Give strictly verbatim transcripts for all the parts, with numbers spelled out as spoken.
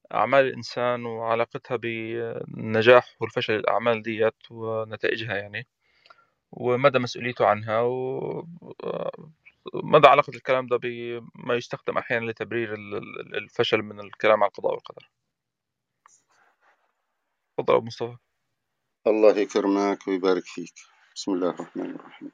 أعمال الإنسان وعلاقتها بالنجاح والفشل، الأعمال ديت ونتائجها يعني، ومدى مسؤوليته عنها، ومدى علاقة الكلام ده بما يستخدم أحيانا لتبرير ال- ال- الفشل من الكلام عن القضاء والقدر. تفضل أبو مصطفى. الله يكرمك ويبارك فيك. بسم الله الرحمن الرحيم.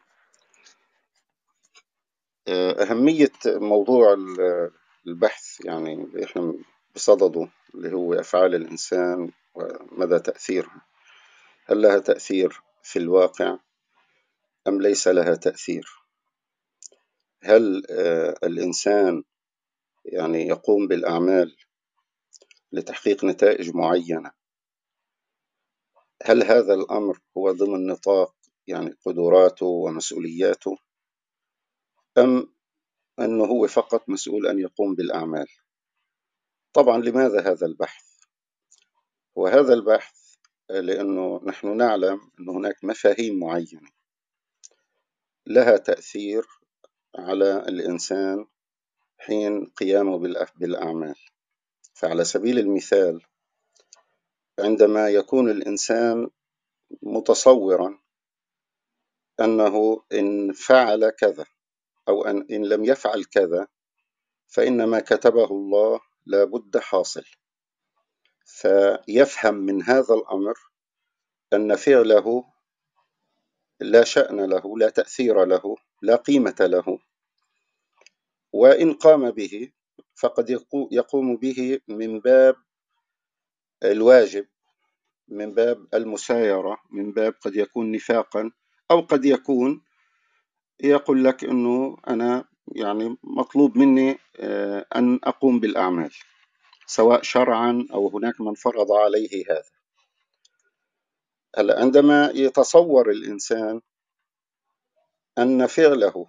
آه، أهمية موضوع ال- البحث يعني اللي إحنا بصدده، اللي هو أفعال الإنسان ومدى تأثيرها. هل لها تأثير في الواقع أم ليس لها تأثير؟ هل آه، الإنسان يعني يقوم بالأعمال لتحقيق نتائج معينة؟ هل هذا الأمر هو ضمن نطاق يعني قدراته ومسؤولياته، أم أنه هو فقط مسؤول أن يقوم بالأعمال؟ طبعا لماذا هذا البحث؟ وهذا البحث لأنه نحن نعلم أن هناك مفاهيم معينة لها تأثير على الإنسان حين قيامه بالأعمال. فعلى سبيل المثال، عندما يكون الإنسان متصورا أنه إن فعل كذا أو أن إن لم يفعل كذا فإن ما كتبه الله لا بد حاصل، فيفهم من هذا الأمر أن فعله لا شأن له، لا تأثير له، لا قيمة له، وإن قام به فقد يقوم به من باب الواجب، من باب المسايرة، من باب قد يكون نفاقا، أو قد يكون يقول لك أنه أنا يعني مطلوب مني أن أقوم بالأعمال سواء شرعا أو هناك من فرض عليه هذا. هلا عندما يتصور الإنسان أن فعله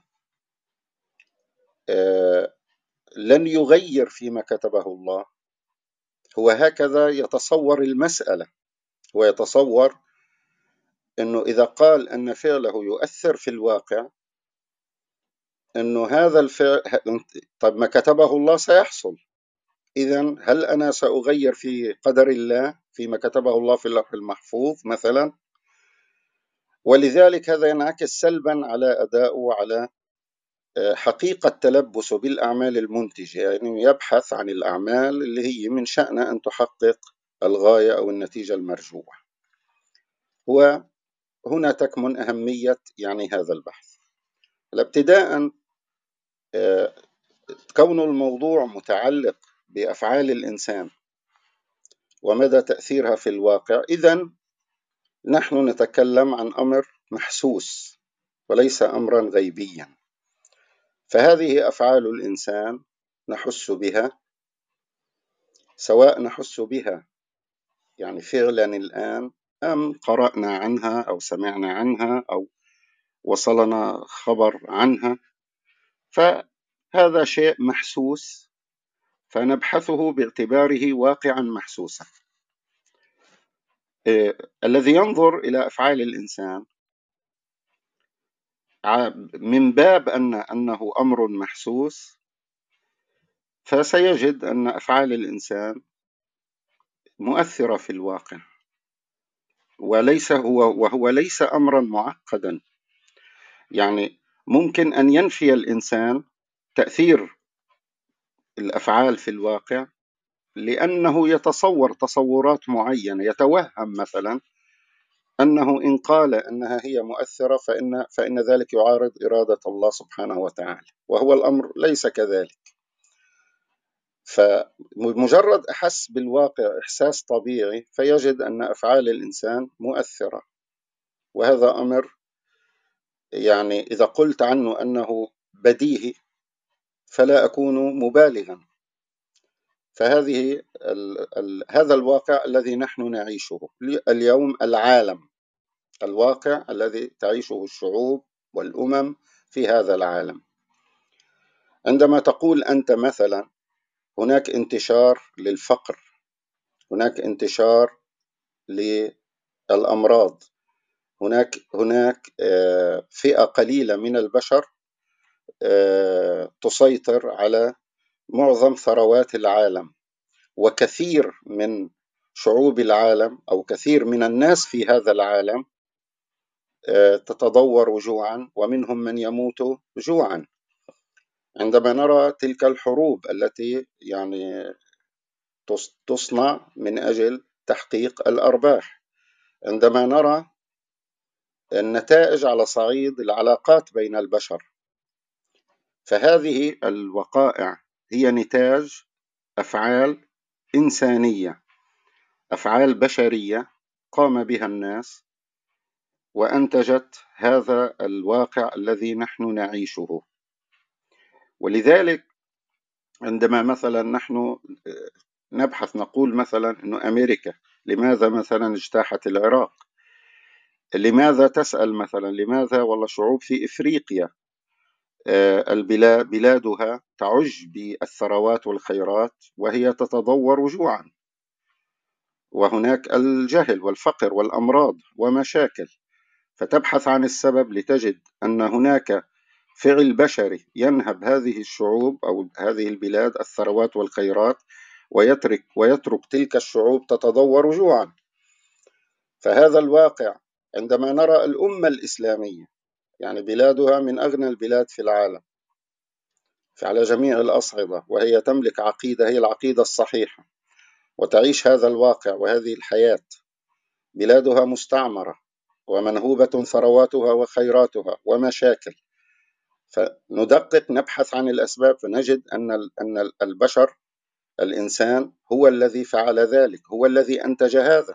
لن يغير فيما كتبه الله، هو هكذا يتصور المسألة. هو يتصور أنه إذا قال أن فعله يؤثر في الواقع، أنه هذا الفعل طب ما كتبه الله سيحصل، إذن هل أنا سأغير في قدر الله فيما كتبه الله في اللوح المحفوظ مثلا؟ ولذلك هذا ينعكس سلبا على أدائه وعلى حقيقة تلبسه بالأعمال المنتجة. يعني يبحث عن الأعمال اللي هي من شأنها أن تحقق الغاية أو النتيجة المرجوة. وهنا تكمن أهمية يعني هذا البحث. ابتداء، كون الموضوع متعلق بأفعال الإنسان ومدى تأثيرها في الواقع، إذن نحن نتكلم عن أمر محسوس وليس أمرا غيبيا. فهذه أفعال الإنسان نحس بها، سواء نحس بها يعني فعلا الآن، أم قرأنا عنها أو سمعنا عنها أو وصلنا خبر عنها، فهذا شيء محسوس فنبحثه باعتباره واقعا محسوسا. إيه الذي ينظر إلى أفعال الإنسان من باب أن أنه أمر محسوس، فسيجد أن أفعال الإنسان مؤثرة في الواقع، وليس هو وهو ليس أمرا معقدا. يعني ممكن أن ينفي الإنسان تأثير الأفعال في الواقع لأنه يتصور تصورات معينة، يتوهم مثلا أنه إن قال أنها هي مؤثرة فإن, فإن ذلك يعارض إرادة الله سبحانه وتعالى، وهو الأمر ليس كذلك. فمجرد أحس بالواقع إحساس طبيعي فيجد أن أفعال الإنسان مؤثرة، وهذا أمر يعني إذا قلت عنه أنه بديهي فلا أكون مبالغا. فهذه ال ال هذا الواقع الذي نحن نعيشه اليوم، العالم، الواقع الذي تعيشه الشعوب والأمم في هذا العالم. عندما تقول أنت مثلا هناك انتشار للفقر، هناك انتشار للأمراض، هناك هناك فئة قليلة من البشر تسيطر على معظم ثروات العالم، وكثير من شعوب العالم أو كثير من الناس في هذا العالم تتضور جوعا، ومنهم من يموت جوعا. عندما نرى تلك الحروب التي يعني تصنع من أجل تحقيق الأرباح، عندما نرى النتائج على صعيد العلاقات بين البشر، فهذه الوقائع هي نتاج أفعال إنسانية، أفعال بشرية قام بها الناس وأنتجت هذا الواقع الذي نحن نعيشه. ولذلك عندما مثلا نحن نبحث نقول مثلا أن أمريكا لماذا مثلا اجتاحت العراق؟ لماذا تسأل مثلا لماذا والله شعوب في إفريقيا البلاد بلادها تعج بالثروات والخيرات وهي تتضور جوعا، وهناك الجهل والفقر والأمراض ومشاكل، فتبحث عن السبب لتجد أن هناك فعل بشري ينهب هذه الشعوب أو هذه البلاد الثروات والخيرات، ويترك ويترك تلك الشعوب تتضور جوعا. فهذا الواقع عندما نرى الأمة الإسلامية يعني بلادها من أغنى البلاد في العالم على جميع الأصعدة، وهي تملك عقيدة هي العقيدة الصحيحة، وتعيش هذا الواقع وهذه الحياة، بلادها مستعمرة ومنهوبة ثرواتها وخيراتها ومشاكل، فندقق نبحث عن الأسباب فنجد أن أن البشر الإنسان هو الذي فعل ذلك، هو الذي أنتج هذا.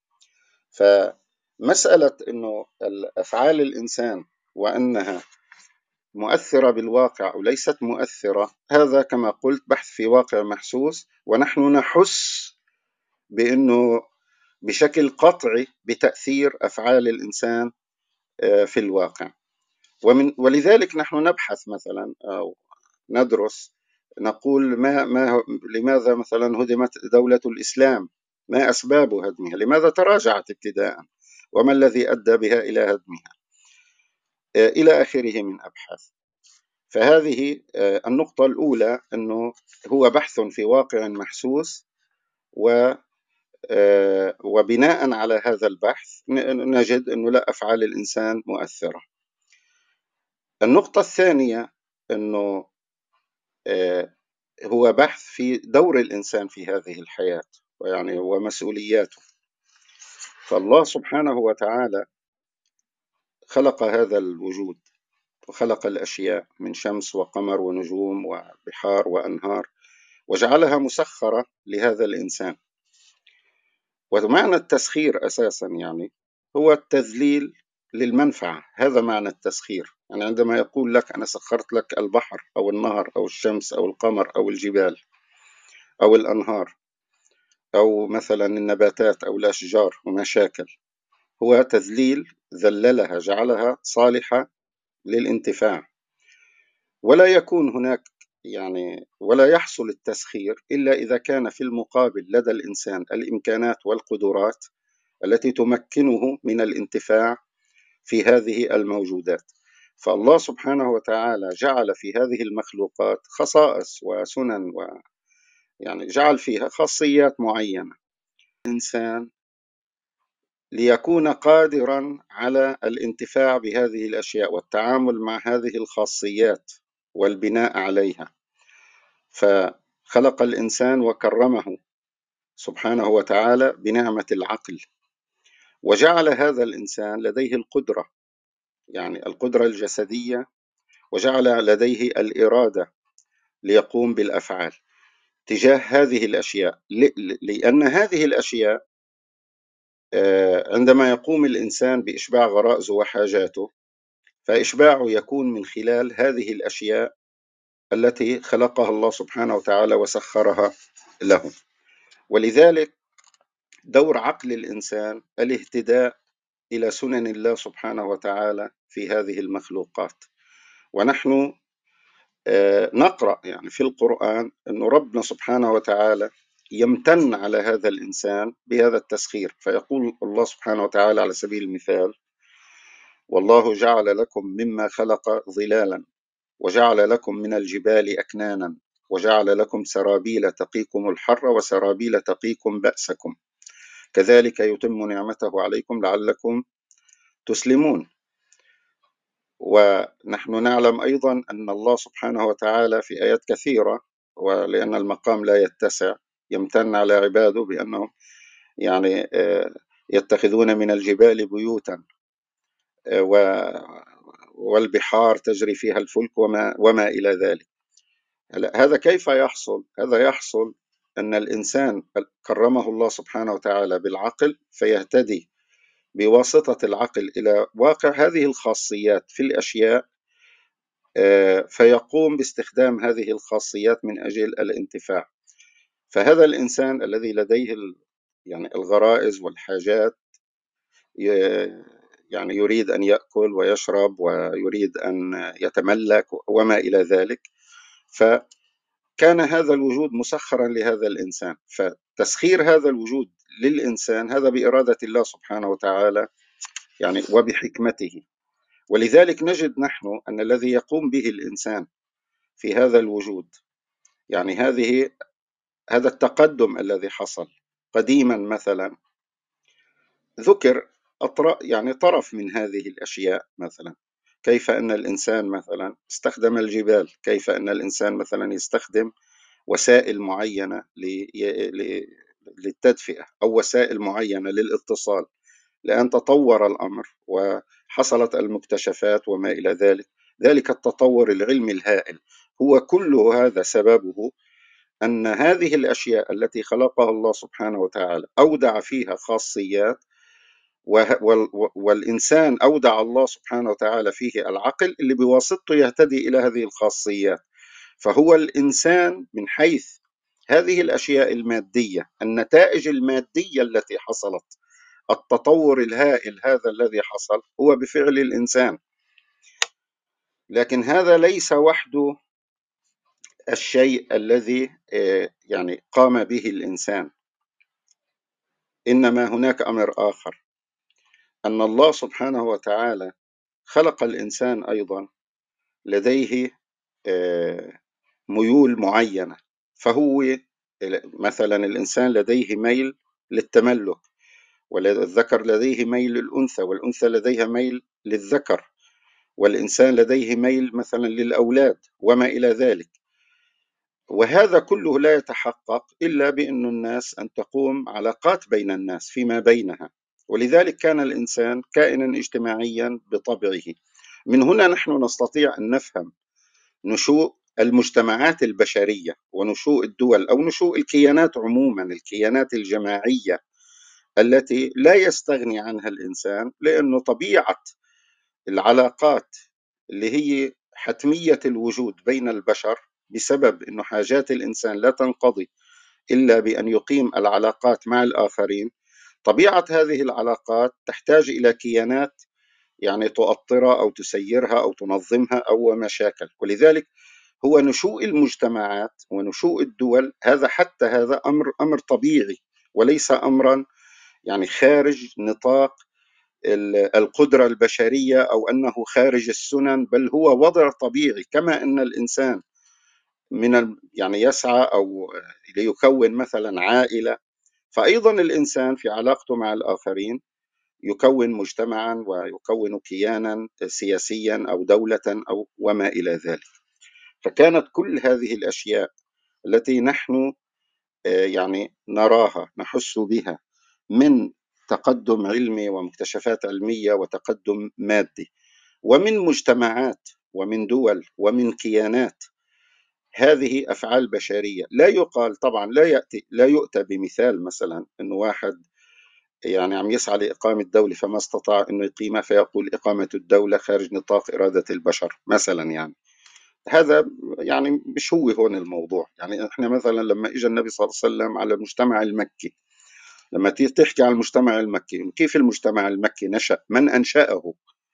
فمسألة أنه أفعال الإنسان وأنها مؤثرة بالواقع وليست مؤثرة، هذا كما قلت بحث في واقع محسوس، ونحن نحس بأنه بشكل قطعي بتأثير أفعال الإنسان في الواقع. ومن ولذلك نحن نبحث مثلا أو ندرس نقول ما ما لماذا مثلا هدمت دولة الإسلام؟ ما أسباب هدمها؟ لماذا تراجعت ابتداء؟ وما الذي أدى بها إلى هدمها؟ إلى آخره من أبحاث. فهذه النقطة الأولى، أنه هو بحث في واقع محسوس، و وبناء على هذا البحث نجد أنه لا، أفعال الإنسان مؤثرة. النقطة الثانية أنه هو بحث في دور الإنسان في هذه الحياة ويعني ومسؤولياته. فالله سبحانه وتعالى خلق هذا الوجود وخلق الأشياء من شمس وقمر ونجوم وبحار وأنهار، وجعلها مسخرة لهذا الإنسان. ومعنى التسخير أساسا يعني هو التذليل للمنفعة، هذا معنى التسخير. يعني عندما يقول لك أنا سخرت لك البحر أو النهر أو الشمس أو القمر أو الجبال أو الأنهار أو مثلا النباتات أو الأشجار ومشاكل، هو تذليل، ذللها جعلها صالحة للانتفاع. ولا يكون هناك يعني ولا يحصل التسخير إلا إذا كان في المقابل لدى الإنسان الإمكانات والقدرات التي تمكنه من الانتفاع في هذه الموجودات. فالله سبحانه وتعالى جعل في هذه المخلوقات خصائص وسنن، ويعني جعل فيها خاصيات معينة الإنسان ليكون قادرا على الانتفاع بهذه الأشياء والتعامل مع هذه الخاصيات والبناء عليها. فخلق الإنسان وكرمه سبحانه وتعالى بنعمة العقل، وجعل هذا الإنسان لديه القدرة، يعني القدرة الجسدية، وجعل لديه الإرادة ليقوم بالأفعال تجاه هذه الأشياء، لأن هذه الأشياء عندما يقوم الإنسان بإشباع غرائزه وحاجاته، فإشباعه يكون من خلال هذه الأشياء التي خلقها الله سبحانه وتعالى وسخرها له. ولذلك دور عقل الإنسان الاهتداء إلى سنن الله سبحانه وتعالى في هذه المخلوقات. ونحن نقرأ يعني في القرآن أن ربنا سبحانه وتعالى يمتن على هذا الإنسان بهذا التسخير، فيقول الله سبحانه وتعالى على سبيل المثال: والله جعل لكم مما خلق ظلالا وجعل لكم من الجبال أكنانا وجعل لكم سرابيل تقيكم الحر وسرابيل تقيكم بأسكم كذلك يتم نعمته عليكم لعلكم تسلمون. ونحن نعلم أيضا أن الله سبحانه وتعالى في آيات كثيرة، ولأن المقام لا يتسع، يمتن على عباده بأنهم يعني يتخذون من الجبال بيوتا والبحار تجري فيها الفلك وما, وما إلى ذلك. هذا كيف يحصل؟ هذا يحصل أن الإنسان كرمه الله سبحانه وتعالى بالعقل، فيهتدي بواسطة العقل إلى واقع هذه الخاصيات في الأشياء، فيقوم باستخدام هذه الخاصيات من أجل الانتفاع. فهذا الإنسان الذي لديه يعني الغرائز والحاجات، يعني يريد أن يأكل ويشرب ويريد أن يتملك وما إلى ذلك، فكان هذا الوجود مسخرا لهذا الإنسان. فتسخير هذا الوجود للإنسان هذا بإرادة الله سبحانه وتعالى يعني وبحكمته. ولذلك نجد نحن أن الذي يقوم به الإنسان في هذا الوجود، يعني هذه هذا التقدم الذي حصل قديما مثلا، ذكر يعني طرف من هذه الأشياء، مثلا كيف أن الإنسان مثلا استخدم الجبال، كيف أن الإنسان مثلا يستخدم وسائل معينة للتدفئة أو وسائل معينة للاتصال، لأن تطور الأمر وحصلت المكتشفات وما إلى ذلك. ذلك التطور العلمي الهائل هو كل هذا سببه أن هذه الأشياء التي خلقها الله سبحانه وتعالى أودع فيها خاصيات، والإنسان أودع الله سبحانه وتعالى فيه العقل اللي بواسطته يهتدي إلى هذه الخاصيات. فهو الإنسان من حيث هذه الأشياء المادية، النتائج المادية التي حصلت، التطور الهائل هذا الذي حصل هو بفعل الإنسان. لكن هذا ليس وحده الشيء الذي يعني قام به الإنسان، إنما هناك أمر آخر، أن الله سبحانه وتعالى خلق الإنسان أيضا لديه ميول معينة. فهو مثلا الإنسان لديه ميل للتملك، والذكر لديه ميل للأنثى، والأنثى لديها ميل للذكر، والإنسان لديه ميل مثلا للأولاد وما إلى ذلك. وهذا كله لا يتحقق إلا بأن الناس أن تقوم علاقات بين الناس فيما بينها. ولذلك كان الإنسان كائنا اجتماعيا بطبعه. من هنا نحن نستطيع أن نفهم نشوء المجتمعات البشرية ونشوء الدول أو نشوء الكيانات عموما، الكيانات الجماعية التي لا يستغني عنها الإنسان، لأنه طبيعة العلاقات اللي هي حتمية الوجود بين البشر بسبب أنه حاجات الإنسان لا تنقضي إلا بأن يقيم العلاقات مع الآخرين. طبيعة هذه العلاقات تحتاج إلى كيانات يعني تؤطرها أو تسيرها أو تنظمها أو مشاكل. ولذلك هو نشوء المجتمعات ونشوء الدول، هذا حتى هذا أمر أمر طبيعي، وليس أمرا يعني خارج نطاق القدرة البشرية أو أنه خارج السنن، بل هو وضع طبيعي. كما أن الإنسان من يعني يسعى أو ليكون مثلا عائلة، فأيضا الإنسان في علاقته مع الآخرين يكون مجتمعا ويكون كيانا سياسيا أو دولة أو وما إلى ذلك. فكانت كل هذه الأشياء التي نحن يعني نراها نحس بها من تقدم علمي ومكتشفات علمية وتقدم مادي ومن مجتمعات ومن دول ومن كيانات، هذه أفعال بشرية. لا يقال طبعا، لا يأتي لا يؤتى بمثال مثلا أنه واحد يعني عم يسعى لإقامة دولة فما استطاع أنه يقيمها فيقول إقامة الدولة خارج نطاق إرادة البشر مثلا. يعني هذا يعني مش هو هون الموضوع. يعني احنا مثلا لما اجى النبي صلى الله عليه وسلم على المجتمع المكي، لما تحكي عن المجتمع المكي، كيف المجتمع المكي نشأ؟ من أنشأه؟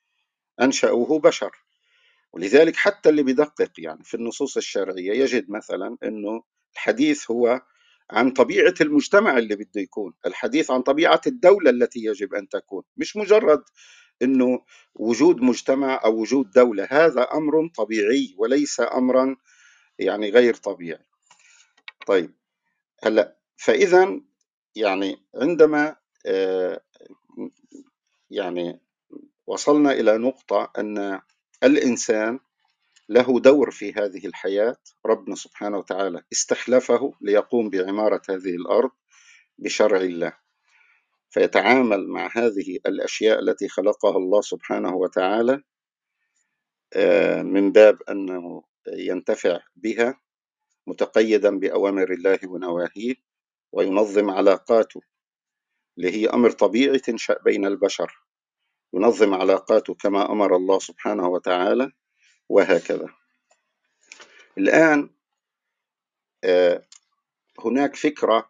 أنشأه بشر. ولذلك حتى اللي بدقق يعني في النصوص الشرعية يجد مثلا أنه الحديث هو عن طبيعة المجتمع اللي بده يكون، الحديث عن طبيعة الدولة التي يجب أن تكون، مش مجرد أنه وجود مجتمع أو وجود دولة. هذا أمر طبيعي وليس أمرا يعني غير طبيعي. طيب، هلا فإذا يعني عندما آه، يعني وصلنا إلى نقطة أن الإنسان له دور في هذه الحياة، ربنا سبحانه وتعالى استخلفه ليقوم بعمارة هذه الأرض بشرع الله، فيتعامل مع هذه الأشياء التي خلقها الله سبحانه وتعالى آه، من باب أنه ينتفع بها، متقيدا بأوامر الله ونواهيه، وينظم علاقاته اللي هي أمر طبيعي تنشأ بين البشر، ينظم علاقاته كما أمر الله سبحانه وتعالى، وهكذا. الآن آه، هناك فكرة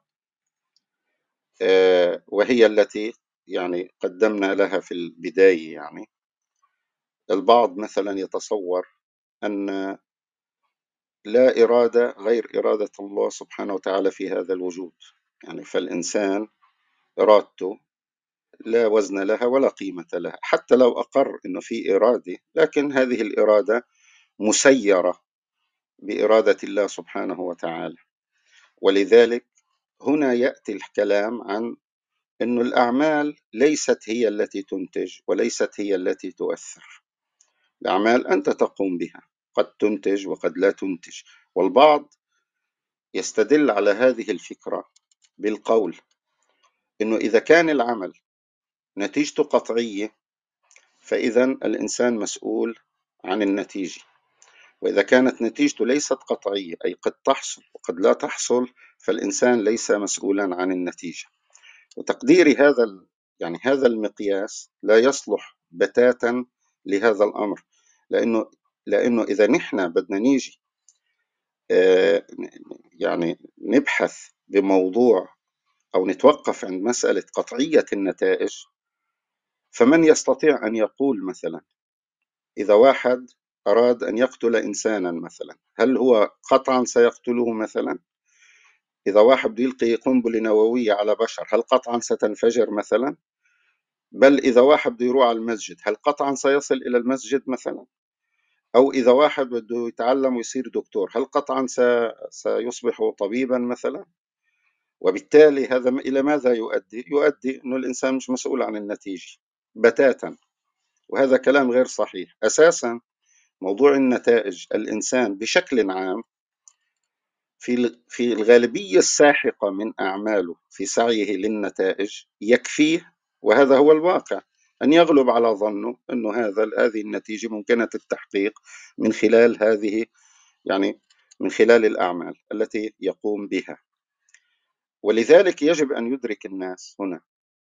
آه، وهي التي يعني قدمنا لها في البداية. يعني البعض مثلا يتصور أن لا إرادة غير إرادة الله سبحانه وتعالى في هذا الوجود، يعني فالإنسان إرادته لا وزن لها ولا قيمة لها، حتى لو أقر أنه في إرادة، لكن هذه الإرادة مسيرة بإرادة الله سبحانه وتعالى. ولذلك هنا يأتي الكلام عن أن الأعمال ليست هي التي تنتج وليست هي التي تؤثر. الأعمال أنت تقوم بها، قد تنتج وقد لا تنتج. والبعض يستدل على هذه الفكرة بالقول أنه إذا كان العمل نتيجته قطعية فإذا الإنسان مسؤول عن النتيجة، وإذا كانت نتيجته ليست قطعية أي قد تحصل وقد لا تحصل فالإنسان ليس مسؤولا عن النتيجة. وتقديري هذا يعني هذا المقياس لا يصلح بتاتا لهذا الأمر، لأنه لأنه إذا نحن بدنا نيجي آه، يعني نبحث بموضوع أو نتوقف عند مسألة قطعية النتائج، فمن يستطيع أن يقول مثلا إذا واحد أراد أن يقتل إنسانا مثلا، هل هو قطعا سيقتله مثلا؟ إذا واحد بده يلقي قنبلة نووية على بشر، هل قطعا ستنفجر مثلا؟ بل إذا واحد بده يروح على المسجد، هل قطعا سيصل إلى المسجد مثلا؟ أو إذا واحد بده يتعلم ويصير دكتور، هل قطعا سيصبح طبيبا مثلا؟ وبالتالي هذا إلى ماذا يؤدي؟ يؤدي أنه الإنسان مش مسؤول عن النتيجة بتاتا، وهذا كلام غير صحيح. أساسا موضوع النتائج، الإنسان بشكل عام في في الغالبية الساحقة من أعماله في سعيه للنتائج يكفيه، وهذا هو الواقع، أن يغلب على ظنه أنه هذا هذه النتيجة ممكنة التحقيق من خلال هذه يعني من خلال الأعمال التي يقوم بها. ولذلك يجب أن يدرك الناس هنا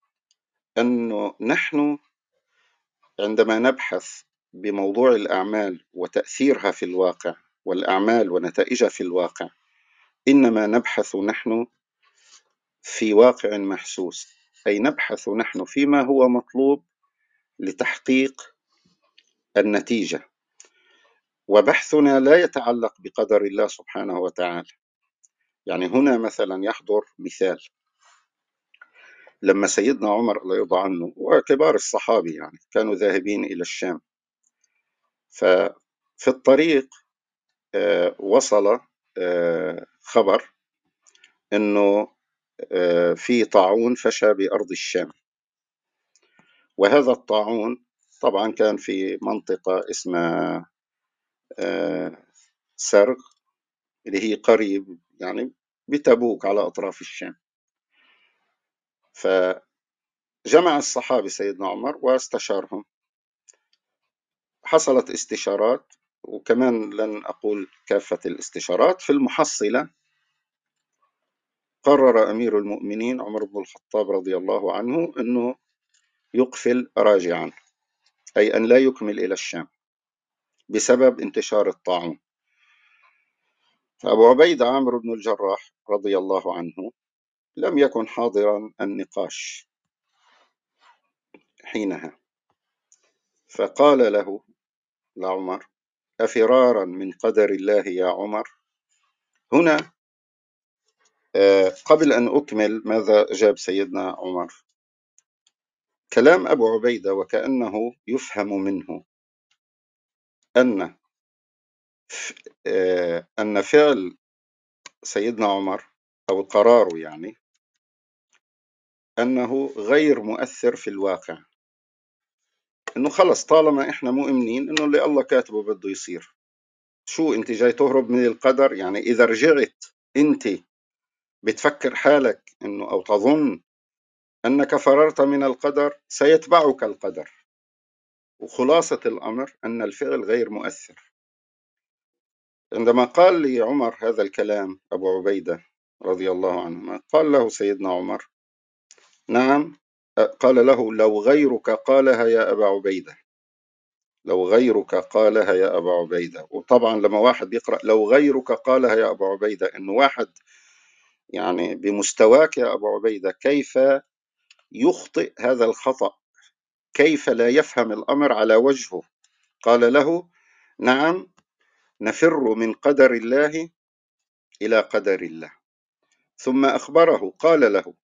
أنه نحن عندما نبحث بموضوع الأعمال وتأثيرها في الواقع والأعمال ونتائجها في الواقع، إنما نبحث نحن في واقع محسوس، أي نبحث نحن فيما هو مطلوب لتحقيق النتيجة، وبحثنا لا يتعلق بقدر الله سبحانه وتعالى. يعني هنا مثلا يحضر مثال لما سيدنا عمر الله يرضى عنه وكبار الصحابة يعني كانوا ذاهبين إلى الشام، ففي الطريق آه، وصل آه، خبر أنه آه، في طاعون فشى بأرض الشام. وهذا الطاعون طبعا كان في منطقة اسمها آه، سرغ، اللي هي قريب يعني بتبوك على أطراف الشام. فجمع الصحابة سيدنا عمر واستشارهم، حصلت استشارات، وكمان لن أقول كافة الاستشارات، في المحصلة قرر أمير المؤمنين عمر بن الخطاب رضي الله عنه أنه يقفل راجعا، أي أن لا يكمل إلى الشام بسبب انتشار الطاعون. فأبو عبيدة عامر بن الجراح رضي الله عنه لم يكن حاضرا النقاش حينها، فقال له لعمر: أفرارا من قدر الله يا عمر؟ هنا آه، قبل أن أكمل ماذا جاب سيدنا عمر، كلام أبو عبيدة وكأنه يفهم منه أن آه، أن فعل سيدنا عمر أو قراره يعني أنه غير مؤثر في الواقع، إنه خلص طالما إحنا مؤمنين إنه اللي الله كاتبه بده يصير. شو أنت جاي تهرب من القدر؟ يعني إذا رجعت أنت بتفكر حالك إنه أو تظن أنك فررت من القدر سيتبعك القدر. وخلاصة الأمر أن الفعل غير مؤثر. عندما قال لي عمر هذا الكلام أبو عبيدة رضي الله عنهما، قال له سيدنا عمر: نعم. قال له: لو غيرك قالها يا أبا عبيدة، لو غيرك قالها يا أبا عبيدة. وطبعا لما واحد يقرأ لو غيرك قالها يا أبا عبيدة، إنه واحد يعني بمستواك يا أبو عبيدة كيف يخطئ هذا الخطأ، كيف لا يفهم الأمر على وجهه. قال له: نعم، نفر من قدر الله إلى قدر الله. ثم أخبره قال له: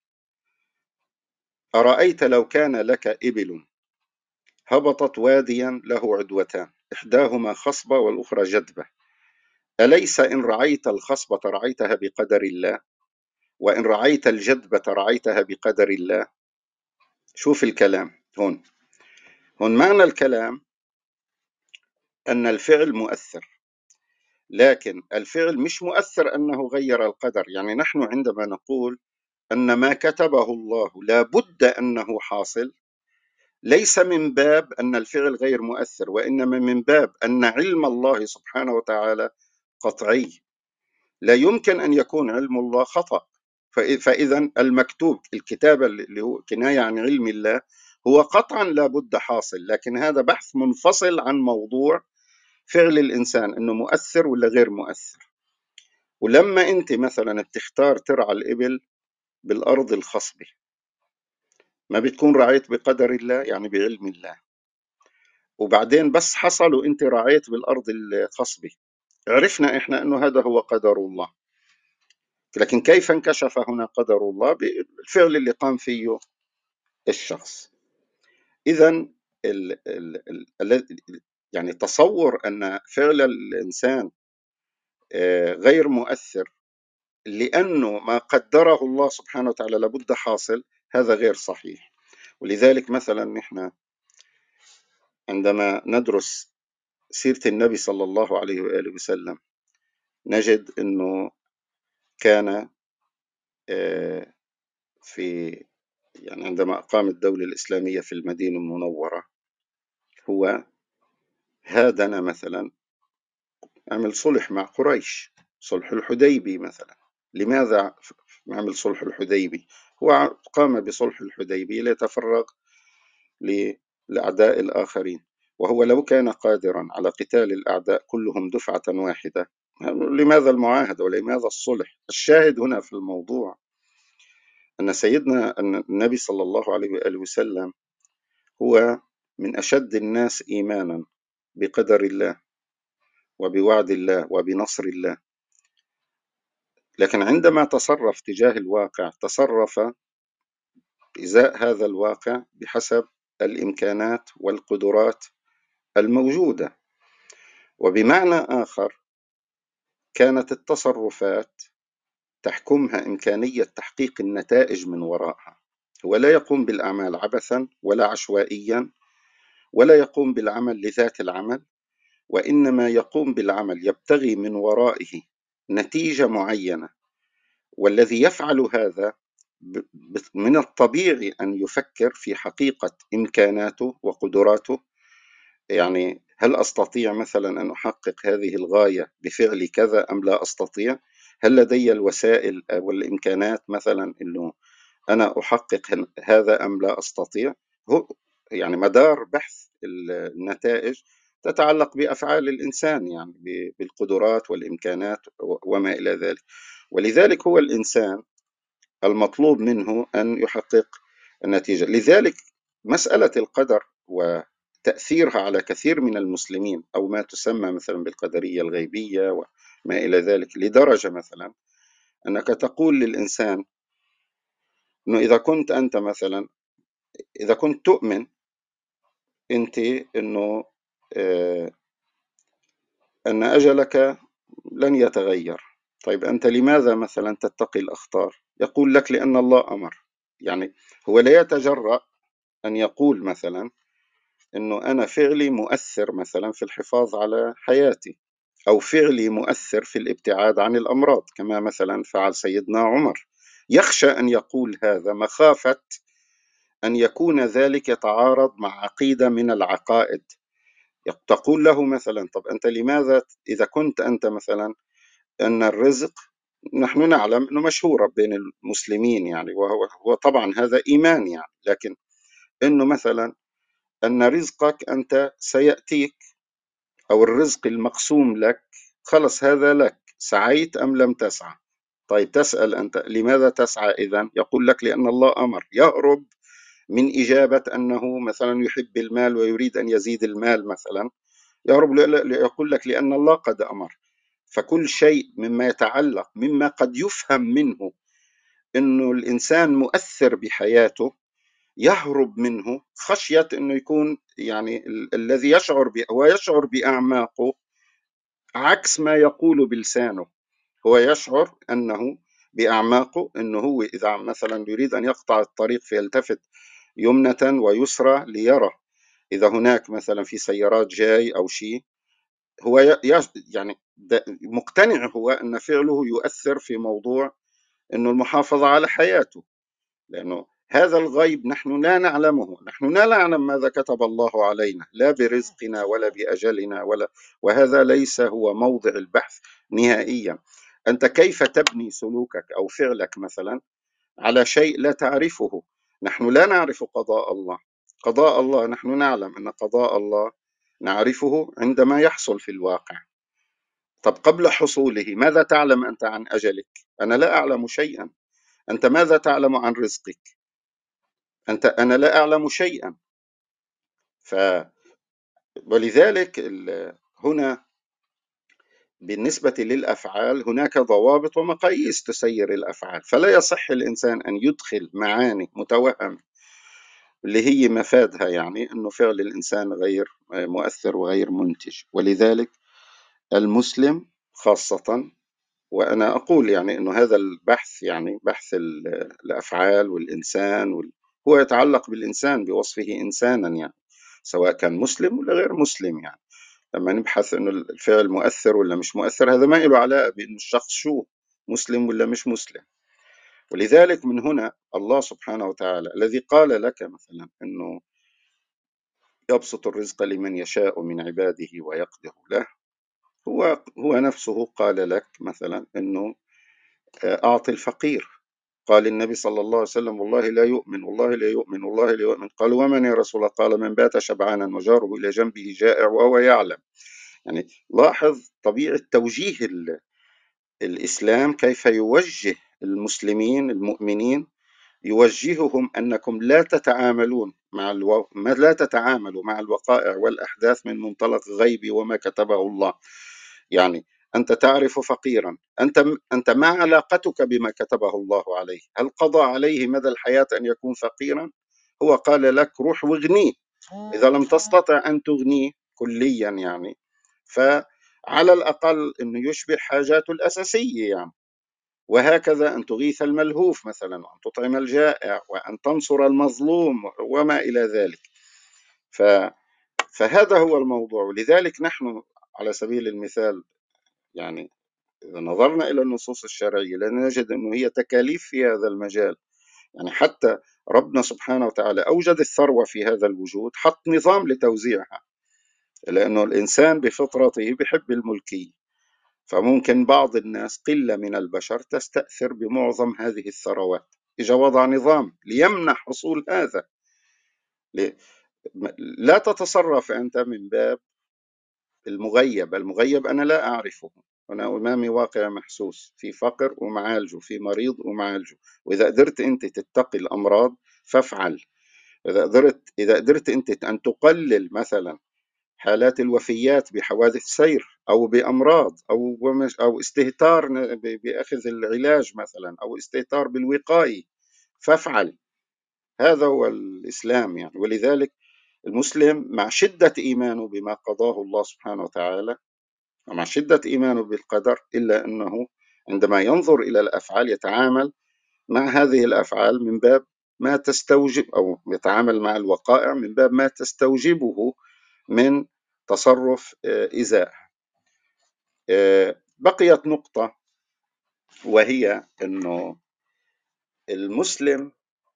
أرأيت لو كان لك إبل هبطت واديا له عدوتان، إحداهما خصبة والأخرى جدبة، أليس إن رعيت الخصبة رعيتها بقدر الله، وإن رعيت الجدبة رعيتها بقدر الله؟ شوف الكلام هون. هون معنى الكلام أن الفعل مؤثر، لكن الفعل مش مؤثر أنه غير القدر. يعني نحن عندما نقول أن ما كتبه الله لا بد أنه حاصل، ليس من باب أن الفعل غير مؤثر، وإنما من باب أن علم الله سبحانه وتعالى قطعي، لا يمكن أن يكون علم الله خطأ. فإذا المكتوب، الكتابة اللي هو كناية عن علم الله، هو قطعا لا بد حاصل. لكن هذا بحث منفصل عن موضوع فعل الإنسان أنه مؤثر ولا غير مؤثر. ولما أنت مثلا بتختار ترعى الإبل بالأرض الخصبة، ما بتكون رعيت بقدر الله، يعني بعلم الله. وبعدين بس حصلوا أنت رعيت بالأرض الخصبة، عرفنا إحنا أنه هذا هو قدر الله. لكن كيف انكشف هنا قدر الله؟ بالفعل اللي قام فيه الشخص. إذا ال ال ال يعني تصور أن فعل الإنسان غير مؤثر لأنه ما قدره الله سبحانه وتعالى لابد حاصل، هذا غير صحيح. ولذلك مثلا نحن عندما ندرس سيرة النبي صلى الله عليه وآله وسلم نجد أنه كان في يعني عندما أقام الدولة الإسلامية في المدينة المنورة، هو هادن مثلا، عمل صلح مع قريش، صلح الحديبي مثلا. لماذا عمل صلح الحديبي؟ هو قام بصلح الحديبي ليتفرغ للأعداء الآخرين، وهو لو كان قادرا على قتال الأعداء كلهم دفعة واحدة، لماذا المعاهدة ولماذا الصلح؟ الشاهد هنا في الموضوع أن سيدنا أن النبي صلى الله عليه وآله وسلم هو من أشد الناس إيمانا بقدر الله وبوعد الله وبنصر الله، لكن عندما تصرف تجاه الواقع تصرف إزاء هذا الواقع بحسب الإمكانات والقدرات الموجودة. وبمعنى آخر كانت التصرفات تحكمها إمكانية تحقيق النتائج من وراءها. هو لا يقوم بالأعمال عبثا ولا عشوائيا، ولا يقوم بالعمل لذات العمل، وإنما يقوم بالعمل يبتغي من ورائه نتيجة معينة. والذي يفعل هذا من الطبيعي أن يفكر في حقيقة إمكاناته وقدراته. يعني هل أستطيع مثلا أن أحقق هذه الغاية بفعل كذا أم لا أستطيع؟ هل لدي الوسائل والإمكانات مثلا أنه أنا أحقق هذا أم لا أستطيع؟ هو يعني مدار بحث النتائج تتعلق بأفعال الإنسان، يعني بالقدرات والإمكانات وما إلى ذلك. ولذلك هو الإنسان المطلوب منه أن يحقق النتيجة. لذلك مسألة القدر وتأثيرها على كثير من المسلمين، أو ما تسمى مثلا بالقدرية الغيبية وما إلى ذلك، لدرجة مثلا أنك تقول للإنسان أنه إذا كنت أنت مثلا إذا كنت تؤمن أنت أنه أن أجلك لن يتغير. طيب أنت لماذا مثلا تتقي الأخطار؟ يقول لك لأن الله أمر. يعني هو لا يتجرأ أن يقول مثلا أنه أنا فعلي مؤثر مثلا في الحفاظ على حياتي، أو فعلي مؤثر في الابتعاد عن الأمراض كما مثلا فعل سيدنا عمر. يخشى أن يقول هذا مخافة أن يكون ذلك يتعارض مع عقيدة من العقائد. تقول له مثلا طب أنت لماذا إذا كنت أنت مثلا أن الرزق، نحن نعلم أنه مشهورة بين المسلمين يعني، وهو هو طبعا هذا إيمان يعني، لكن أنه مثلا أن رزقك أنت سيأتيك، أو الرزق المقسوم لك خلص هذا لك، سعيت أم لم تسعى. طيب تسأل أنت لماذا تسعى إذن؟ يقول لك لأن الله أمر. يهرب من إجابة أنه مثلا يحب المال ويريد أن يزيد المال مثلا، يهرب يقول لك لأن الله قد أمر. فكل شيء مما يتعلق مما قد يفهم منه أنه الإنسان مؤثر بحياته يهرب منه خشية أنه يكون يعني ال- الذي يشعر ب... هو يشعر بأعماقه عكس ما يقول بلسانه. هو يشعر أنه بأعماقه أنه هو إذا مثلا يريد أن يقطع الطريق فيلتفت يمنة ويسرى ليرى إذا هناك مثلا في سيارات جاي أو شيء. هو يعني مقتنع هو أن فعله يؤثر في موضوع أنه المحافظة على حياته، لأنه هذا الغيب نحن لا نعلمه. نحن لا نعلم ماذا كتب الله علينا، لا برزقنا ولا بأجلنا ولا، وهذا ليس هو موضع البحث نهائيا. أنت كيف تبني سلوكك أو فعلك مثلا على شيء لا تعرفه؟ نحن لا نعرف قضاء الله. قضاء الله نحن نعلم أن قضاء الله نعرفه عندما يحصل في الواقع. طب قبل حصوله ماذا تعلم أنت عن أجلك؟ أنا لا أعلم شيئا. أنت ماذا تعلم عن رزقك؟ أنت أنا لا أعلم شيئا. ف ولذلك ال- هنا بالنسبة للأفعال هناك ضوابط ومقاييس تسير الأفعال، فلا يصح الإنسان أن يدخل معاني متوهم اللي هي مفادها يعني أنه فعل الإنسان غير مؤثر وغير منتج. ولذلك المسلم خاصة، وأنا أقول يعني أنه هذا البحث يعني بحث ال- الأفعال والإنسان وال... هو يتعلق بالإنسان بوصفه إنسانا يعني، سواء كان مسلم ولا غير مسلم يعني. لما نبحث أنه الفعل مؤثر ولا مش مؤثر هذا ما له علاقة بأنه الشخص شو مسلم ولا مش مسلم. ولذلك من هنا الله سبحانه وتعالى الذي قال لك مثلا أنه يبسط الرزق لمن يشاء من عباده ويقدر له، هو هو نفسه قال لك مثلا أنه أعطي الفقير. قال النبي صلى الله عليه وسلم والله لا يؤمن والله لا يؤمن والله لا يؤمن. قال ومن يا رسول الله؟ قال من بات شبعانا وجاره إلى جنبه جائع وهو يعلم. يعني لاحظ طبيعة توجيه الإسلام كيف يوجه المسلمين المؤمنين، يوجههم أنكم لا تتعاملون مع الو... ما لا تتعاملوا مع الوقائع والأحداث من منطلق غيبي وما كتبه الله. يعني أنت تعرف فقيرا، أنت أنت ما علاقتك بما كتبه الله عليه؟ هل قضى عليه مدى الحياة أن يكون فقيرا؟ هو قال لك روح واغنيه. إذا لم تستطع أن تغنيه كليا يعني، فعلى الأقل أنه يشبع حاجاته الأساسية يعني. وهكذا أن تغيث الملهوف مثلا، وأن تطعم الجائع، وأن تنصر المظلوم وما إلى ذلك. ف... فهذا هو الموضوع. ولذلك نحن على سبيل المثال يعني إذا نظرنا إلى النصوص الشرعية لنجد أنه هي تكاليف في هذا المجال. يعني حتى ربنا سبحانه وتعالى أوجد الثروة في هذا الوجود، حط نظام لتوزيعها، لأنه الإنسان بفطرته بحب الملكية. فممكن بعض الناس قلة من البشر تستأثر بمعظم هذه الثروات، إجا وضع نظام ليمنع حصول هذا. لا تتصرف أنت من باب المغيب. المغيب أنا لا أعرفه، أنا أمامي واقع محسوس، في فقر ومعالجه، في مريض ومعالجه. وإذا قدرت أنت تتقي الأمراض فافعل. إذا قدرت إذا قدرت أنت أن تقلل مثلا حالات الوفيات بحوادث سير أو بأمراض أو أو استهتار بأخذ العلاج مثلا أو استهتار بالوقاية فافعل. هذا هو الإسلام يعني. ولذلك المسلم مع شدة إيمانه بما قضاه الله سبحانه وتعالى مع شدة إيمانه بالقدر، إلا أنه عندما ينظر إلى الأفعال يتعامل مع هذه الأفعال من باب ما تستوجب، أو يتعامل مع الوقائع من باب ما تستوجبه من تصرف إزاء. بقيت نقطة، وهي أنه المسلم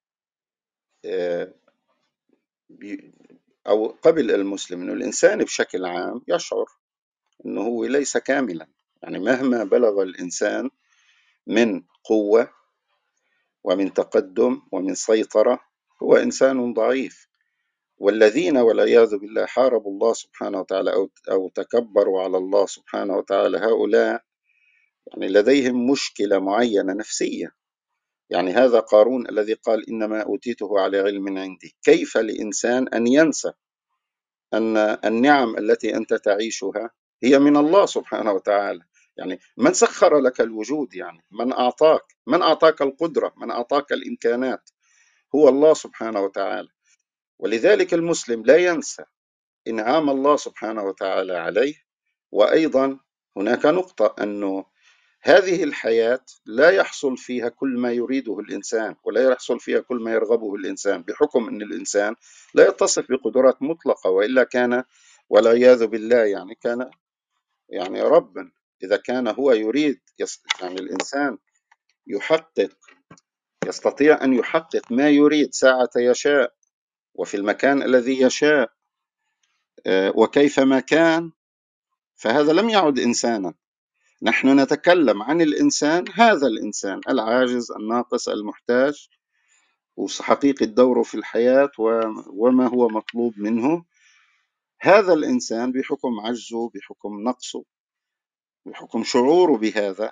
أو قبل المسلم أنه الإنسان بشكل عام يشعر أنه هو ليس كاملا، يعني مهما بلغ الإنسان من قوة ومن تقدم ومن سيطرة هو إنسان ضعيف. والذين والعياذ بالله حاربوا الله سبحانه وتعالى أو أو تكبروا على الله سبحانه وتعالى، هؤلاء يعني لديهم مشكلة معينة نفسية. يعني هذا قارون الذي قال إنما أوتيته على علم عندي، كيف لإنسان أن ينسى أن النعم التي أنت تعيشها هي من الله سبحانه وتعالى؟ يعني من سخر لك الوجود؟ يعني من أعطاك من أعطاك القدرة، من أعطاك الإمكانات؟ هو الله سبحانه وتعالى. ولذلك المسلم لا ينسى إنعام الله سبحانه وتعالى عليه. وأيضا هناك نقطة، أنه هذه الحياة لا يحصل فيها كل ما يريده الإنسان، ولا يحصل فيها كل ما يرغبه الإنسان، بحكم أن الإنسان لا يتصف بقدرات مطلقة، وإلا كان والعياذ بالله يعني كان يعني ربا. إذا كان هو يريد يعني الإنسان يحقق، يستطيع أن يحقق ما يريد ساعة يشاء وفي المكان الذي يشاء وكيفما كان، فهذا لم يعد إنسانا. نحن نتكلم عن الإنسان، هذا الإنسان العاجز الناقص المحتاج وحقيقة دوره في الحياة وما هو مطلوب منه. هذا الإنسان بحكم عجزه، بحكم نقصه، بحكم شعوره بهذا،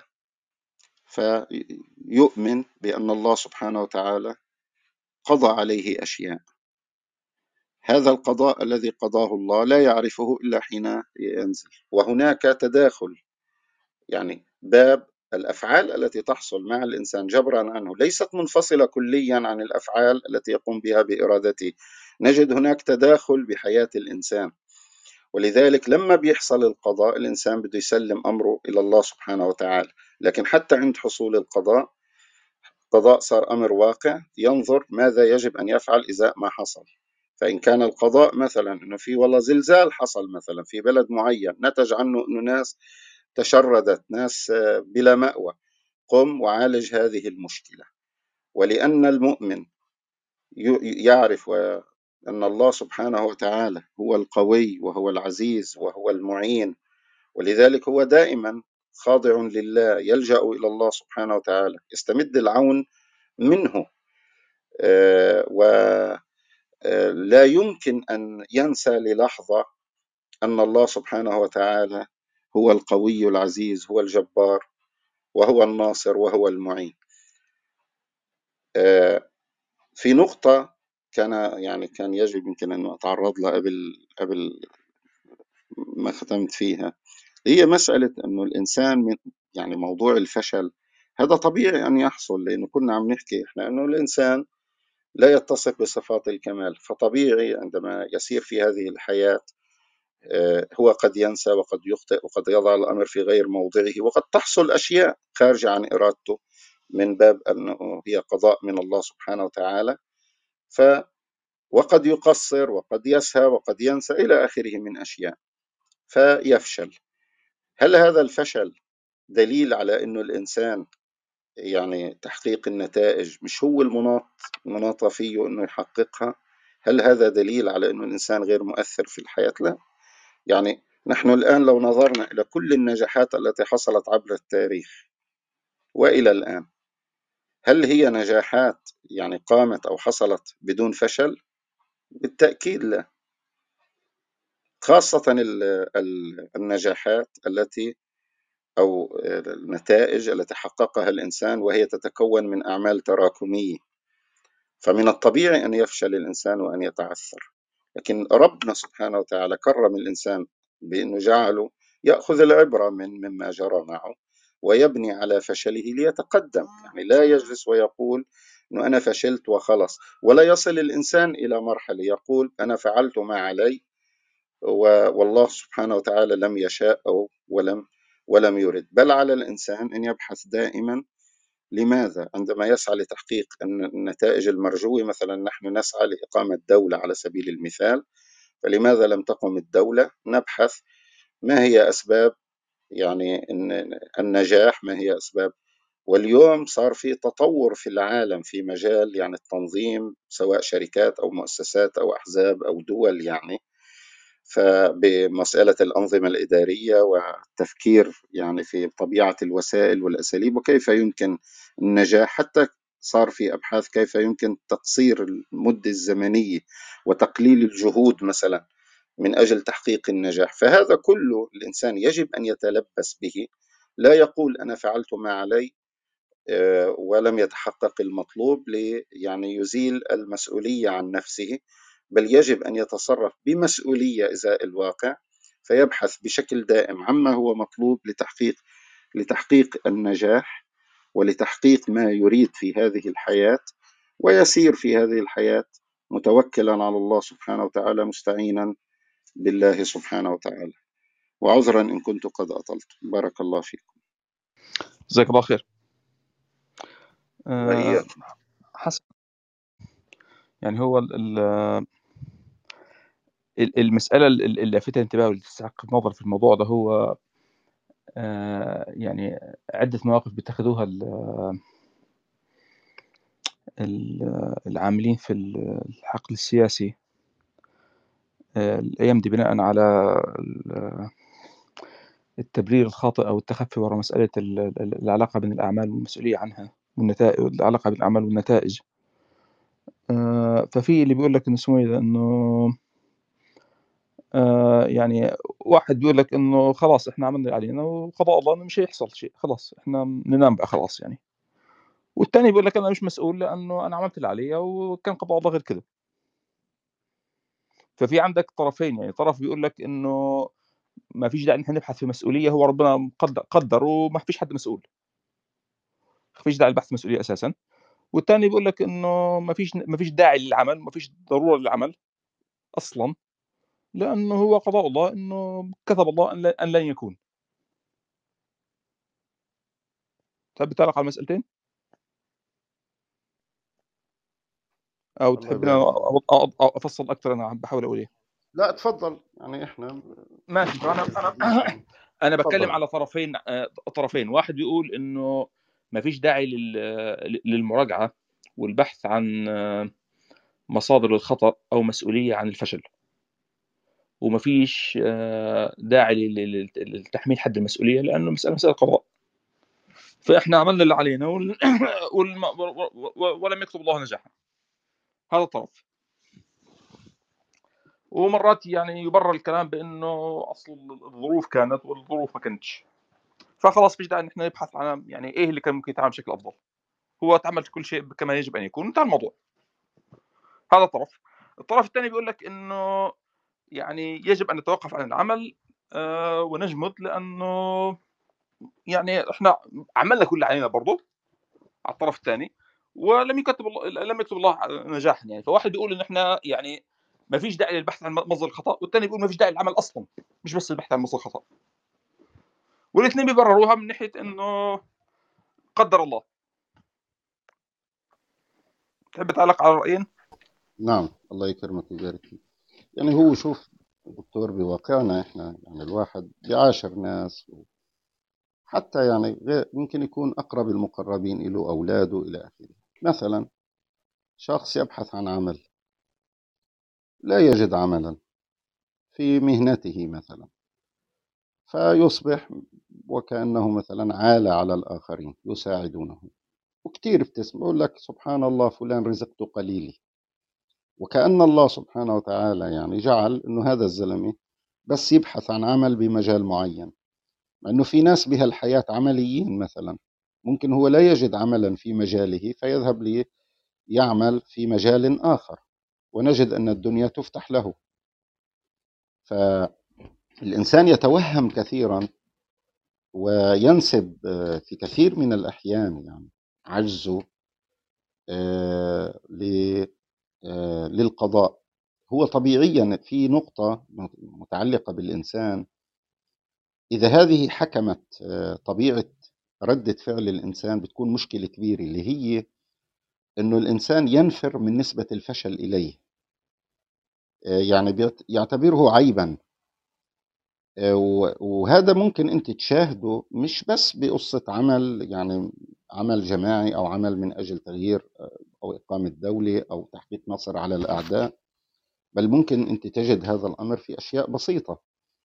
فيؤمن بأن الله سبحانه وتعالى قضى عليه أشياء. هذا القضاء الذي قضاه الله لا يعرفه إلا حين ينزل. وهناك تداخل، يعني باب الأفعال التي تحصل مع الإنسان جبرا عنه ليست منفصلة كليا عن الأفعال التي يقوم بها بإرادته. نجد هناك تداخل بحياة الإنسان. ولذلك لما بيحصل القضاء الإنسان بده يسلم أمره إلى الله سبحانه وتعالى. لكن حتى عند حصول القضاء، قضاء صار أمر واقع، ينظر ماذا يجب أن يفعل إذا ما حصل. فإن كان القضاء مثلا أنه في والله زلزال حصل مثلا في بلد معين، نتج عنه أنه ناس تشردت، ناس بلا مأوى، قم وعالج هذه المشكلة. ولأن المؤمن يعرف أن الله سبحانه وتعالى هو القوي وهو العزيز وهو المعين، ولذلك هو دائما خاضع لله، يلجأ إلى الله سبحانه وتعالى، يستمد العون منه. ولا يمكن أن ينسى للحظة أن الله سبحانه وتعالى هو القوي العزيز، هو الجبار، وهو الناصر، وهو المعين. في نقطة كان يعني كان يجب يمكن أن أتعرض لها قبل قبل ما ختمت فيها، هي مسألة أنه الإنسان من يعني موضوع الفشل هذا طبيعي أن يحصل، لأنه كنا عم نحكي إحنا أنه الإنسان لا يتصف بصفات الكمال، فطبيعي عندما يسير في هذه الحياة هو قد ينسى وقد يخطئ وقد يضع الأمر في غير موضعه، وقد تحصل أشياء خارجة عن إرادته من باب أنه هي قضاء من الله سبحانه وتعالى. ف وقد يقصر وقد يسهى وقد ينسى إلى آخره من أشياء فيفشل. هل هذا الفشل دليل على أنه الإنسان يعني تحقيق النتائج مش هو المناط مناط فيه أنه يحققها؟ هل هذا دليل على أنه الإنسان غير مؤثر في الحياة؟ لا. يعني نحن الآن لو نظرنا إلى كل النجاحات التي حصلت عبر التاريخ وإلى الآن، هل هي نجاحات يعني قامت أو حصلت بدون فشل؟ بالتأكيد لا. خاصة النجاحات التي أو النتائج التي حققها الإنسان وهي تتكون من أعمال تراكمية، فمن الطبيعي أن يفشل الإنسان وأن يتعثر. لكن ربنا سبحانه وتعالى كرم الإنسان بأنه جعله يأخذ العبرة من مما جرى معه ويبني على فشله ليتقدم. يعني لا يجلس ويقول أنه أنا فشلت وخلص، ولا يصل الإنسان إلى مرحلة يقول أنا فعلت ما علي والله سبحانه وتعالى لم يشاء أو ولم ولم يرد. بل على الإنسان أن يبحث دائما لماذا عندما يسعى لتحقيق النتائج المرجوة. مثلا نحن نسعى لإقامة دولة على سبيل المثال، فلماذا لم تقم الدولة؟ نبحث ما هي أسباب يعني النجاح، ما هي أسباب. واليوم صار في تطور في العالم في مجال يعني التنظيم، سواء شركات أو مؤسسات أو أحزاب أو دول يعني. فبمسألة الأنظمة الإدارية والتفكير يعني في طبيعة الوسائل والأساليب وكيف يمكن النجاح. حتى صار في أبحاث كيف يمكن تقصير المدة الزمنية وتقليل الجهود مثلا من أجل تحقيق النجاح. فهذا كله الإنسان يجب أن يتلبس به، لا يقول أنا فعلت ما علي ولم يتحقق المطلوب لي يعني يزيل المسؤولية عن نفسه، بل يجب أن يتصرف بمسؤولية إزاء الواقع، فيبحث بشكل دائم عما هو مطلوب لتحقيق لتحقيق النجاح ولتحقيق ما يريد في هذه الحياة، ويسير في هذه الحياة متوكلا على الله سبحانه وتعالى، مستعينا بالله سبحانه وتعالى. وعذرا إن كنت قد أطلت. بارك الله فيكم. جزاك الله خير. أه وإياك. حسب يعني هو ال- ال- المسألة اللي لافتة انتباهي واللي تستحق النظر في الموضوع ده هو أه يعني عدة مواقف بيتخذوها ال- ال- العاملين في الحقل السياسي أه الأيام دي بناء على ال- التبرير الخاطئ أو التخفي وراء مسألة ال- ال- العلاقة بين الأعمال والمسؤولية عنها والنتائج، العلاقة بين الأعمال والنتائج. أه ففي اللي بيقول لك إنه اسمه إيه ده، إنه آه يعني واحد بيقول لك إنه خلاص إحنا عملنا اللي علينا وقضاء الله إنه مش هيحصل شيء، خلاص إحنا ننام بقى خلاص يعني. والتاني بيقول لك أنا مش مسؤول لأنه أنا عملت اللي عليا وكان قضاء الله غير كده. ففي عندك طرفين، يعني طرف بيقول لك إنه ما فيش داعي إن إحنا نبحث في مسؤولية، هو ربنا قدر قدر وما فيش حد مسؤول، ما فيش داعي لبحث في مسؤولية أساسا. والتاني بيقول لك إنه ما فيش ما فيش داعي للعمل، ما فيش ضرورة للعمل أصلا، لأنه هو قضاء الله إنه كتب الله أن, لا أن لن يكون. تحب تعلق على المسألتين أو الله تحبني يبارك أنا فيك. أ- أ- أ- أفصل أكتر؟ أنا عم بحاول أقول إيه. لا تفضل، يعني احنا ماشي. فأنا بالحديث أنا يعني. أنا بتكلم تفضل. على طرفين، آه، طرفين. واحد بيقول إنه ما فيش داعي لل- للمراجعة والبحث عن آه، مصادر الخطأ أو مسؤولية عن الفشل، وما فيش آه، داعي لل- لل- لتحميل حد المسؤولية لأنه مسألة مسألة قضاء. فإحنا عملنا اللي علينا وال... والم... و- و- ولم يكتب الله نجاحا. هذا طرف. ومرات يعني يبرر الكلام بانه اصل الظروف كانت والظروف ما كانتش، فخلاص فيش داعي ان احنا نبحث عن يعني ايه اللي كان ممكن يتعامل بشكل افضل. هو تعمل كل شيء كما يجب ان يكون، انتهى الموضوع. هذا طرف. الطرف الثاني بيقول لك انه يعني يجب ان نتوقف عن العمل آه ونجمد، لانه يعني احنا عملنا كل اللي علينا برضه على الطرف الثاني، ولم يكتب الله لم يكتب الله نجاحا يعني. فواحد بيقول ان احنا يعني ما فيش داعي للبحث عن مصدر الخطا، والثاني بيقول ما فيش داعي للعمل اصلا، مش بس البحث عن مصدر الخطا. والاثنين بيبرروها من ناحيه انه قدر الله. تحب تعلق على الرايين؟ نعم، الله يكرمك ويبارك فيك. يعني هو شوف دكتور، بواقعنا احنا يعني الواحد بيعاشر ناس، حتى يعني غير يمكن يكون أقرب المقربين له أولاده إلى آخره. مثلا شخص يبحث عن عمل، لا يجد عملا في مهنته مثلا، فيصبح وكأنه مثلا عال على الآخرين يساعدونه. وكتير بتسمع يقول لك سبحان الله فلان رزقته قليل، وكأن الله سبحانه وتعالى يعني جعل إنه هذا الزلمة بس يبحث عن عمل بمجال معين، مع إنه في ناس بهالحياة عمليين مثلا، ممكن هو لا يجد عملا في مجاله فيذهب لي يعمل في مجال آخر، ونجد أن الدنيا تفتح له. فالإنسان يتوهم كثيرا وينسب آه، في كثير من الأحيان يعني عجزه آه، ل- آه، للقضاء. هو طبيعيا في نقطة متعلقة بالإنسان، إذا هذه حكمت آه، طبيعة ردة فعل الإنسان بتكون مشكلة كبيرة، اللي هي إنه الإنسان ينفر من نسبة الفشل إليه. آه، يعني بيعت- يعتبره عيبا. آه، و- وهذا ممكن أنت تشاهده مش بس بقصة عمل، يعني عمل جماعي أو عمل من أجل تغيير آه، أو إقامة دولة أو تحقيق نصر على الأعداء، بل ممكن أنت تجد هذا الأمر في أشياء بسيطة.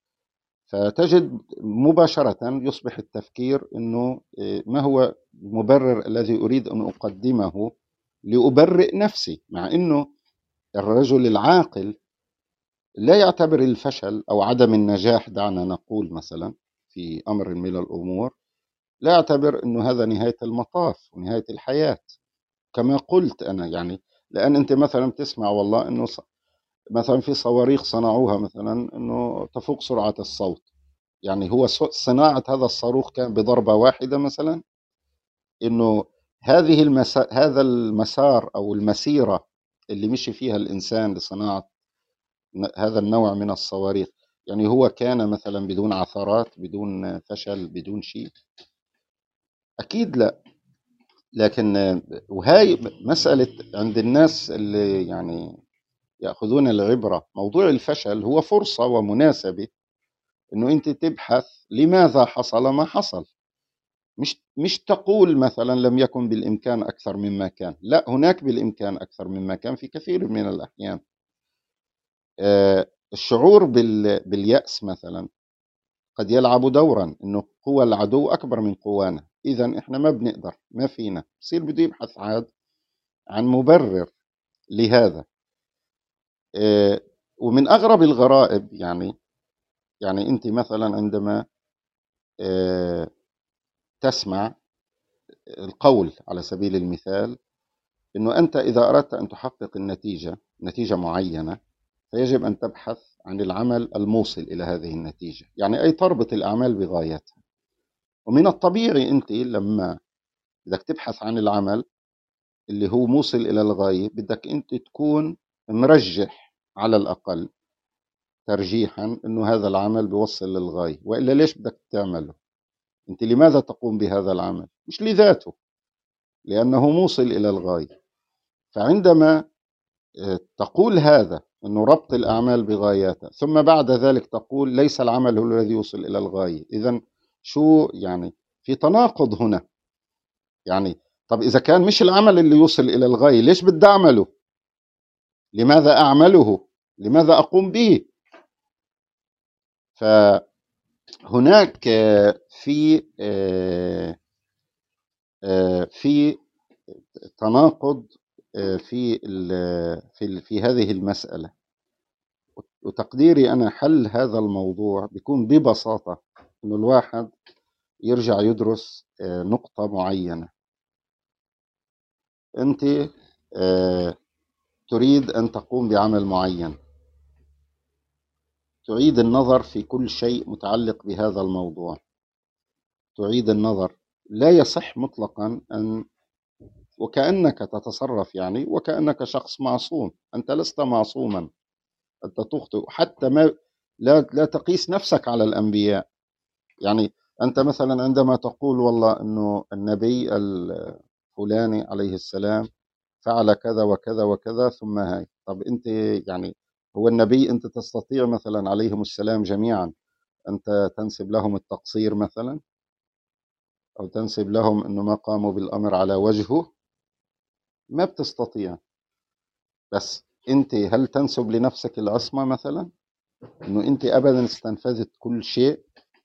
فتجد مباشرة يصبح التفكير أنه آه، ما هو المبرر الذي أريد أن أقدمه لأبرئ نفسي، مع أنه الرجل العاقل لا يعتبر الفشل أو عدم النجاح، دعنا نقول مثلا في أمر من الأمور، لا يعتبر أنه هذا نهاية المطاف ونهاية الحياة. كما قلت أنا، يعني لأن أنت مثلا تسمع والله أنه ص- مثلا في صواريخ صنعوها مثلا أنه تفوق سرعة الصوت. يعني هو ص- صناعة هذا الصاروخ كان بضربة واحدة مثلا، أنه هذه المسا... هذا المسار أو المسيرة اللي مشي فيها الإنسان لصناعة ن- هذا النوع من الصواريخ، يعني هو كان مثلا بدون عثرات، بدون فشل، بدون شيء؟ أكيد لا. لكن آه، وهاي مسألة عند الناس اللي يعني يأخذون العبرة، موضوع الفشل هو فرصة ومناسبة أنه أنت تبحث لماذا حصل ما حصل. مش مش تقول مثلا لم يكن بالإمكان أكثر مما كان، لا، هناك بالإمكان أكثر مما كان في كثير من الأحيان. آه، الشعور بال- باليأس مثلا قد يلعب دورا، انه قوى العدو اكبر من قوانا، اذا احنا ما بنقدر، ما فينا، بصير بده يبحث عاد عن مبرر لهذا. آه، ومن اغرب الغرائب، يعني يعني انت مثلا عندما آه، تسمع القول على سبيل المثال انه انت اذا اردت ان تحقق النتيجه، نتيجه معينه، فيجب ان تبحث عن العمل الموصل الى هذه النتيجه، يعني اي تربط الاعمال بغايتها. ومن الطبيعي انت لما بدك تبحث عن العمل اللي هو موصل إلى الغاية، بدك أنت تكون مرجح على الأقل ترجيحا أنه هذا العمل بيوصل للغاية، وإلا ليش بدك تعمله؟ أنت لماذا تقوم بهذا العمل؟ مش لذاته، لأنه موصل إلى الغاية. فعندما آه، تقول هذا أنه ربط الأعمال بغاياتها، ثم بعد ذلك تقول ليس العمل هو الذي يوصل إلى الغاية، إذن شو يعني؟ في تناقض هنا. يعني طب إذا كان مش العمل اللي يوصل إلى الغاية، ليش بدي أعمله؟ لماذا أعمله؟ لماذا أقوم به؟ فهناك آه، في آه، آه، في تناقض آه، في ال- في ال- في هذه المسألة. وتقديري أنا حل هذا الموضوع بيكون ببساطة إنه الواحد يرجع يدرس آه، نقطة معينة. أنت آه، تريد أن تقوم بعمل معين، تعيد النظر في كل شيء متعلق بهذا الموضوع، تعيد النظر. لا يصح مطلقا أن وكأنك تتصرف، يعني وكأنك شخص معصوم. أنت لست معصوما، أنت تخطئ، حتى ما لا لا تقيس نفسك على الأنبياء. يعني أنت مثلا عندما تقول والله أنه النبي الفلاني عليه السلام فعل كذا وكذا وكذا ثم هاي، طب أنت يعني هو النبي أنت تستطيع مثلا عليهم السلام جميعا أنت تنسب لهم التقصير مثلا، أو تنسب لهم أنه ما قاموا بالأمر على وجهه؟ ما بتستطيع. بس أنت هل تنسب لنفسك العصمة مثلا، أنه أنت أبدا استنفذت كل شيء؟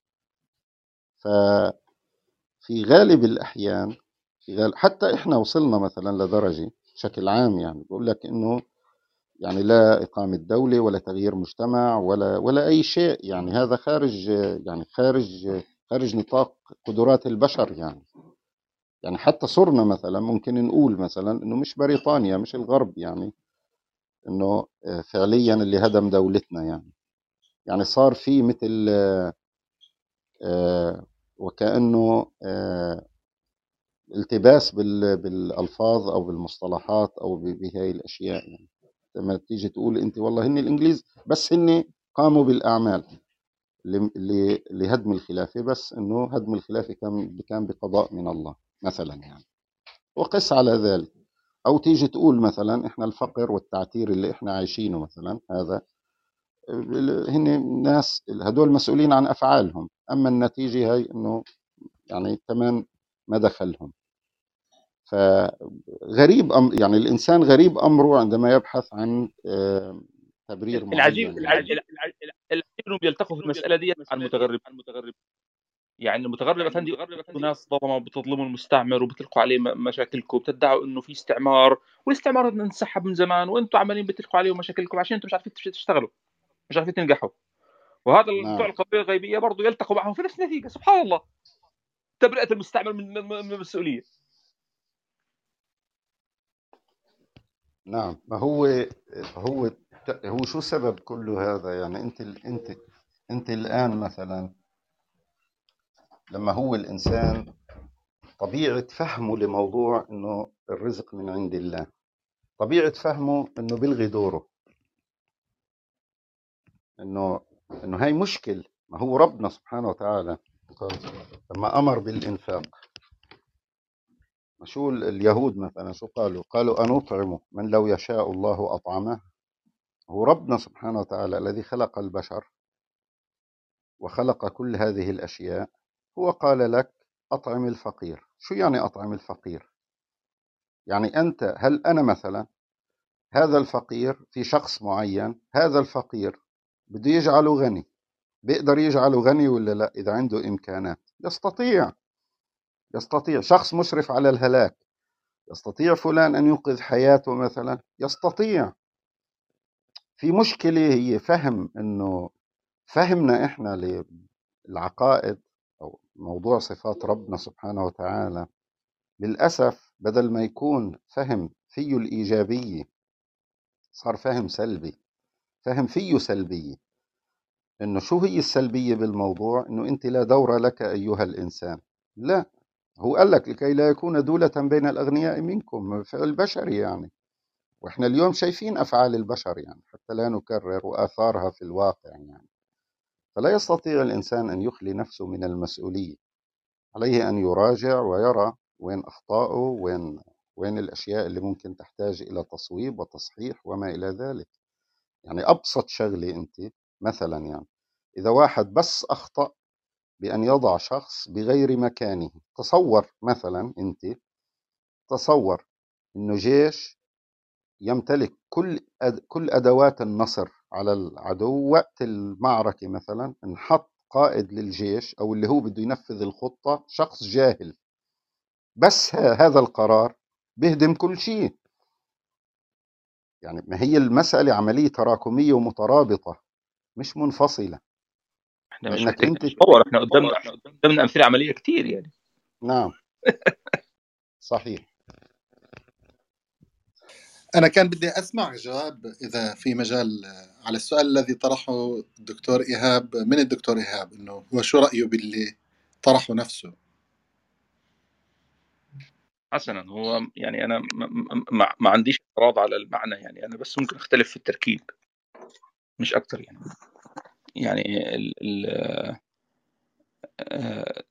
ففي غالب الأحيان، في غالب حتى إحنا وصلنا مثلا لدرجة بشكل عام، يعني بقول لك أنه يعني لا إقامة دولة ولا تغيير مجتمع ولا ولا أي شيء، يعني هذا خارج، يعني خارج خارج نطاق قدرات البشر. يعني يعني حتى صرنا مثلا ممكن نقول مثلا انه مش بريطانيا، مش الغرب، يعني انه آه، فعليا اللي هدم دولتنا، يعني يعني صار في مثل آه، آه، وكأنه آه، التباس بال- بالألفاظ أو بالمصطلحات أو ب- بهاي الأشياء. يعني ما تيجي تقول أنت والله هن الإنجليز بس هن قاموا بالأعمال ل- ل- لهدم الخلافة، بس إنه هدم الخلافة كان كان بقضاء من الله مثلا يعني، وقس على ذلك. أو تيجي تقول مثلا إحنا الفقر والتعتير اللي إحنا عايشينه مثلا هذا، ال- هن ناس هدول مسؤولين عن أفعالهم، أما النتيجة هي إنه يعني كمان ما دخلهم. فغريب أم يعني الإنسان غريب أمره عندما يبحث عن آه، تبرير العجيب معين العجيب يعني. العجيب انهم بيلتقوا في المساله دي مع المتغرب. يعني المتغرب افندي انتوا ناس ظلمه وبتظلموا المستعمر وبتلقوا عليه م- مشاكلكم وبتدعوا انه في استعمار، والاستعمار انسحب من زمان وانتم عمالين بتلقوا عليه مشاكلكم عشان انتم مش عارفين تش- تشتغلوا، مش عارفين تنجحوا. وهذا بتوع نعم القضيه الغيبيه برضه يلتقوا معهم في نفس النتيجه. سبحان الله، تبرئه المستعمر من من من المسؤوليه. نعم. ما هو هو هو شو سبب كل هذا يعني؟ أنت ال- أنت أنت الآن مثلا لما هو الإنسان طبيعة فهمه لموضوع إنه الرزق من عند الله، طبيعة فهمه إنه بيلغي دوره، إنه إنه هاي مشكل. ما هو ربنا سبحانه وتعالى لما أمر بالإنفاق، شو ال- اليهود مثلا شو قالوا؟ قالوا أنطعم من لو يشاء الله أطعمه. هو ربنا سبحانه وتعالى الذي خلق البشر وخلق كل هذه الأشياء، هو قال لك أطعم الفقير. شو يعني أطعم الفقير؟ يعني أنت، هل أنا مثلا هذا الفقير في شخص معين، هذا الفقير بده يجعله غني، بيقدر يجعله غني ولا لا؟ إذا عنده إمكانات يستطيع. يستطيع. شخص مشرف على الهلاك، يستطيع فلان أن ينقذ حياته مثلا؟ يستطيع. في مشكلة هي فهم، إنه فهمنا إحنا للعقائد أو موضوع صفات ربنا سبحانه وتعالى، للأسف بدل ما يكون فهم فيه الإيجابية صار فهم سلبي، فهم فيه سلبية. إنه شو هي السلبية بالموضوع؟ إنه أنت لا دور لك أيها الإنسان. لا، هو قال لك لكي لا يكون دولة بين الأغنياء منكم، فعل بشري يعني. وإحنا اليوم شايفين أفعال البشر يعني، حتى لا نكرر، وآثارها في الواقع يعني. فلا يستطيع الإنسان أن يخلي نفسه من المسؤولية. عليه أن يراجع ويرى وين أخطاؤه، وين وين الأشياء اللي ممكن تحتاج إلى تصويب وتصحيح وما إلى ذلك. يعني أبسط شغلة أنت مثلا يعني، إذا واحد بس أخطأ بأن يضع شخص بغير مكانه، تصور مثلا أنت، تصور إنه جيش يمتلك كل أد... كل أدوات النصر على العدو، وقت المعركة مثلا انحط قائد للجيش أو اللي هو بده ينفذ الخطة شخص جاهل، بس ه- هذا القرار بيهدم كل شيء. يعني ما هي المسألة عملية تراكمية ومترابطة، مش منفصلة. احنا مش لأنك محتاجين أنت نتطور، احنا قدامنا قدامنا امثله عمليه كتير يعني. نعم صحيح. أنا كان بدي أسمع جواب إذا في مجال على السؤال الذي طرحه الدكتور إيهاب، من الدكتور إيهاب، إنه هو شو رأيه باللي طرحه نفسه. حسنا، هو يعني انا ما, ما, ما عنديش اعتراض على المعنى، يعني انا بس ممكن اختلف في التركيب مش اكتر يعني. يعني ال ال آه،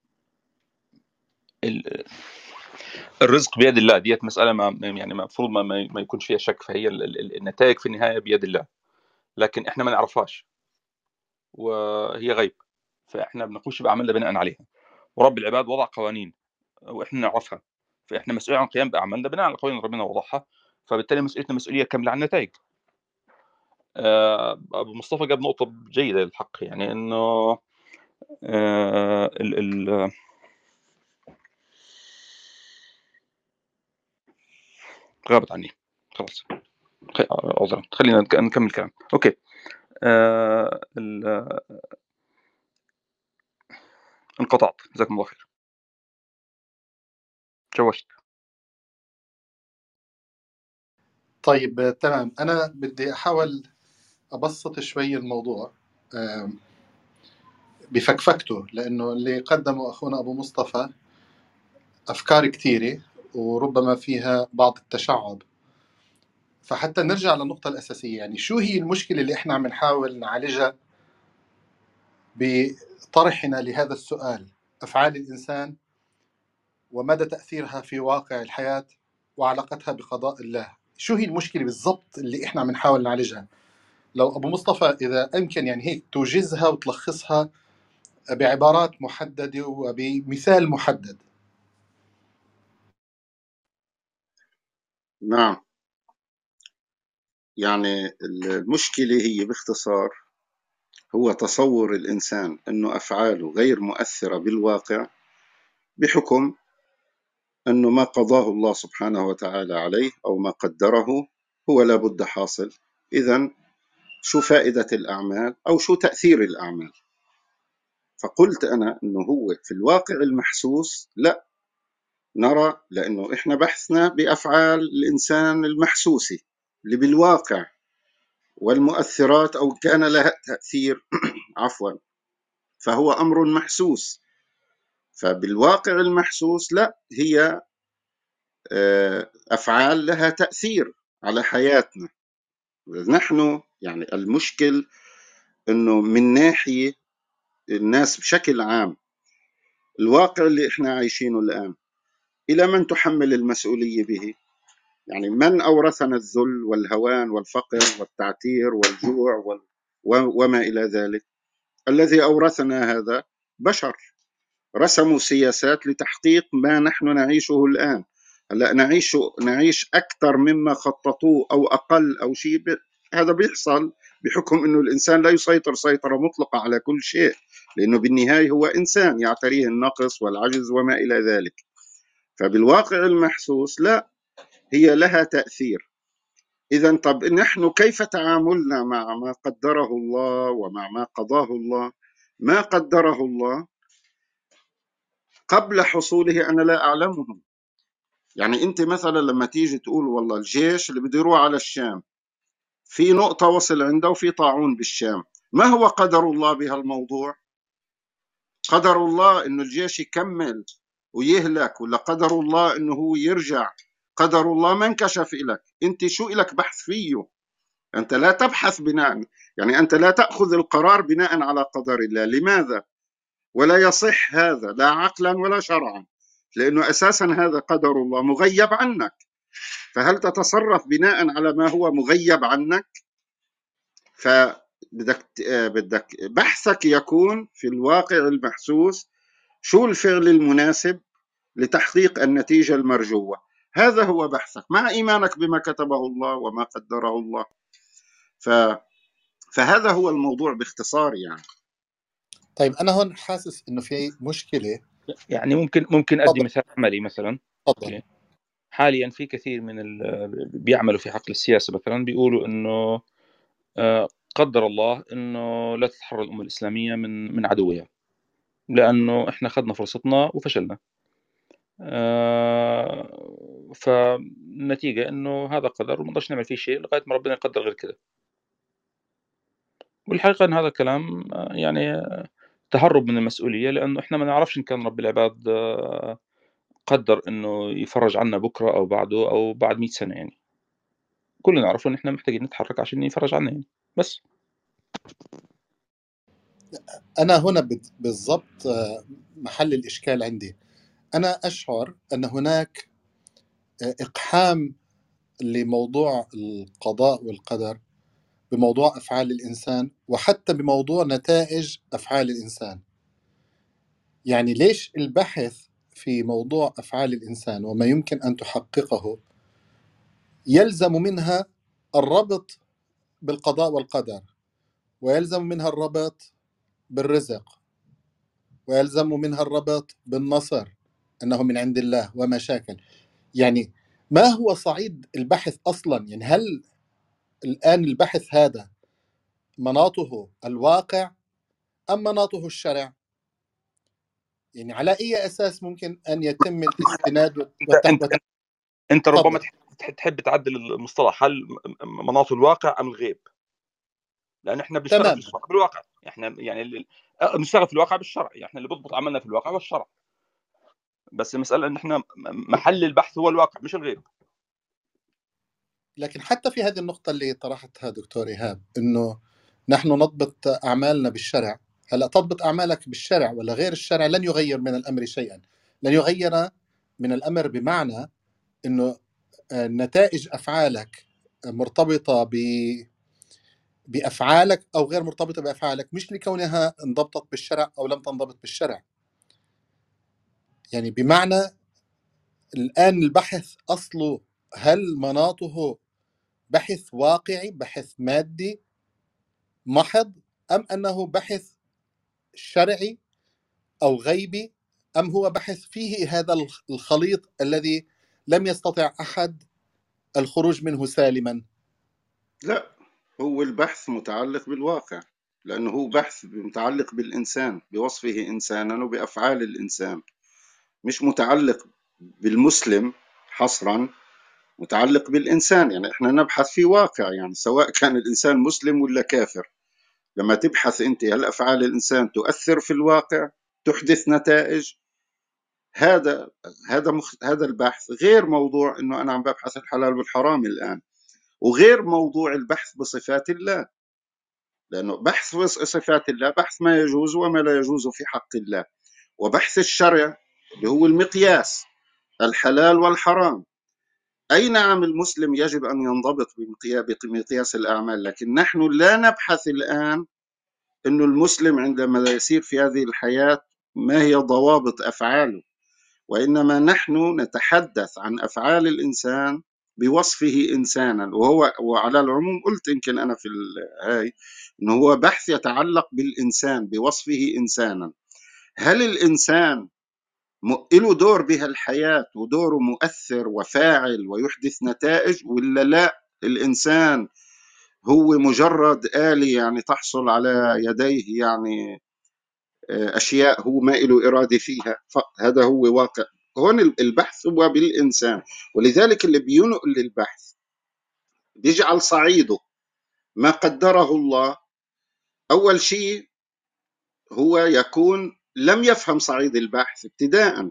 ال الرزق بيد الله ديت مسألة ما يعني المفروض ما, ما ما يكونش فيها شك، فهي ال- ال- النتائج في النهاية بيد الله، لكن احنا ما نعرفهاش وهي غيب، فاحنا بنقومش بأعمالنا بناء عليها. ورب العباد وضع قوانين واحنا نعرفها، فاحنا مسؤولين عن القيام بأعمالنا بناء على قوانين ربنا وضعها، فبالتالي مسؤوليتنا مسؤولية كاملة عن النتائج. آه، أبو مصطفى جاب نقطة جيدة للحق، يعني إنه آه، ال ال غابت عني خلاص. خ- عذرا، خلينا نك- نكمل كلام. أوكي. آه، ال- انقطعت، جزاكم الله خير. تشوشت. طيب تمام، أنا بدي أحاول أبسط شوي الموضوع آم، بفكفكته، لأنه اللي قدمه أخونا أبو مصطفى أفكار كثيرة وربما فيها بعض التشعب. فحتى نرجع للنقطة الأساسية، يعني شو هي المشكلة اللي إحنا عم نحاول نعالجها بطرحنا لهذا السؤال: أفعال الإنسان ومدى تأثيرها في واقع الحياة وعلاقتها بقضاء الله. شو هي المشكلة بالضبط اللي إحنا عم نحاول نعالجها؟ لو أبو مصطفى إذا أمكن يعني هيك توجزها وتلخصها بعبارات محددة وبمثال محدد. نعم، يعني المشكلة هي باختصار هو تصور الإنسان أنه أفعاله غير مؤثرة بالواقع بحكم أنه ما قضاه الله سبحانه وتعالى عليه أو ما قدره هو لابد حاصل. إذن شو فائدة الأعمال أو شو تأثير الأعمال؟ فقلت أنا أنه هو في الواقع المحسوس لا نرى، لأنه إحنا بحثنا بأفعال الإنسان المحسوسة اللي بالواقع والمؤثرات أو كان لها تأثير عفوا فهو أمر محسوس. فبالواقع المحسوس لا، هي أفعال لها تأثير على حياتنا نحن. يعني المشكل أنه من ناحية الناس بشكل عام الواقع اللي إحنا عايشينه الآن إلى من تحمل المسؤولية به؟ يعني من أورثنا الذل والهوان والفقر والتعتير والجوع وال... وما إلى ذلك؟ الذي أورثنا هذا بشر رسموا سياسات لتحقيق ما نحن نعيشه الآن. هلا نعيش نعيش أكثر مما خططوه أو أقل أو شيء ب... هذا بيحصل بحكم أنه الإنسان لا يسيطر سيطرة مطلقة على كل شيء، لأنه بالنهاية هو إنسان يعتريه النقص والعجز وما إلى ذلك. فبالواقع المحسوس لا، هي لها تأثير. إذن طب نحن كيف تعاملنا مع ما قدره الله ومع ما قضاه الله؟ ما قدره الله قبل حصوله أنا لا أعلمه. يعني أنت مثلا لما تيجي تقول والله الجيش اللي بده يروح على الشام في نقطة وصل عنده وفي طاعون بالشام، ما هو قدر الله بهالموضوع؟ قدر الله إنه الجيش يكمل ويهلك، ولا قدر الله إنه هو يرجع؟ قدر الله ما انكشف إلك، أنت شو إلك بحث فيه؟ أنت لا تبحث بناء، يعني أنت لا تأخذ القرار بناء على قدر الله. لماذا؟ ولا يصح هذا لا عقلا ولا شرعا، لأنه أساسا هذا قدر الله مغيب عنك، فهل تتصرف بناء على ما هو مغيب عنك؟ فبدك بدك بحثك يكون في الواقع المحسوس، شو الفعل المناسب لتحقيق النتيجة المرجوة. هذا هو بحثك مع إيمانك بما كتبه الله وما قدره الله. ف... فهذا هو الموضوع باختصار يعني. طيب أنا هون حاسس إنه في مشكلة. يعني ممكن ممكن أدي تفضل. مثال عملي مثلا. تفضل. حاليا في كثير من ال... بيعملوا في حقل السياسة مثلا بيقولوا إنه آه، قدر الله إنه لا تتحرر الأمة الإسلامية من من عدوها، لأنه إحنا أخذنا فرصتنا وفشلنا. آه، فالنتيجة إنه هذا قدر وما نقدرش نعمل فيه شيء لغاية ما ربنا يقدر غير كده. والحقيقة إن هذا الكلام آه، يعني آه، تهرب من المسؤولية، لأنه إحنا ما نعرفش إن كان رب العباد آه، قدر إنه يفرج عنا بكرة أو بعده أو بعد مئة سنة. يعني كلنا نعرف إن إحنا محتاجين نتحرك عشان يفرج عنا يعني. بس أنا هنا بت- بالضبط آه، محل الإشكال عندي. أنا أشعر أن هناك آه، إقحام لموضوع القضاء والقدر بموضوع أفعال الإنسان، وحتى بموضوع نتائج أفعال الإنسان. يعني ليش البحث في موضوع أفعال الإنسان وما يمكن أن تحققه يلزم منها الربط بالقضاء والقدر، ويلزم منها الربط بالرزق، ويلزم منها الربط بالنصر أنه من عند الله وما شاكل؟ يعني ما هو صعيد البحث أصلا؟ يعني هل الآن البحث هذا مناطه الواقع أم مناطه الشرع؟ يعني على أي أساس ممكن أن يتم الاستناد أنت وت... أنت وت... أنت ربما تفضل. تح- تحب تعدل المصطلح، هل م- مناط الواقع أم الغيب؟ لأن إحنا بنشتغل في تمام. الشرع بالواقع. إحنا يعني ال- آه، بنشتغل في الواقع بالشرع. يعني إحنا اللي بضبط عملنا في الواقع هو الشرع. بس المسألة إن إحنا م- محل البحث هو الواقع مش الغيب. لكن حتى في هذه النقطة اللي طرحتها دكتور إيهاب، إنه نحن نضبط أعمالنا بالشرع. هلا تضبط أعمالك بالشرع ولا غير الشرع لن يغير من الأمر شيئا، لن يغير من الأمر بمعنى إنه آه، نتائج أفعالك مرتبطة ب بأفعالك أو غير مرتبطة بأفعالك، مش لكونها انضبطت بالشرع أو لم تنضبط بالشرع. يعني بمعنى الآن البحث أصله هل مناطه بحث واقعي، بحث مادي محض، أم أنه بحث شرعي أو غيبي، أم هو بحث فيه هذا الخليط الذي لم يستطع أحد الخروج منه سالما؟ لا، هو البحث متعلق بالواقع، لأنه هو بحث متعلق بالإنسان، بوصفه إنسانا وبأفعال الإنسان، مش متعلق بالمسلم حصرا، متعلق بالإنسان. يعني إحنا نبحث في واقع، يعني سواء كان الإنسان مسلم ولا كافر. لما تبحث أنت هل أفعال الإنسان تؤثر في الواقع، تحدث نتائج، هذا هذا مخ... هذا البحث غير موضوع إنه أنا عم ببحث الحلال والحرام الآن، وغير موضوع البحث بصفات الله، لأنه بحث بصفات الله بحث ما يجوز وما لا يجوز في حق الله. وبحث الشرع اللي هو المقياس، الحلال والحرام. أي نعم، المسلم يجب أن ينضبط بمقياس الأعمال، لكن نحن لا نبحث الآن أنه المسلم عندما يسير في هذه الحياة ما هي ضوابط أفعاله، وإنما نحن نتحدث عن أفعال الإنسان بوصفه إنسانا. وهو وعلى العموم قلت يمكن أنا في هاي أنه هو بحث يتعلق بالإنسان بوصفه إنسانا. هل الإنسان له دور بها الحياة ودوره مؤثر وفاعل ويحدث نتائج، ولا لا الإنسان هو مجرد آلي يعني تحصل على يديه يعني أشياء هو ما له إرادة فيها؟ هذا هو واقع. هون البحث هو بالإنسان، ولذلك اللي بينقل البحث بيجعل صعيده ما قدره الله. أول شيء هو يكون لم يفهم صعيد البحث ابتداءً،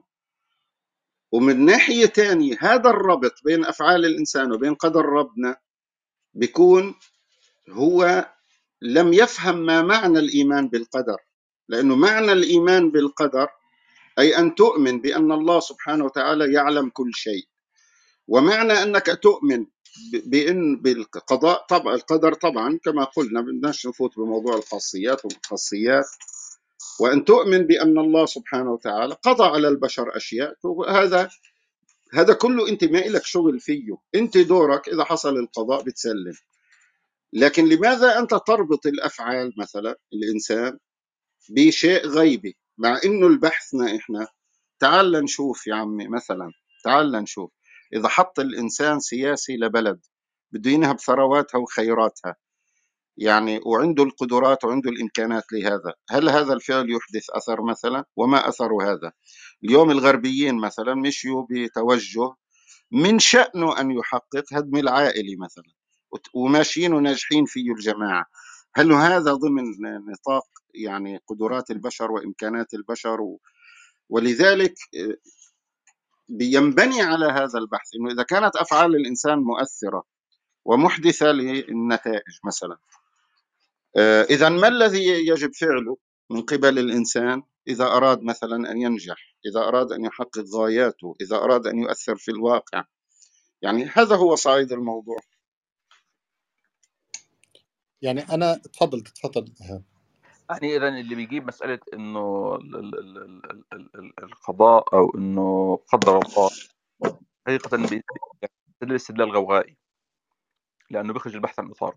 ومن ناحية تانية هذا الربط بين أفعال الإنسان وبين قدر ربنا بيكون هو لم يفهم ما معنى الإيمان بالقدر. لأنه معنى الإيمان بالقدر أي أن تؤمن بأن الله سبحانه وتعالى يعلم كل شيء، ومعنى أنك تؤمن بأن بالقضاء طبعا القدر طبعا كما قلنا بدناش نفوت بموضوع الخاصيات والخاصيات، وأن تؤمن بأن الله سبحانه وتعالى قضى على البشر أشياء. وهذا هذا كله أنت ما إلك شغل فيه، أنت دورك إذا حصل القضاء بتسلم. لكن لماذا أنت تربط الأفعال مثلا الإنسان بشيء غيبي، مع إنه البحثنا إحنا تعال نشوف يا عمي مثلا، تعال نشوف إذا حط الإنسان سياسي لبلد بده ينهب ثرواتها وخيراتها يعني، وعنده القدرات وعنده الإمكانات لهذا، هل هذا الفعل يحدث أثر مثلا؟ وما أثر هذا؟ اليوم الغربيين مثلا مشيوا بتوجه من شأنه أن يحقق هدم العائلة مثلا، وماشيين وناجحين فيه الجماعة. هل هذا ضمن نطاق يعني قدرات البشر وإمكانات البشر؟ ولذلك بينبني على هذا البحث إنه إذا كانت أفعال الإنسان مؤثرة ومحدثة للنتائج مثلا، إذا ما الذي يجب فعله من قبل الإنسان إذا أراد مثلا أن ينجح، إذا أراد أن يحقق غاياته، إذا أراد أن يؤثر في الواقع؟ يعني هذا هو صعيد الموضوع. يعني أنا تفضل تفضل. يعني إذا اللي بيجيب مسألة إنه ال ال ال ال ال ال القضاء أو إنه قدر الله حقيقة بيستدل استدلال غوغائي، لأنه بيخرج البحث عن إطار.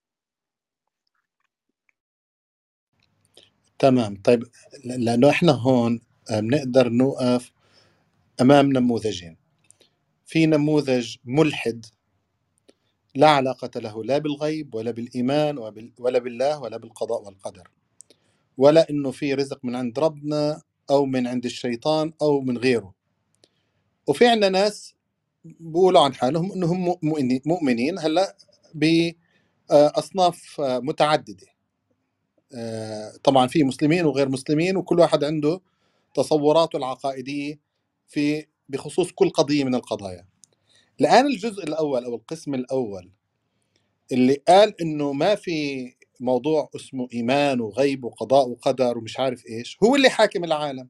تمام. طيب لأنه إحنا هون بنقدر نوقف أمام نموذجين. في نموذج ملحد لا علاقة له لا بالغيب ولا بالإيمان ولا بالله ولا بالقضاء والقدر، ولا إنه في رزق من عند ربنا أو من عند الشيطان أو من غيره. وفي عنا ناس بيقولوا عن حالهم إنهم مؤمنين هلأ بأصناف متعددة. طبعا في مسلمين وغير مسلمين، وكل واحد عنده تصوراته العقائدية في بخصوص كل قضية من القضايا. الآن الجزء الأول أو القسم الأول اللي قال إنه ما في موضوع اسمه إيمان وغيب وقضاء وقدر ومش عارف إيش، هو اللي حاكم العالم.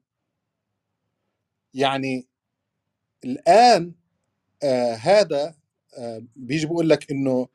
يعني الآن آه هذا آه بيجي بقول لك إنه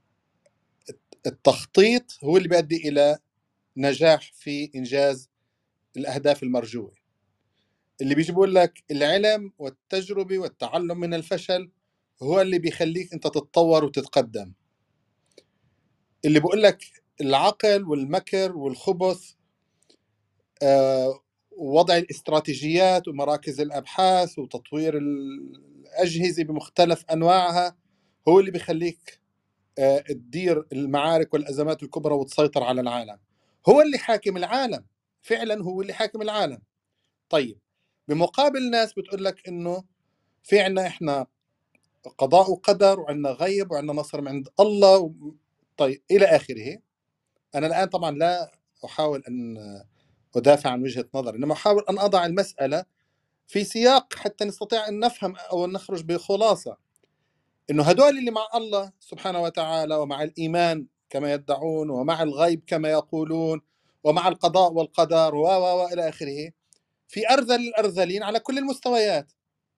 التخطيط هو اللي بيؤدي إلى نجاح في إنجاز الأهداف المرجوة. اللي بيجي بقول لك العلم والتجربة والتعلم من الفشل هو اللي بيخليك أنت تتطور وتتقدم. اللي بقول لك العقل والمكر والخبث آه، ووضع الاستراتيجيات ومراكز الأبحاث وتطوير الأجهزة بمختلف أنواعها هو اللي بيخليك آه، تدير المعارك والأزمات الكبرى وتسيطر على العالم. هو اللي حاكم العالم، فعلا هو اللي حاكم العالم. طيب بمقابل ناس بتقول لك إنه في عنا إحنا قضاء وقدر وعنا غيب وعنا نصر من عند الله و... طيب إلى آخره. أنا الآن طبعا لا أحاول أن أدافع عن وجهة نظر، إنما أحاول أن أضع المسألة في سياق حتى نستطيع أن نفهم أو أن نخرج بخلاصة إنه هدول اللي مع الله سبحانه وتعالى ومع الإيمان كما يدعون ومع الغيب كما يقولون ومع القضاء والقدر و و وإلى آخره، في أرذل الأرذلين على كل المستويات.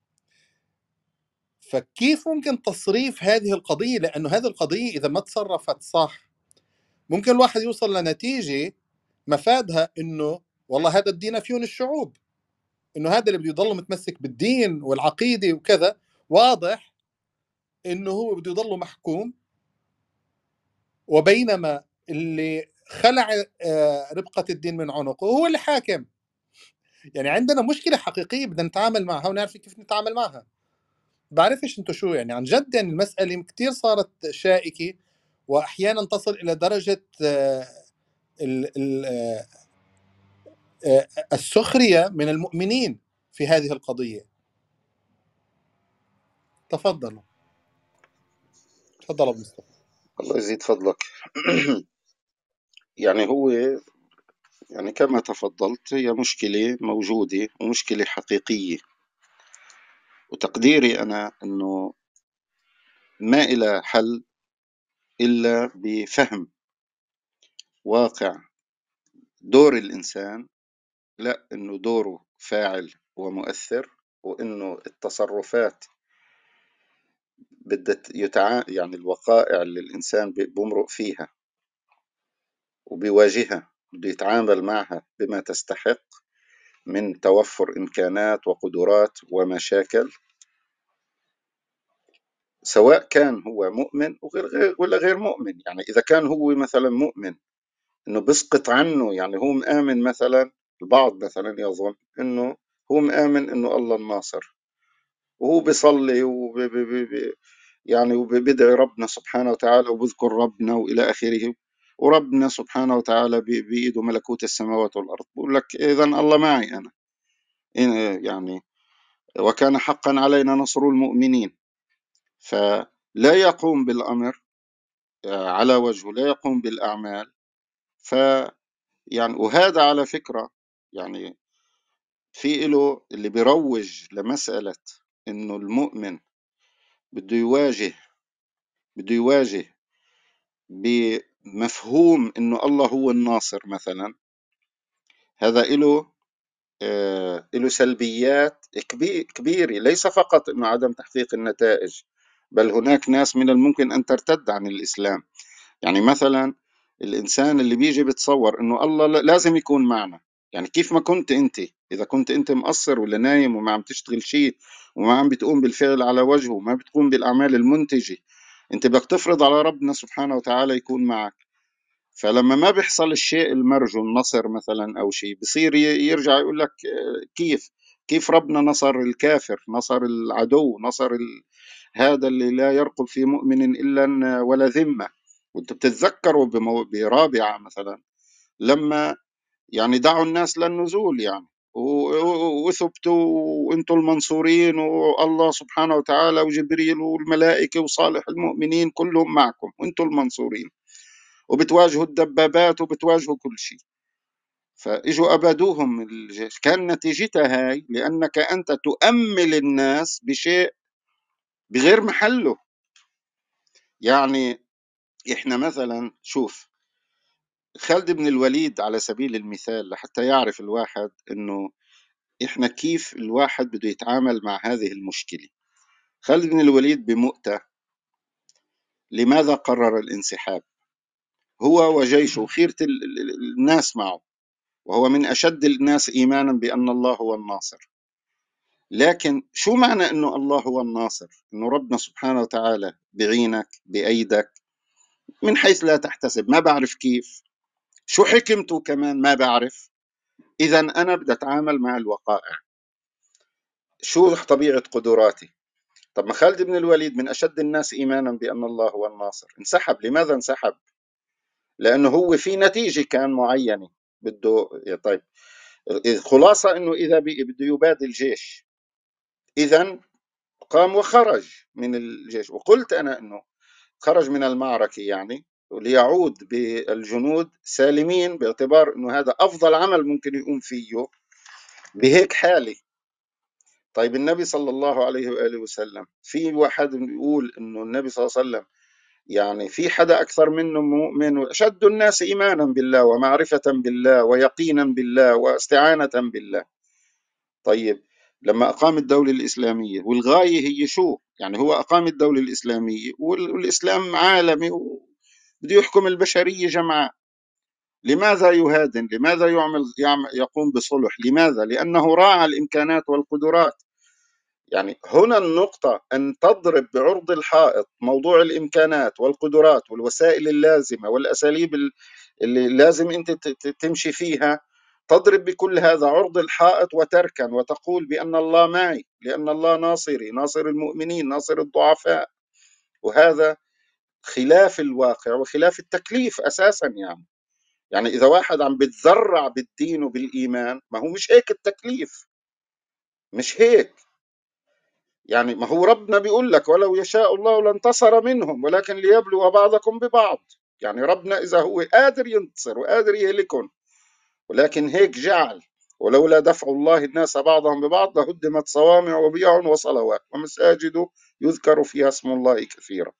فكيف ممكن تصريف هذه القضية؟ لأنه هذه القضية إذا ما تصرفت صح ممكن الواحد يوصل لنتيجة مفادها إنه والله هذا الدين أفيون الشعوب، إنه هذا اللي بده يضل متمسك بالدين والعقيدة وكذا واضح إنه هو بده يضل محكوم، وبينما اللي خلع آه، ربقة الدين من عنقه هو اللي حاكم. يعني عندنا مشكلة حقيقية بدنا نتعامل معها ونعرف كيف نتعامل معها. بعرفش انتو شو يعني عن جد، يعني المسألة كتير صارت شائكة وأحيانا تصل إلى درجة آه، ال- ال- آه، آه، السخرية من المؤمنين في هذه القضية. تفضلوا. تفضل أبو مصطفى. الله يزيد فضلك. يعني هو يعني كما تفضلت هي مشكلة موجودة ومشكلة حقيقية، وتقديري أنا أنه ما إلى حل إلا بفهم واقع دور الإنسان، لا أنه دوره فاعل ومؤثر، وأنه التصرفات بدت يتع... يعني الوقائع اللي الإنسان بمرق فيها وبيواجهها بده يتعامل معها بما تستحق من توفر إمكانات وقدرات ومشاكل، سواء كان هو مؤمن وغير ولا غير مؤمن. يعني إذا كان هو مثلا مؤمن إنه بسقط عنه، يعني هو مآمن مثلا، البعض مثلا يظن إنه هو مآمن إنه الله الناصر، وهو بيصلي وب... ب... ب... ب... يعني وبدعي ربنا سبحانه وتعالى وبذكر ربنا وإلى آخره، وربنا سبحانه وتعالى بإيده ملكوت السماوات والأرض، بقول لك إذا الله معي أنا يعني، وكان حقا علينا نصر المؤمنين. فلا يقوم بالأمر على وجهه، لا يقوم بالأعمال. ف يعني وهذا على فكرة يعني في له اللي بيروج لمسألة إنه المؤمن بده يواجه بده يواجه بمفهوم إنه الله هو الناصر مثلا. هذا له آه له سلبيات كبيرة، ليس فقط إنه عدم تحقيق النتائج، بل هناك ناس من الممكن أن ترتد عن الإسلام. يعني مثلا الإنسان اللي بيجي بتصور إنه الله لازم يكون معنا، يعني كيف ما كنت أنت، إذا كنت أنت مقصر ولا نايم وما عم تشتغل شيء وما عم بتقوم بالفعل على وجهه وما بتقوم بالأعمال المنتجة، أنت بدك تفرض على ربنا سبحانه وتعالى يكون معك. فلما ما بيحصل الشيء المرجو، النصر مثلا أو شيء، بصير يرجع يقول لك كيف كيف ربنا نصر الكافر، نصر العدو، نصر ال... هذا اللي لا يرقب في مؤمن إلا ولا ذمة. وانتم بتتذكروا بمو... برابعة مثلا لما يعني دعوا الناس للنزول، يعني وثبتوا وانتم المنصورين والله سبحانه وتعالى وجبريل والملائكة وصالح المؤمنين كلهم معكم وانتم المنصورين، وبتواجهوا الدبابات وبتواجهوا كل شيء. فاجوا أبادوهم الجيش. كان نتيجتها هاي لأنك أنت تؤمل الناس بشيء بغير محله. يعني إحنا مثلا شوف خالد بن الوليد على سبيل المثال، لحتى يعرف الواحد إنه إحنا كيف الواحد بده يتعامل مع هذه المشكلة. خالد بن الوليد بمؤتة لماذا قرر الانسحاب؟ هو وجيشه وخيرة الناس معه، وهو من أشد الناس إيمانا بأن الله هو الناصر. لكن شو معنى أنه الله هو الناصر؟ أنه ربنا سبحانه وتعالى بعينك بأيدك من حيث لا تحتسب، ما بعرف كيف، شو حكمته كمان ما بعرف. إذا أنا بدي أتعامل مع الوقائع، شو طبيعة قدراتي. طب ما خالد بن الوليد من أشد الناس إيمانا بأن الله هو الناصر، انسحب. لماذا انسحب؟ لأنه هو في نتيجة كان معينة بده. طيب الخلاصة أنه إذا بده يبادل جيش، إذا قام وخرج من الجيش. وقلت أنا أنه خرج من المعركة يعني ليعود بالجنود سالمين، باعتبار أنه هذا أفضل عمل ممكن يقوم فيه بهيك حالة. طيب النبي صلى الله عليه وآله وسلم، في واحد يقول أنه النبي صلى الله عليه وسلم يعني في حدا أكثر منه مؤمن وأشد الناس إيمانا بالله ومعرفة بالله ويقينا بالله واستعانة بالله. طيب لما أقام الدولة الإسلامية، والغاية هي شو؟ يعني هو أقام الدولة الإسلامية والإسلام عالمي بده يحكم البشرية جمعاء. لماذا يهادن؟ لماذا يعمل, يعمل يقوم بصلح؟ لماذا؟ لأنه راعى الإمكانات والقدرات. يعني هنا النقطة، أن تضرب بعرض الحائط موضوع الإمكانات والقدرات والوسائل اللازمة والأساليب اللي لازم أنت تمشي فيها، تضرب بكل هذا عرض الحائط وتركن وتقول بأن الله معي، لأن الله ناصري، ناصر المؤمنين، ناصر الضعفاء. وهذا خلاف الواقع وخلاف التكليف أساسا. يعني يعني إذا واحد عم بتذرع بالدين وبالإيمان، ما هو مش هيك التكليف، مش هيك. يعني ما هو ربنا بيقول لك ولو يشاء الله لانتصر منهم ولكن ليبلو بعضكم ببعض. يعني ربنا إذا هو قادر ينتصر وقادر يهلكهم، ولكن هيك جعل ولولا دفع الله الناس بعضهم ببعض لهدمت صوامع وبيع وصلوات ومساجد يذكر فيها اسم الله كثيرا.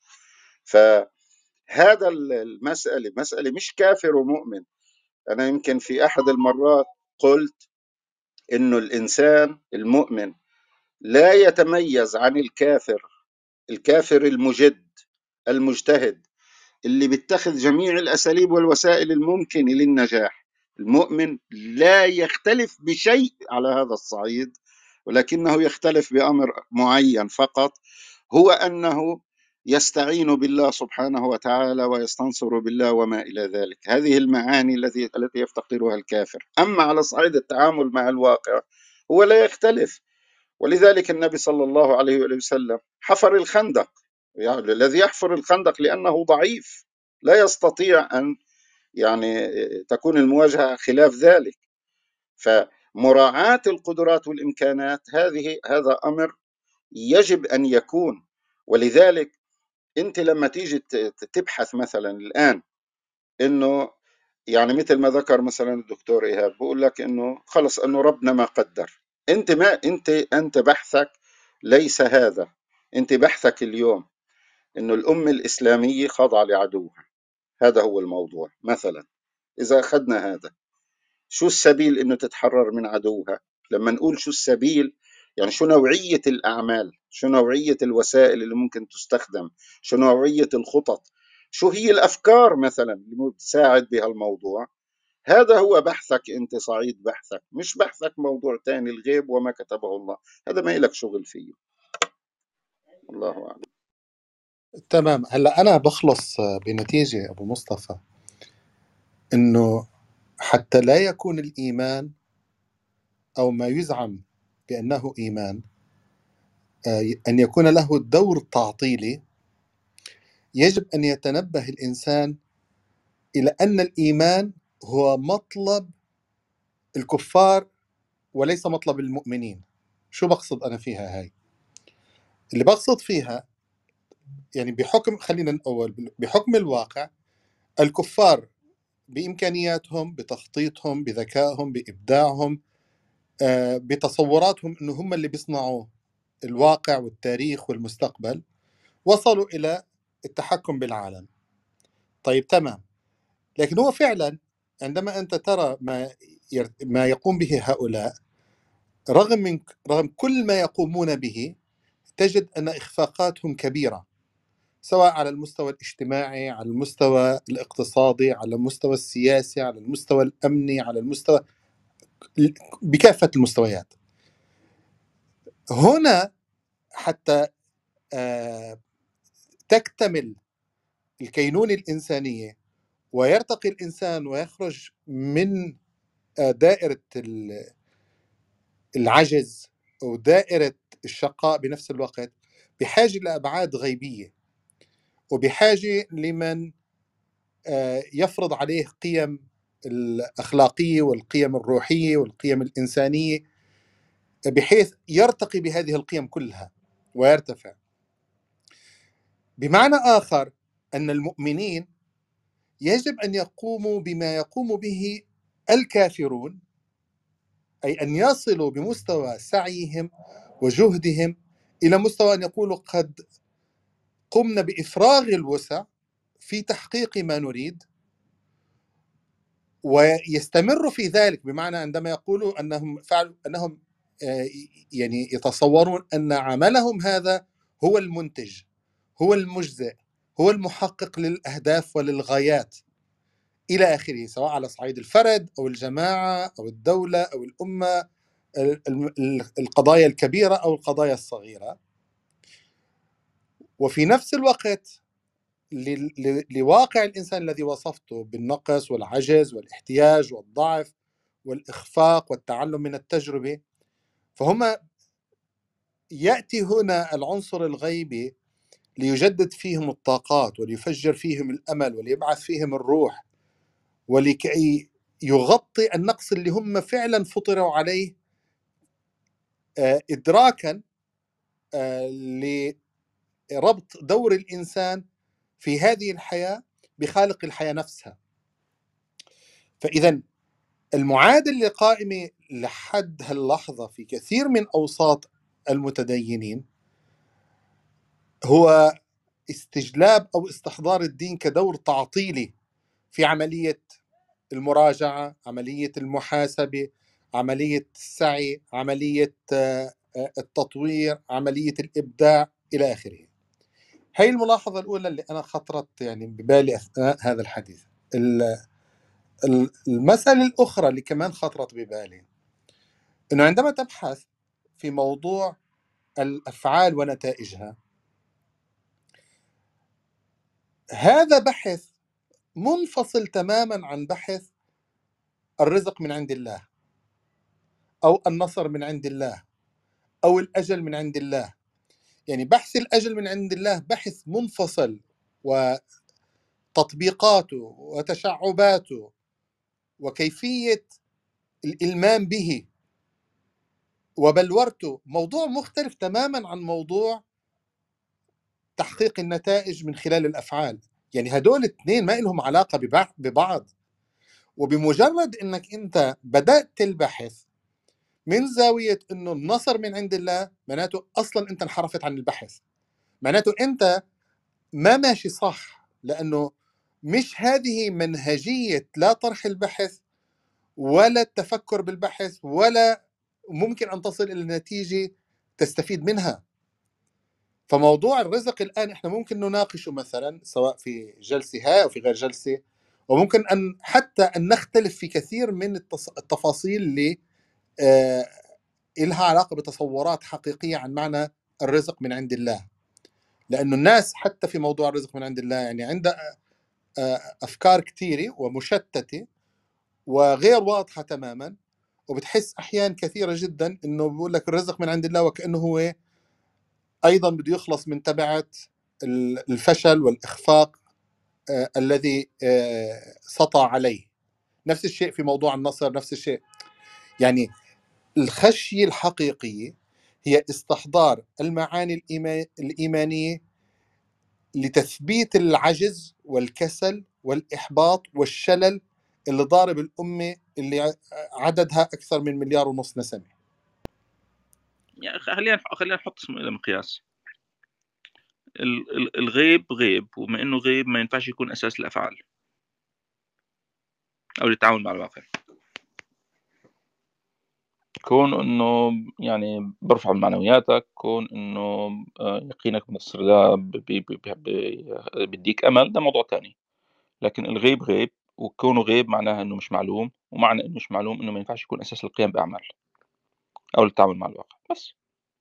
فهذا المسألة مسألة مش كافر ومؤمن. أنا يمكن في أحد المرات قلت إنه الإنسان المؤمن لا يتميز عن الكافر. الكافر المجد المجتهد اللي بيتخذ جميع الأساليب والوسائل الممكنة للنجاح. المؤمن لا يختلف بشيء على هذا الصعيد، ولكنه يختلف بأمر معين فقط، هو أنه يستعين بالله سبحانه وتعالى ويستنصر بالله وما إلى ذلك. هذه المعاني التي التي يفتقرها الكافر. أما على صعيد التعامل مع الواقع هو لا يختلف. ولذلك النبي صلى الله عليه وسلم حفر الخندق. يعني الذي يحفر الخندق لأنه ضعيف لا يستطيع أن يعني تكون المواجهة خلاف ذلك. فمراعاة القدرات والإمكانات هذه هذا أمر يجب أن يكون. ولذلك أنت لما تيجي تبحث مثلا الآن إنه يعني مثل ما ذكر مثلا الدكتور إيهاب، بقول لك إنه خلص إنه ربنا ما قدر. أنت ما أنت أنت بحثك ليس هذا. أنت بحثك اليوم إنه الأمة الإسلامية خاضعة لعدوها، هذا هو الموضوع. مثلا إذا أخذنا هذا، شو السبيل إنه تتحرر من عدوها؟ لما نقول شو السبيل، يعني شو نوعية الأعمال، شو نوعية الوسائل اللي ممكن تستخدم، شو نوعية الخطط، شو هي الأفكار مثلا اللي بتساعد بها الموضوع. هذا هو بحثك أنت، صعيد بحثك، مش بحثك موضوع تاني الغيب وما كتبه الله، هذا ما إلك شغل فيه. الله أعلم. تمام. هلا أنا بخلص بنتيجة أبو مصطفى إنه حتى لا يكون الإيمان أو ما يزعم بأنه إيمان أن يكون له الدور التعطيلي، يجب أن يتنبه الإنسان إلى أن الإيمان هو مطلب الكفار وليس مطلب المؤمنين. شو بقصد أنا فيها؟ هاي اللي بقصد فيها، يعني بحكم خلينا نقول بحكم الواقع، الكفار بإمكانياتهم، بتخطيطهم، بذكائهم، بإبداعهم، بتصوراتهم إنه هم اللي بيصنعوا الواقع والتاريخ والمستقبل وصلوا إلى التحكم بالعالم. طيب تمام، لكن هو فعلا عندما أنت ترى ما ما يقوم به هؤلاء، رغم من رغم كل ما يقومون به، تجد أن إخفاقاتهم كبيرة، سواء على المستوى الاجتماعي، على المستوى الاقتصادي، على المستوى السياسي، على المستوى الأمني، على المستوى بكافة المستويات. هنا حتى تكتمل الكينونة الإنسانية ويرتقي الإنسان ويخرج من دائرة العجز أو دائرة الشقاء بنفس الوقت، بحاجة لأبعاد غيبية، وبحاجة لمن يفرض عليه قيم الأخلاقية والقيم الروحية والقيم الإنسانية، بحيث يرتقي بهذه القيم كلها ويرتفع. بمعنى آخر، أن المؤمنين يجب أن يقوموا بما يقوم به الكافرون، أي أن يصلوا بمستوى سعيهم وجهدهم إلى مستوى أن يقولوا قد قمنا بإفراغ الوسع في تحقيق ما نريد، ويستمروا في ذلك. بمعنى عندما يقولوا أنهم فعلوا أنهم يعني يتصورون أن عملهم هذا هو المنتج، هو المجزئ، هو المحقق للأهداف وللغايات إلى آخره، سواء على صعيد الفرد أو الجماعة أو الدولة أو الأمة، القضايا الكبيرة أو القضايا الصغيرة. وفي نفس الوقت لواقع الإنسان الذي وصفته بالنقص والعجز والاحتياج والضعف والإخفاق والتعلم من التجربة، فهم يأتي هنا العنصر الغيبي ليجدد فيهم الطاقات وليفجر فيهم الأمل وليبعث فيهم الروح، ولكي يغطي النقص اللي هم فعلا فطروا عليه، إدراكا لربط دور الإنسان في هذه الحياة بخالق الحياة نفسها. فإذا المعادلة اللي قائمة لحد هاللحظة في كثير من أوساط المتدينين هو استجلاب أو استحضار الدين كدور تعطيلي في عملية المراجعة، عملية المحاسبة، عملية السعي، عملية التطوير، عملية الإبداع إلى آخره. هاي الملاحظة الأولى اللي أنا خطرت يعني ببالي أثناء هذا الحديث. المسألة الأخرى اللي كمان خطرت ببالي أنه عندما تبحث في موضوع الأفعال ونتائجها، هذا بحث منفصل تماما عن بحث الرزق من عند الله أو النصر من عند الله أو الأجل من عند الله. يعني بحث الأجل من عند الله بحث منفصل، وتطبيقاته وتشعباته وكيفية الإلمام به وبلورته موضوع مختلف تماما عن موضوع تحقيق النتائج من خلال الأفعال. يعني هدول الاثنين ما لهم علاقة ببعض. وبمجرد أنك أنت بدأت البحث من زاوية أنه النصر من عند الله، معناته أصلا أنت انحرفت عن البحث، معناته أنت ما ماشي صح، لأنه مش هذه منهجية لا طرح البحث ولا التفكر بالبحث، ولا ممكن أن تصل إلى نتيجة تستفيد منها. فموضوع الرزق الآن إحنا ممكن نناقشه مثلا سواء في جلسة هاي أو في غير جلسة، وممكن أن حتى أن نختلف في كثير من التفاصيل اللي آه إلها علاقة بتصورات حقيقية عن معنى الرزق من عند الله. لأنه الناس حتى في موضوع الرزق من عند الله يعني عندها أفكار كثيرة ومشتتة وغير واضحة تماما، وبتحس أحيان كثيرة جدا إنه بيقول لك الرزق من عند الله وكأنه هو أيضا بده يخلص من تبعة الفشل والإخفاق آه الذي آه سطع عليه. نفس الشيء في موضوع النصر، نفس الشيء. يعني الخشية الحقيقية هي استحضار المعاني الإيمانية لتثبيت العجز والكسل والإحباط والشلل اللي ضارب الأمة اللي عددها أكثر من مليار ونصف نسمة. يعني خلينا خلينا نحط اسمه إلى مقياس. ال- ال- الغيب غيب، وما إنه غيب ما ينفعش يكون أساس الأفعال أو للتعامل مع الواقع. كون إنه يعني برفع من معنوياتك، كون إنه آه، يقينك بنصر الله ب- ب- ب- ب- بيديك أمل، ده موضوع تاني. لكن الغيب غيب، وكونه غيب معناها إنه مش معلوم، ومعنى إنه مش معلوم إنه ما ينفعش يكون أساس القيام بأعمال أو للتعامل مع الواقع بس.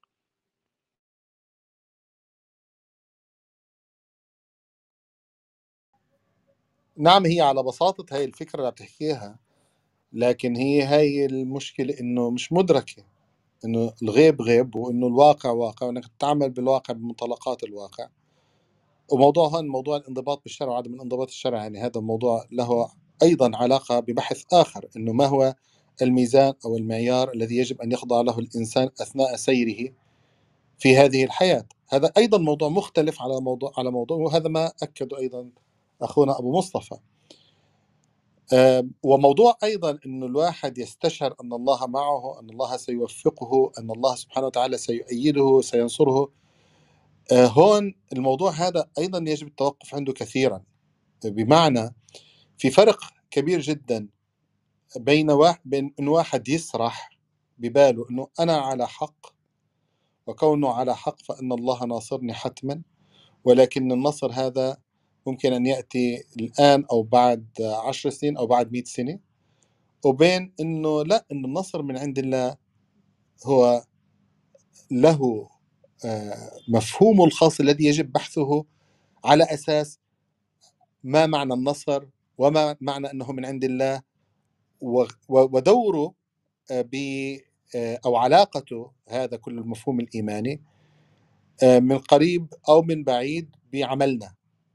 نعم، هي على بساطة هاي الفكرة اللي بتحكيها، لكن هي هاي المشكلة إنه مش مدركة إنه الغيب غيب وإنه الواقع واقع، وإنك تتعامل بالواقع بمنطلقات الواقع. وموضوع هون موضوع الانضباط بالشرع وعدم الانضباط الشرعي، يعني هذا الموضوع له أيضا علاقة ببحث آخر، إنه ما هو الميزان أو المعيار الذي يجب أن يخضع له الإنسان أثناء سيره في هذه الحياة. هذا أيضا موضوع مختلف على موضوع على موضوع وهذا ما أكد أيضا أخونا أبو مصطفى. آم، وموضوع أيضا أن الواحد يستشعر أن الله معه، أن الله سيوفقه، أن الله سبحانه وتعالى سيؤيده سينصره. آه، هون الموضوع هذا أيضا يجب التوقف عنده كثيرا، بمعنى في فرق كبير جدا بين واحد بين أن واحد يسرح بباله أنه أنا على حق، وكونه على حق فإن الله ناصرني حتما، ولكن النصر هذا ممكن أن يأتي الآن أو بعد عشر سنين أو بعد مئة سنة، وبين أنه لا، أن النصر من عند الله هو له آه، مفهومه الخاص الذي يجب بحثه على أساس ما معنى النصر وما معنى أنه من عند الله، و- و- ودوره آه، ب آه، أو علاقته هذا كل المفهوم الإيماني آه، من قريب أو من بعيد بعملنا.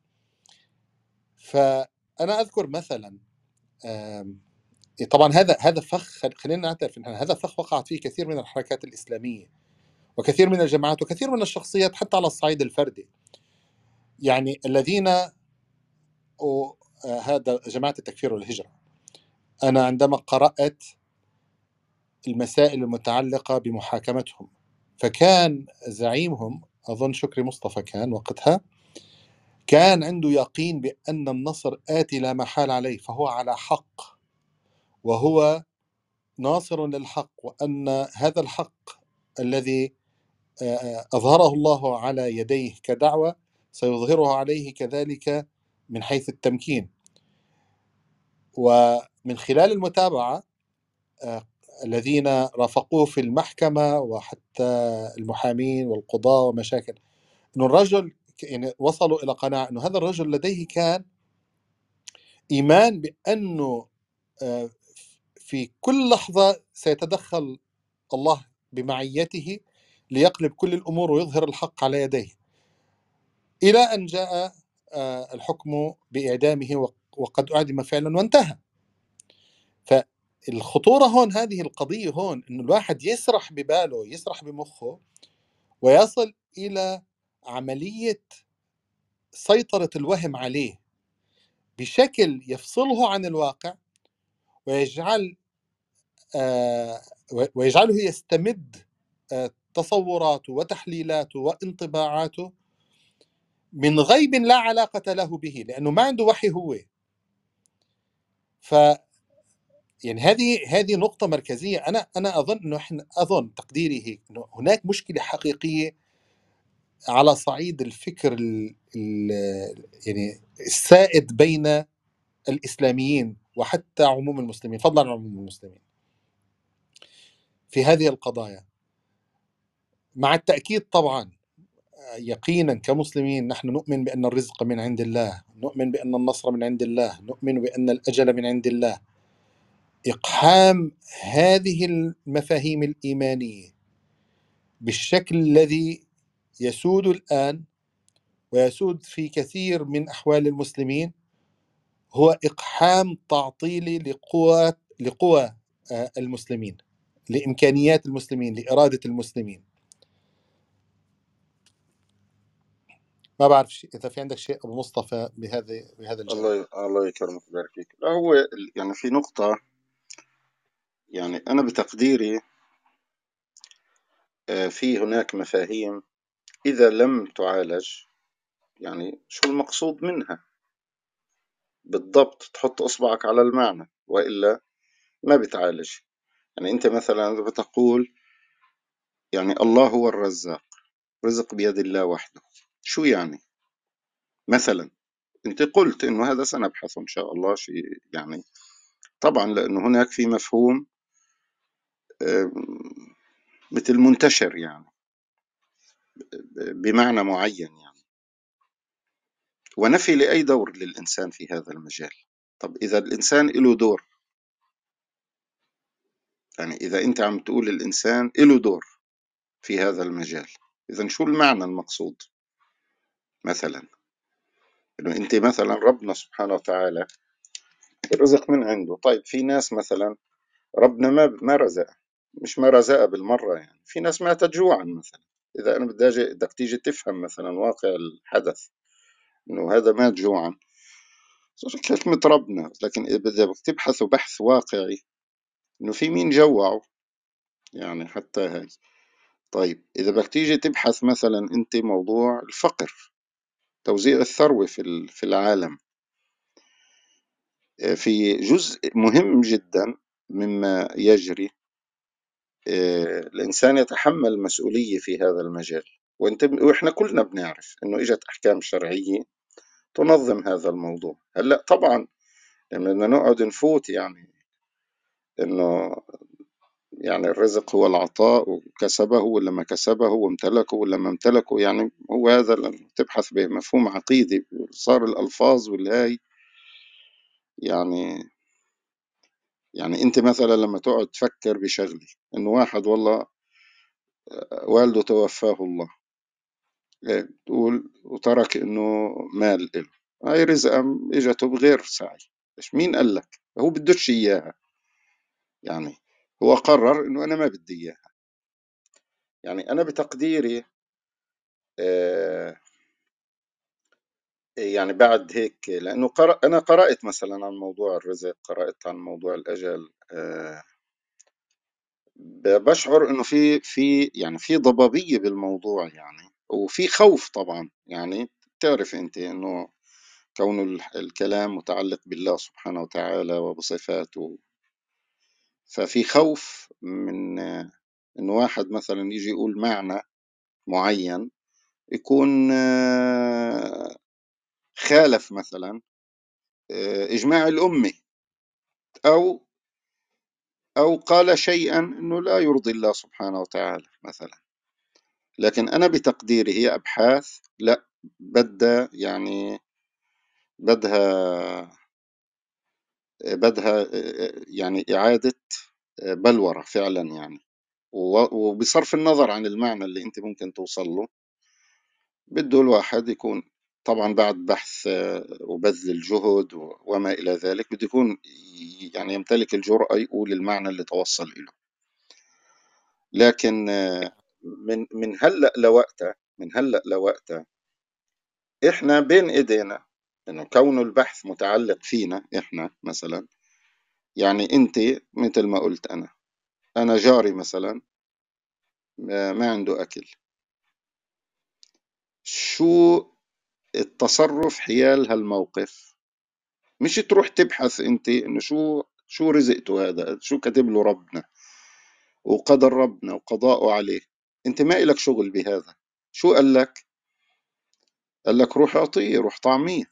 فأنا أذكر مثلا، آم، طبعا هذا هذا فخ، خل- خلينا نعترف ان هذا فخ وقعت فيه كثير من الحركات الاسلاميه وكثير من الجماعات وكثير من الشخصيات حتى على الصعيد الفردي، يعني الذين و- آه، هذا جماعه التكفير والهجره. انا عندما قرات المسائل المتعلقه بمحاكمتهم، فكان زعيمهم اظن شكري مصطفى كان وقتها، كان عنده يقين بان النصر آتي لا محال عليه، فهو على حق وهو ناصر للحق، وأن هذا الحق الذي أظهره الله على يديه كدعوة سيظهره عليه كذلك من حيث التمكين. ومن خلال المتابعة آه، الذين رافقوه في المحكمة وحتى المحامين والقضاة ومشاكل، أن الرجل يعني وصلوا إلى قناعة أن هذا الرجل لديه كان إيمان بأنه آه، في كل لحظة سيتدخل الله بمعيته ليقلب كل الأمور ويظهر الحق على يديه، إلى أن جاء آه، الحكم بإعدامه وقد أعدم فعلا وانتهى. فالخطورة هون، هذه القضية هون، أن الواحد يسرح بباله يسرح بمخه ويصل إلى عملية سيطرة الوهم عليه بشكل يفصله عن الواقع، ويجعل آه، ويجعله يستمد آه، تصوراته وتحليلاته وانطباعاته من غيب لا علاقة له به، لأنه ما عنده وحي هو. ف يعني هذه هذه نقطة مركزية. أنا أنا أظن إنه إحنا أظن تقديري هيك إنه هناك مشكلة حقيقية على صعيد الفكر ال ال يعني السائد بين الإسلاميين وحتى عموم المسلمين، فضلا عن عموم المسلمين في هذه القضايا. مع التأكيد طبعا يقينا كمسلمين نحن نؤمن بأن الرزق من عند الله، نؤمن بأن النصر من عند الله، نؤمن بأن الأجل من عند الله. إقحام هذه المفاهيم الإيمانية بالشكل الذي يسود الآن ويسود في كثير من أحوال المسلمين هو إقحام تعطيلي لقوى لقوى آه، المسلمين، لإمكانيات المسلمين، لإرادة المسلمين. ما بعرف شيء إذا في عندك شيء أبو مصطفى بهذا بهذا الجانب. الله الله يكرمك ويبارك فيك. لا هو ال- يعني في نقطة، يعني أنا بتقديري آه، في هناك مفاهيم إذا لم تعالج، يعني شو المقصود منها بالضبط، تحط إصبعك على المعنى، وإلا ما بتعالج. يعني أنت مثلا بتقول يعني الله هو الرزاق، رزق بيد الله وحده، شو يعني؟ مثلا أنت قلت إنه هذا سنبحث إن شاء الله شيء، يعني طبعا لأنه هناك في مفهوم آم، مثل منتشر يعني بمعنى معين يعني، ونفي لأي دور للإنسان في هذا المجال. طب إذا الإنسان له دور، يعني إذا أنت عم تقول الإنسان له دور في هذا المجال، إذا شو المعنى المقصود؟ مثلا إنه أنت مثلا ربنا سبحانه وتعالى الرزق من عنده. طيب في ناس مثلا ربنا ما ما رزق، مش ما رزق بالمرة، يعني في ناس ماتت جوعا مثلا. إذا أنا بدي أجي بدك تيجي تفهم مثلا واقع الحدث إنه هذا مات جوعا، كلمة ربنا. لكن إذا بدك تبحث بحث واقعي إنه في مين جوعوا، يعني حتى هاي. طيب إذا بدك تيجي تبحث مثلا أنت موضوع الفقر، توزيع الثروة في في العالم، في جزء مهم جدا مما يجري الإنسان يتحمل مسؤولية في هذا المجال. وانت واحنا كلنا بنعرف انه اجت احكام شرعية تنظم هذا الموضوع. هلا طبعا لما بدنا نقعد نفوت يعني انه يعني الرزق هو العطاء، وكسبه ولا ما كسبه، وامتلكه ولا ما امتلكه، يعني هو هذا لما تبحث بمفهوم عقيدي صار الألفاظ والهاي. يعني يعني انت مثلا لما تقعد تفكر بشغلي انه واحد والله والده توفاه الله، تقول وترك انه مال له، هاي رزقه اجته بغير سعي. ايش مين قال لك؟ هو بدوش اياها، يعني هو قرر انه انا ما بدي اياها. يعني انا بتقديري آه يعني بعد هيك، لانه قرأ انا قرأت مثلا عن موضوع الرزق، قرأت عن موضوع الاجل، آه بشعر انه في في يعني في ضبابية بالموضوع يعني، وفي خوف طبعا. يعني تعرف انت انه كون الكلام متعلق بالله سبحانه وتعالى وبصفاته، ففي خوف من إنه واحد مثلا يجي يقول معنى معين يكون خالف مثلا إجماع الأمة، أو أو قال شيئا إنه لا يرضي الله سبحانه وتعالى مثلا. لكن أنا بتقديري هي أبحاث لا بدها يعني بدها بدها يعني إعادة بلورة فعلا يعني، وبصرف النظر عن المعنى اللي انت ممكن توصل له، بده الواحد يكون طبعا بعد بحث وبذل الجهد وما إلى ذلك، بده يكون يعني يمتلك الجرأة يقول المعنى اللي توصل له. لكن من من هلأ لوقتها من هلأ لوقتها احنا بين ايدينا انه كونه البحث متعلق فينا احنا مثلا. يعني انت مثل ما قلت، انا انا جاري مثلا ما عنده اكل، شو التصرف حيال هالموقف؟ مش تروح تبحث انت انه شو شو رزقته، هذا شو كتب له ربنا وقدر ربنا وقضاءه عليه. انت ما إلك شغل بهذا. شو قال لك؟ قال لك روح اعطيه، روح طعميه.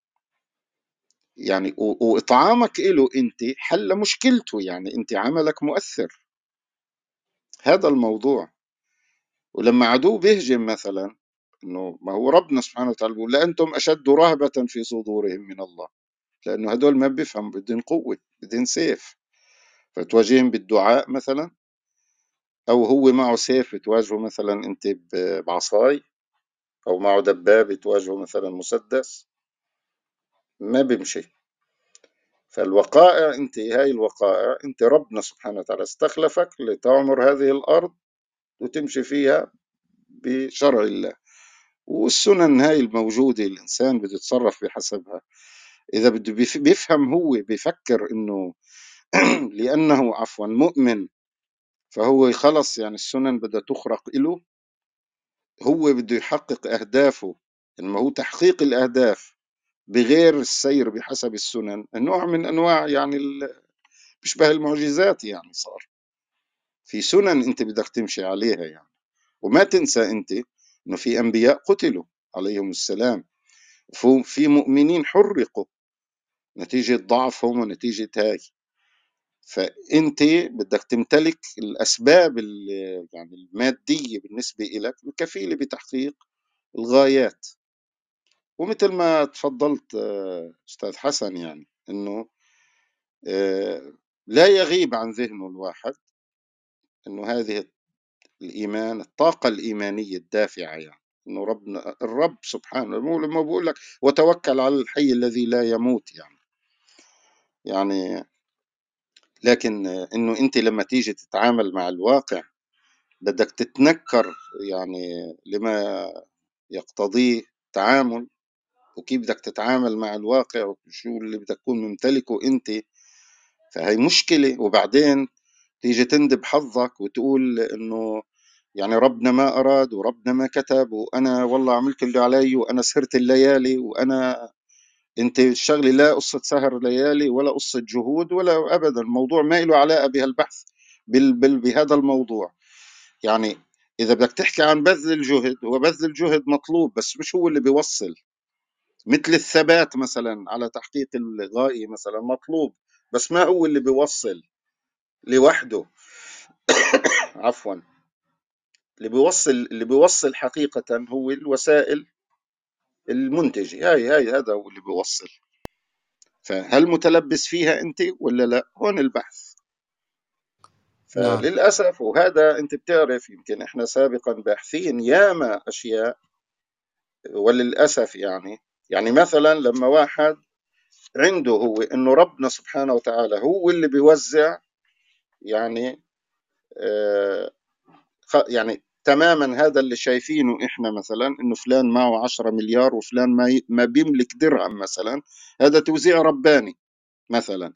يعني واطعامك له انت حل مشكلته، يعني انت عملك مؤثر. هذا الموضوع. ولما عدو بيهجم مثلا، انه ما هو ربنا سبحانه وتعالى بيقول لأنتم أشد رهبة في صدورهم من الله، لأنه هدول ما بيفهم، بدهم قوة، بدهم سيف، فتواجههم بالدعاء مثلا، أو هو معه سيف تواجهه مثلا أنت بعصاي، أو معه دبابة تواجهه مثلا مسدس، ما بيمشي. فالوقائع أنت هاي الوقائع أنت ربنا سبحانه وتعالى استخلفك لتعمر هذه الأرض وتمشي فيها بشرع الله، والسنن هاي الموجودة الإنسان بده يتصرف بحسبها. إذا بده بيفهم، هو بيفكر إنه لأنه عفوا مؤمن فهو خلص يعني السنن بدها تخرق له، هو بده يحقق أهدافه. ما هو تحقيق الأهداف بغير السير بحسب السنن نوع من أنواع يعني بيشبه المعجزات، يعني صار في سنن أنت بدك تمشي عليها يعني. وما تنسى أنت أنه في أنبياء قتلوا عليهم السلام، وفي مؤمنين حرقوا نتيجة ضعفهم ونتيجة هاي. فأنت بدك تمتلك الأسباب يعني المادية بالنسبة إليك الكفيلة بتحقيق الغايات. ومثل ما تفضلت أستاذ حسن يعني أنه لا يغيب عن ذهنه الواحد أنه هذه الإيمان الطاقة الإيمانية الدافعة، يعني أنه ربنا الرب سبحانه لما بقول لك وتوكل على الحي الذي لا يموت يعني يعني لكن أنه أنت لما تيجي تتعامل مع الواقع بدك تتنكر يعني لما يقتضيه تعامل، وكيف بدك تتعامل مع الواقع وشو اللي بدك تكون ممتلكه أنت. فهي مشكلة. وبعدين تيجي تندب حظك وتقول إنه يعني ربنا ما أراد وربنا ما كتب وأنا والله عملت اللي علي وأنا سهرت الليالي وأنا أنت الشغلة لا قصة سهر ليالي ولا قصة جهود ولا أبدا. الموضوع ما له علاقة بهالبحث بال بال بهذا الموضوع. يعني إذا بدك تحكي عن بذل الجهد، هو بذل الجهد مطلوب بس مش هو اللي بيوصل. مثل الثبات مثلا على تحقيق الغاية مثلا مطلوب بس ما هو اللي بيوصل لوحده. عفوا، اللي بيوصل اللي بيوصل حقيقة هو الوسائل المنتجة. هاي هاي هذا هو اللي بيوصل. فهل متلبس فيها أنت ولا لا؟ هون البحث. نعم. فللأسف، وهذا أنت بتعرف يمكن إحنا سابقا باحثين ياما أشياء، وللأسف يعني يعني مثلا لما واحد عنده هو إنه ربنا سبحانه وتعالى هو اللي بيوزع يعني آه يعني تماما هذا اللي شايفينه احنا مثلا انه فلان معه عشرة مليار وفلان ما ي... ما بيملك درهم مثلا، هذا توزيع رباني مثلا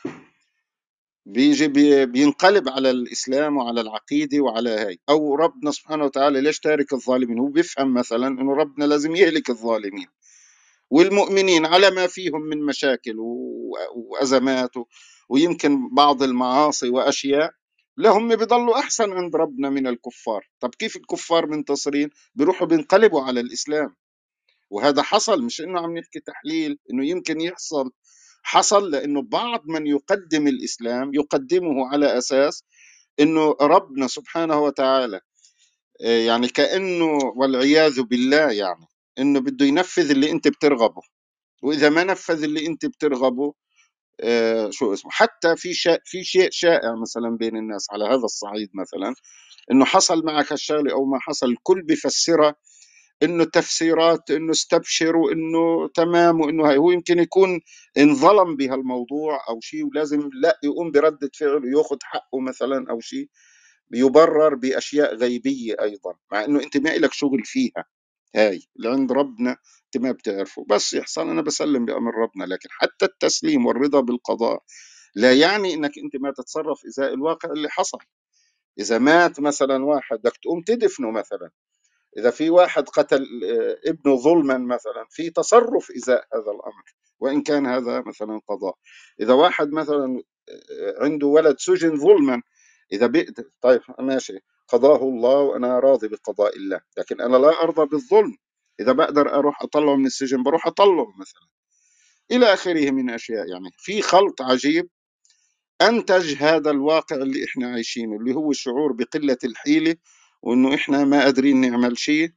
بيجي بي... بينقلب على الاسلام وعلى العقيده وعلى هاي. او ربنا سبحانه وتعالى ليش تارك الظالمين؟ هو بيفهم مثلا انه ربنا لازم يهلك الظالمين، والمؤمنين على ما فيهم من مشاكل و... وازمات و... ويمكن بعض المعاصي واشياء لهم بيضلوا أحسن عند ربنا من الكفار. طب كيف الكفار منتصرين؟ بيروحوا بينقلبوا على الإسلام. وهذا حصل، مش إنه عم نحكي تحليل إنه يمكن يحصل، حصل لأنه بعض من يقدم الإسلام يقدمه على أساس إنه ربنا سبحانه وتعالى يعني كأنه والعياذ بالله يعني إنه بده ينفذ اللي أنت بترغبه، وإذا ما نفذ اللي أنت بترغبه آه شو اسمه. حتى في شيء في شيء شائع مثلا بين الناس على هذا الصعيد مثلا، انه حصل معك هالشغله او ما حصل، الكل بفسرها انه تفسيرات انه استبشر وانه تمام وانه هاي. هو يمكن يكون انظلم بهالموضوع او شيء ولازم لا يقوم بردة فعل وياخذ حقه مثلا او شيء، بيبرر باشياء غيبيه ايضا مع انه انت ما لك شغل فيها. هاي اللي عند ربنا انت ما بتعرفه، بس يحصل انا بسلم بامر ربنا. لكن حتى التسليم والرضا بالقضاء لا يعني انك انت ما تتصرف ازاء الواقع اللي حصل. اذا مات مثلا واحد بدك تقوم تدفنه مثلا، اذا في واحد قتل ابنه ظلما مثلا في تصرف ازاء هذا الامر وان كان هذا مثلا قضاء. اذا واحد مثلا عنده ولد سجن ظلما، اذا بيقدر طيب ماشي قضاه الله وانا راضي بقضاء الله، لكن انا لا ارضى بالظلم. اذا بقدر اروح اطلعه من السجن بروح اطلعه مثلا، الى اخره من اشياء. يعني في خلط عجيب أنتج هذا الواقع اللي إحنا عايشينه، اللي هو الشعور بقلة الحيلة وإنه إحنا ما قادرين نعمل شيء،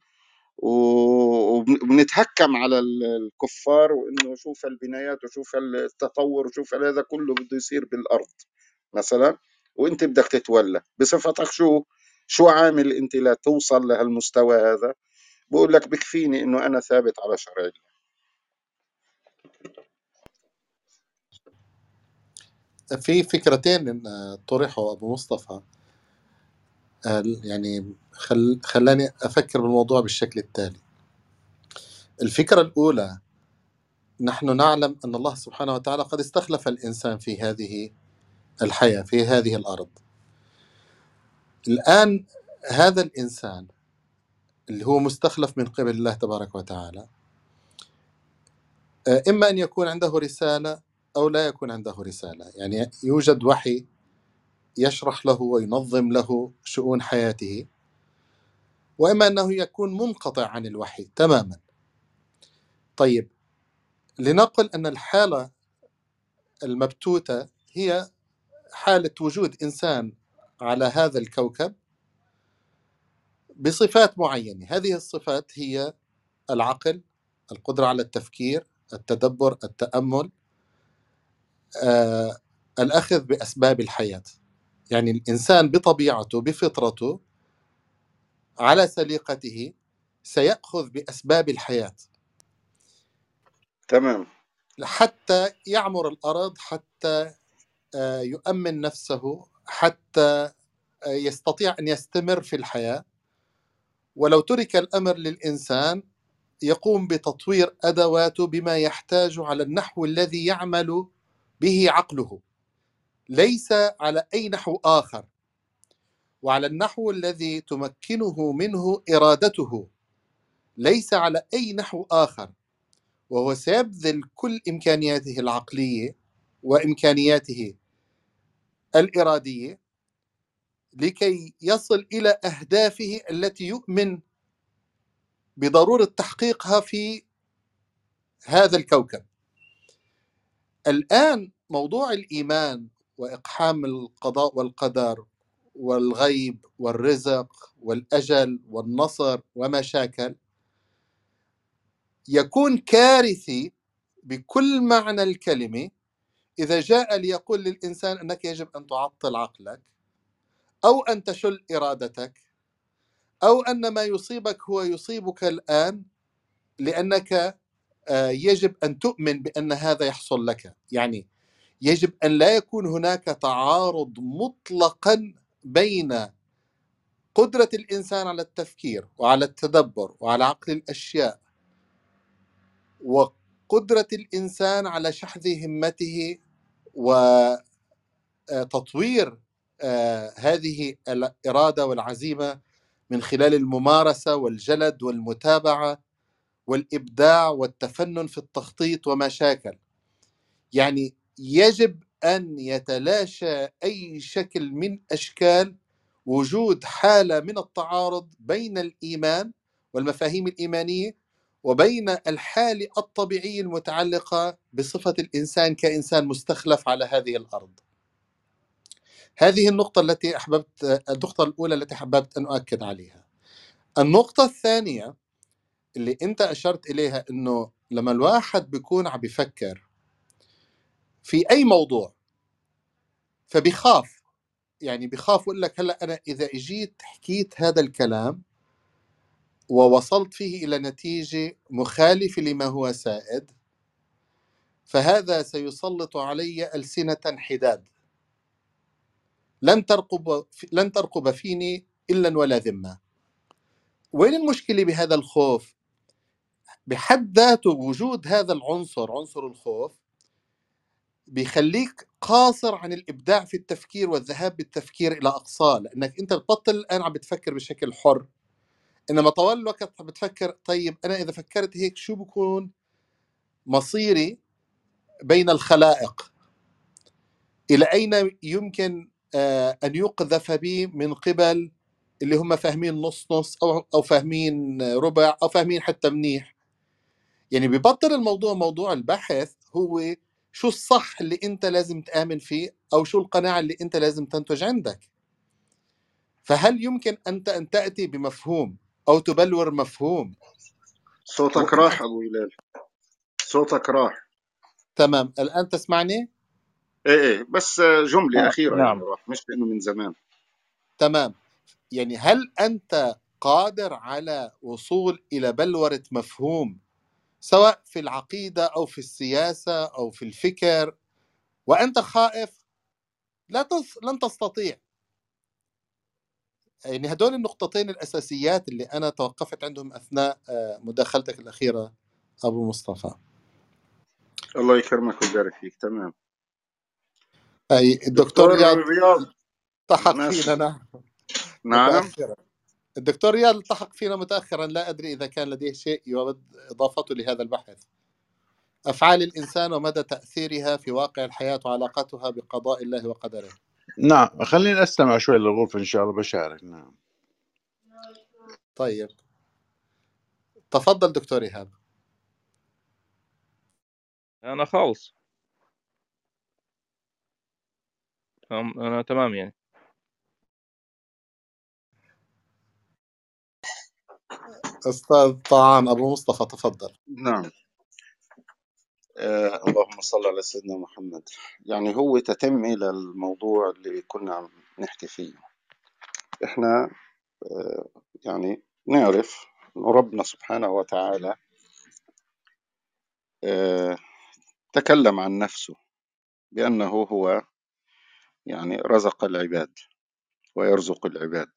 وبنتهكم على الكفار وإنه شوف البنايات وشوف التطور وشوف هذا كله بده يصير بالأرض مثلا، وإنت بدك تتولى بصفتك شو شو عامل أنت لا توصل لهالمستوى هذا؟ بقول لك بكفيني إنه أنا ثابت على شرع الله. في فكرتين طرحوا أبو مصطفى، يعني خل خلاني أفكر بالموضوع بالشكل التالي. الفكرة الأولى، نحن نعلم أن الله سبحانه وتعالى قد استخلف الإنسان في هذه الحياة في هذه الأرض، الآن هذا الإنسان اللي هو مستخلف من قبل الله تبارك وتعالى، إما أن يكون عنده رسالة أو لا يكون عنده رسالة. يعني يوجد وحي يشرح له وينظم له شؤون حياته، وإما أنه يكون منقطع عن الوحي تماما. طيب، لنقل أن الحالة المبتوتة هي حالة وجود إنسان على هذا الكوكب بصفات معينة. هذه الصفات هي العقل، القدرة على التفكير، التدبر، التأمل، آه، الأخذ بأسباب الحياة. يعني الإنسان بطبيعته بفطرته على سليقته سيأخذ بأسباب الحياة تمام. حتى يعمر الأرض، حتى آه، يؤمن نفسه، حتى آه، يستطيع أن يستمر في الحياة. ولو ترك الأمر للإنسان يقوم بتطوير أدواته بما يحتاج على النحو الذي يعمل به عقله، ليس على أي نحو آخر، وعلى النحو الذي تمكنه منه إرادته، ليس على أي نحو آخر. وهو سيبذل كل إمكانياته العقلية وإمكانياته الإرادية لكي يصل إلى أهدافه التي يؤمن بضرورة تحقيقها في هذا الكوكب. الآن موضوع الإيمان وإقحام القضاء والقدر والغيب والرزق والأجل والنصر وما شاكل يكون كارثي بكل معنى الكلمة إذا جاء ليقول للإنسان أنك يجب أن تعطل عقلك، أو أن تشل إرادتك، أو أن ما يصيبك هو يصيبك الآن لأنك يجب أن تؤمن بأن هذا يحصل لك. يعني يجب أن لا يكون هناك تعارض مطلقا بين قدرة الإنسان على التفكير وعلى التدبر وعلى عقل الأشياء، وقدرة الإنسان على شحذ همته وتطوير هذه الإرادة والعزيمة من خلال الممارسة والجلد والمتابعة والإبداع والتفنن في التخطيط وما شاكل. يعني يجب أن يتلاشى أي شكل من أشكال وجود حالة من التعارض بين الإيمان والمفاهيم الإيمانية وبين الحالة الطبيعية المتعلقة بصفة الإنسان كإنسان مستخلف على هذه الأرض. هذه النقطة التي أحببت النقطة الأولى التي حببت أن أؤكد عليها. النقطة الثانية اللي أنت أشرت إليها، إنه لما الواحد بيكون عم بيفكر في أي موضوع فبيخاف. يعني بيخاف يقول لك هلا أنا إذا إجيت حكيت هذا الكلام ووصلت فيه إلى نتيجة مخالفة لما هو سائد، فهذا سيسلط علي ألسنة حداد لن ترقب لن ترقب فيني إلا ولا ذمة. وين المشكلة بهذا الخوف؟ بحد ذاته وجود هذا العنصر، عنصر الخوف، بيخليك قاصر عن الإبداع في التفكير والذهاب بالتفكير إلى أقصاه، لأنك أنت بتبطل الآن عم بتفكر بشكل حر، إنما طوال الوقت بتفكر طيب أنا إذا فكرت هيك شو بكون مصيري بين الخلائق؟ إلى أين يمكن أن يقذف بي من قبل اللي هم فاهمين نص نص أو أو فاهمين ربع أو فاهمين حتى منيح؟ يعني ببطل الموضوع موضوع البحث هو شو الصح اللي أنت لازم تآمن فيه أو شو القناعة اللي أنت لازم تنتج عندك. فهل يمكن أنت أن تأتي بمفهوم أو تبلور مفهوم؟ صوتك راح أبو هلال، صوتك راح. تمام، الآن تسمعني؟ إيه إيه بس جملة آه. أخيرة نعم. يعني راح، مش لأنه من زمان. تمام. يعني هل أنت قادر على وصول إلى بلورة مفهوم سواء في العقيدة أو في السياسة أو في الفكر وأنت خائف؟ لا تص... لن تستطيع. يعني هدول النقطتين الأساسيات اللي أنا توقفت عندهم أثناء مداخلتك الأخيرة أبو مصطفى. الله يكرمك ويبارك فيك. تمام. أي الدكتور دكتور رياض رياض تحق ماشي. فينا. نعم نعم. متأخرا. الدكتور ريال التحق فينا متأخرا، لا أدري إذا كان لديه شيء يود إضافته لهذا البحث. أفعال الإنسان ومدى تأثيرها في واقع الحياة وعلاقتها بقضاء الله وقدره. نعم، خليني أستمع شوي للغرفة إن شاء الله بشارك. نعم. طيب تفضل دكتور إيهاب. انا خالص أم- انا تمام يعني. أستاذ طعان أبو مصطفى تفضل. نعم. آه اللهم صل على سيدنا محمد. يعني هو تتمة للموضوع اللي كنا عم نحكي فيه. إحنا آه يعني نعرف أن ربنا سبحانه وتعالى آه تكلم عن نفسه بأنه هو يعني رزق العباد ويرزق العباد،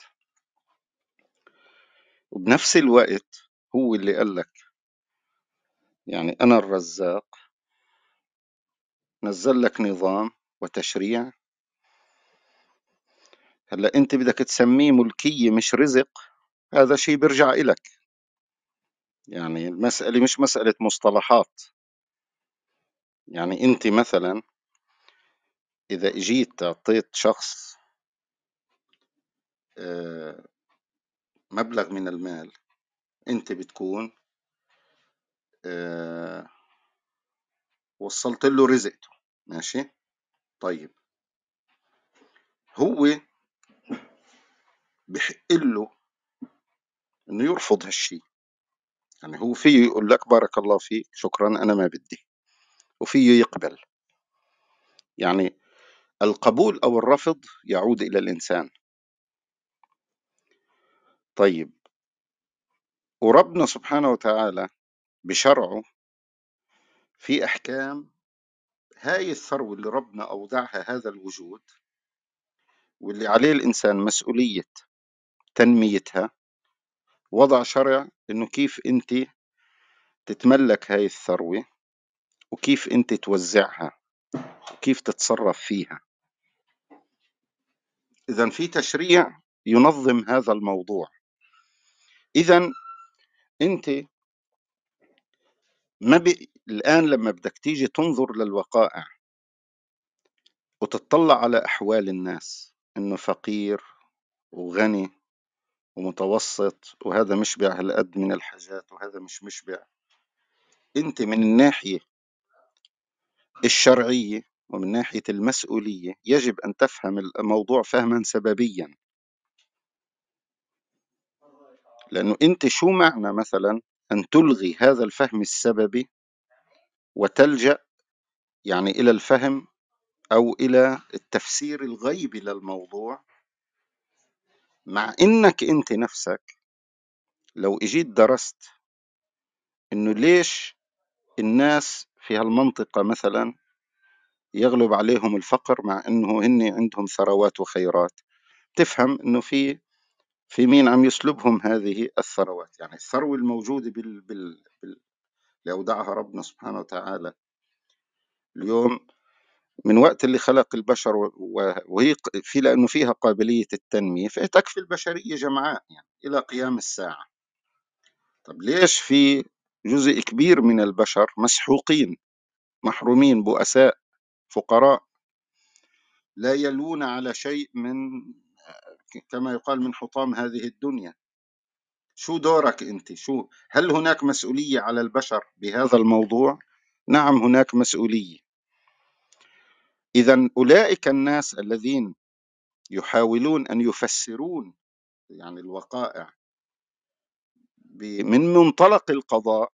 وبنفس الوقت هو اللي قال لك يعني أنا الرزاق، نزل لك نظام وتشريع. هلا أنت بدك تسميه ملكية مش رزق، هذا شيء بيرجع إلك. يعني المسألة مش مسألة مصطلحات. يعني أنت مثلا إذا إجيت أعطيت شخص آه، مبلغ من المال، أنت بتكون آه، وصلت له رزقته، ماشي؟ طيب هو بحق له إنه يرفض هالشيء. يعني هو فيه يقول لك بارك الله فيك شكرا أنا ما بدي، وفيه يقبل. يعني القبول أو الرفض يعود إلى الإنسان. طيب وربنا سبحانه وتعالى بشرعه في أحكام. هاي الثروة اللي ربنا أودعها هذا الوجود واللي عليه الإنسان مسؤولية تنميتها، وضع شرع إنه كيف أنت تتملك هاي الثروة وكيف أنت توزعها وكيف تتصرف فيها. إذن في تشريع ينظم هذا الموضوع. إذن أنت ما ب... الآن لما بدك تيجي تنظر للوقائع وتطلع على أحوال الناس، إنه فقير وغني ومتوسط، وهذا مشبع هالقد من الحاجات وهذا مش مشبع، أنت من الناحية الشرعية ومن ناحية المسؤولية يجب أن تفهم الموضوع فهما سببيا. لأنه أنت شو معنى مثلا أن تلغي هذا الفهم السببي وتلجأ يعني إلى الفهم أو إلى التفسير الغيبي للموضوع، مع إنك أنت نفسك لو إجيت درست إنه ليش الناس في هالمنطقة مثلا يغلب عليهم الفقر مع إنه هن عندهم ثروات وخيرات، تفهم إنه في في مين عم يسلبهم هذه الثروات. يعني الثروة الموجودة بال بال بال اللي أودعها ربنا سبحانه وتعالى اليوم من وقت اللي خلق البشر، وهي في لأنه فيها قابلية التنمية، فتكفي البشرية جمعاء يعني إلى قيام الساعة. طب ليش في جزء كبير من البشر مسحوقين محرومين بؤساء فقراء لا يلون على شيء من كما يقال من حطام هذه الدنيا؟ شو دورك أنت؟ شو هل هناك مسؤولية على البشر بهذا الموضوع؟ نعم هناك مسؤولية. إذن أولئك الناس الذين يحاولون أن يفسرون يعني الوقائع من منطلق القضاء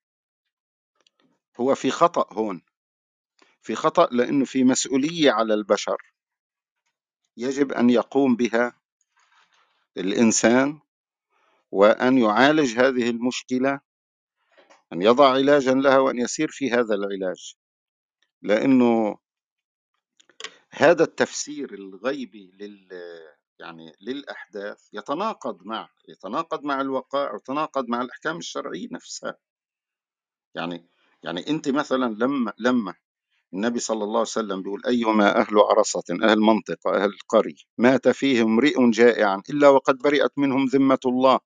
هو في خطأ. هون في خطأ، لأنه في مسؤولية على البشر يجب أن يقوم بها الإنسان، وأن يعالج هذه المشكلة، أن يضع علاجا لها وأن يسير في هذا العلاج. لأنه هذا التفسير الغيبي لل يعني للأحداث يتناقض مع يتناقض مع الوقائع ويتناقض مع الأحكام الشرعية نفسها. يعني يعني أنت مثلا لما لما النبي صلى الله عليه وسلم بيقول أيما أهل عرصة، أهل منطقة، أهل قرية، مات فيهم امرئ جائعا إلا وقد برئت منهم ذمة الله.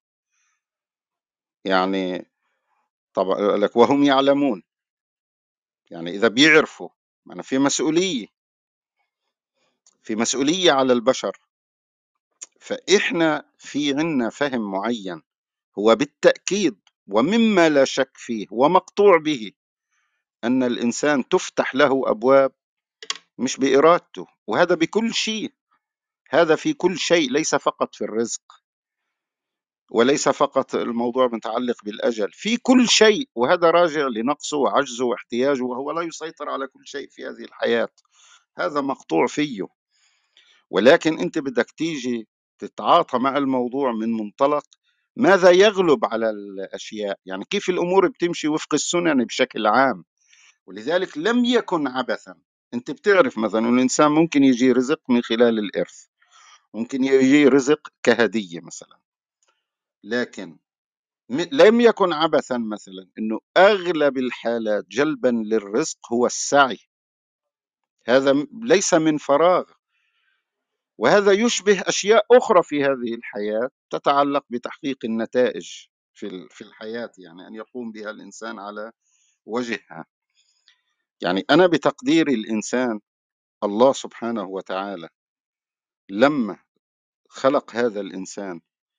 يعني طبعا لك وهم يعلمون، يعني إذا بيعرفوا، يعني في مسؤولية، في مسؤولية على البشر. فإحنا في عنا فهم معين هو بالتأكيد ومما لا شك فيه ومقطوع به أن الإنسان تفتح له أبواب مش بإرادته، وهذا بكل شيء، هذا في كل شيء، ليس فقط في الرزق، وليس فقط الموضوع متعلق بالأجل، في كل شيء، وهذا راجع لنقصه وعجزه واحتياجه، وهو لا يسيطر على كل شيء في هذه الحياة، هذا مقطوع فيه. ولكن أنت بدك تيجي تتعاطى مع الموضوع من منطلق ماذا يغلب على الأشياء، يعني كيف الأمور بتمشي وفق السنن بشكل عام. ولذلك لم يكن عبثا. أنت بتعرف مثلا الإنسان ممكن يجي رزق من خلال الإرث، ممكن يجي رزق كهدية مثلا، لكن لم يكن عبثا مثلا أنه أغلب الحالات جلبا للرزق هو السعي، هذا ليس من فراغ. وهذا يشبه أشياء أخرى في هذه الحياة تتعلق بتحقيق النتائج في في الحياة، يعني أن يقوم بها الإنسان على وجهها. يعني أنا بتقديري الإنسان، الله سبحانه وتعالى لما خلق هذا الإنسان،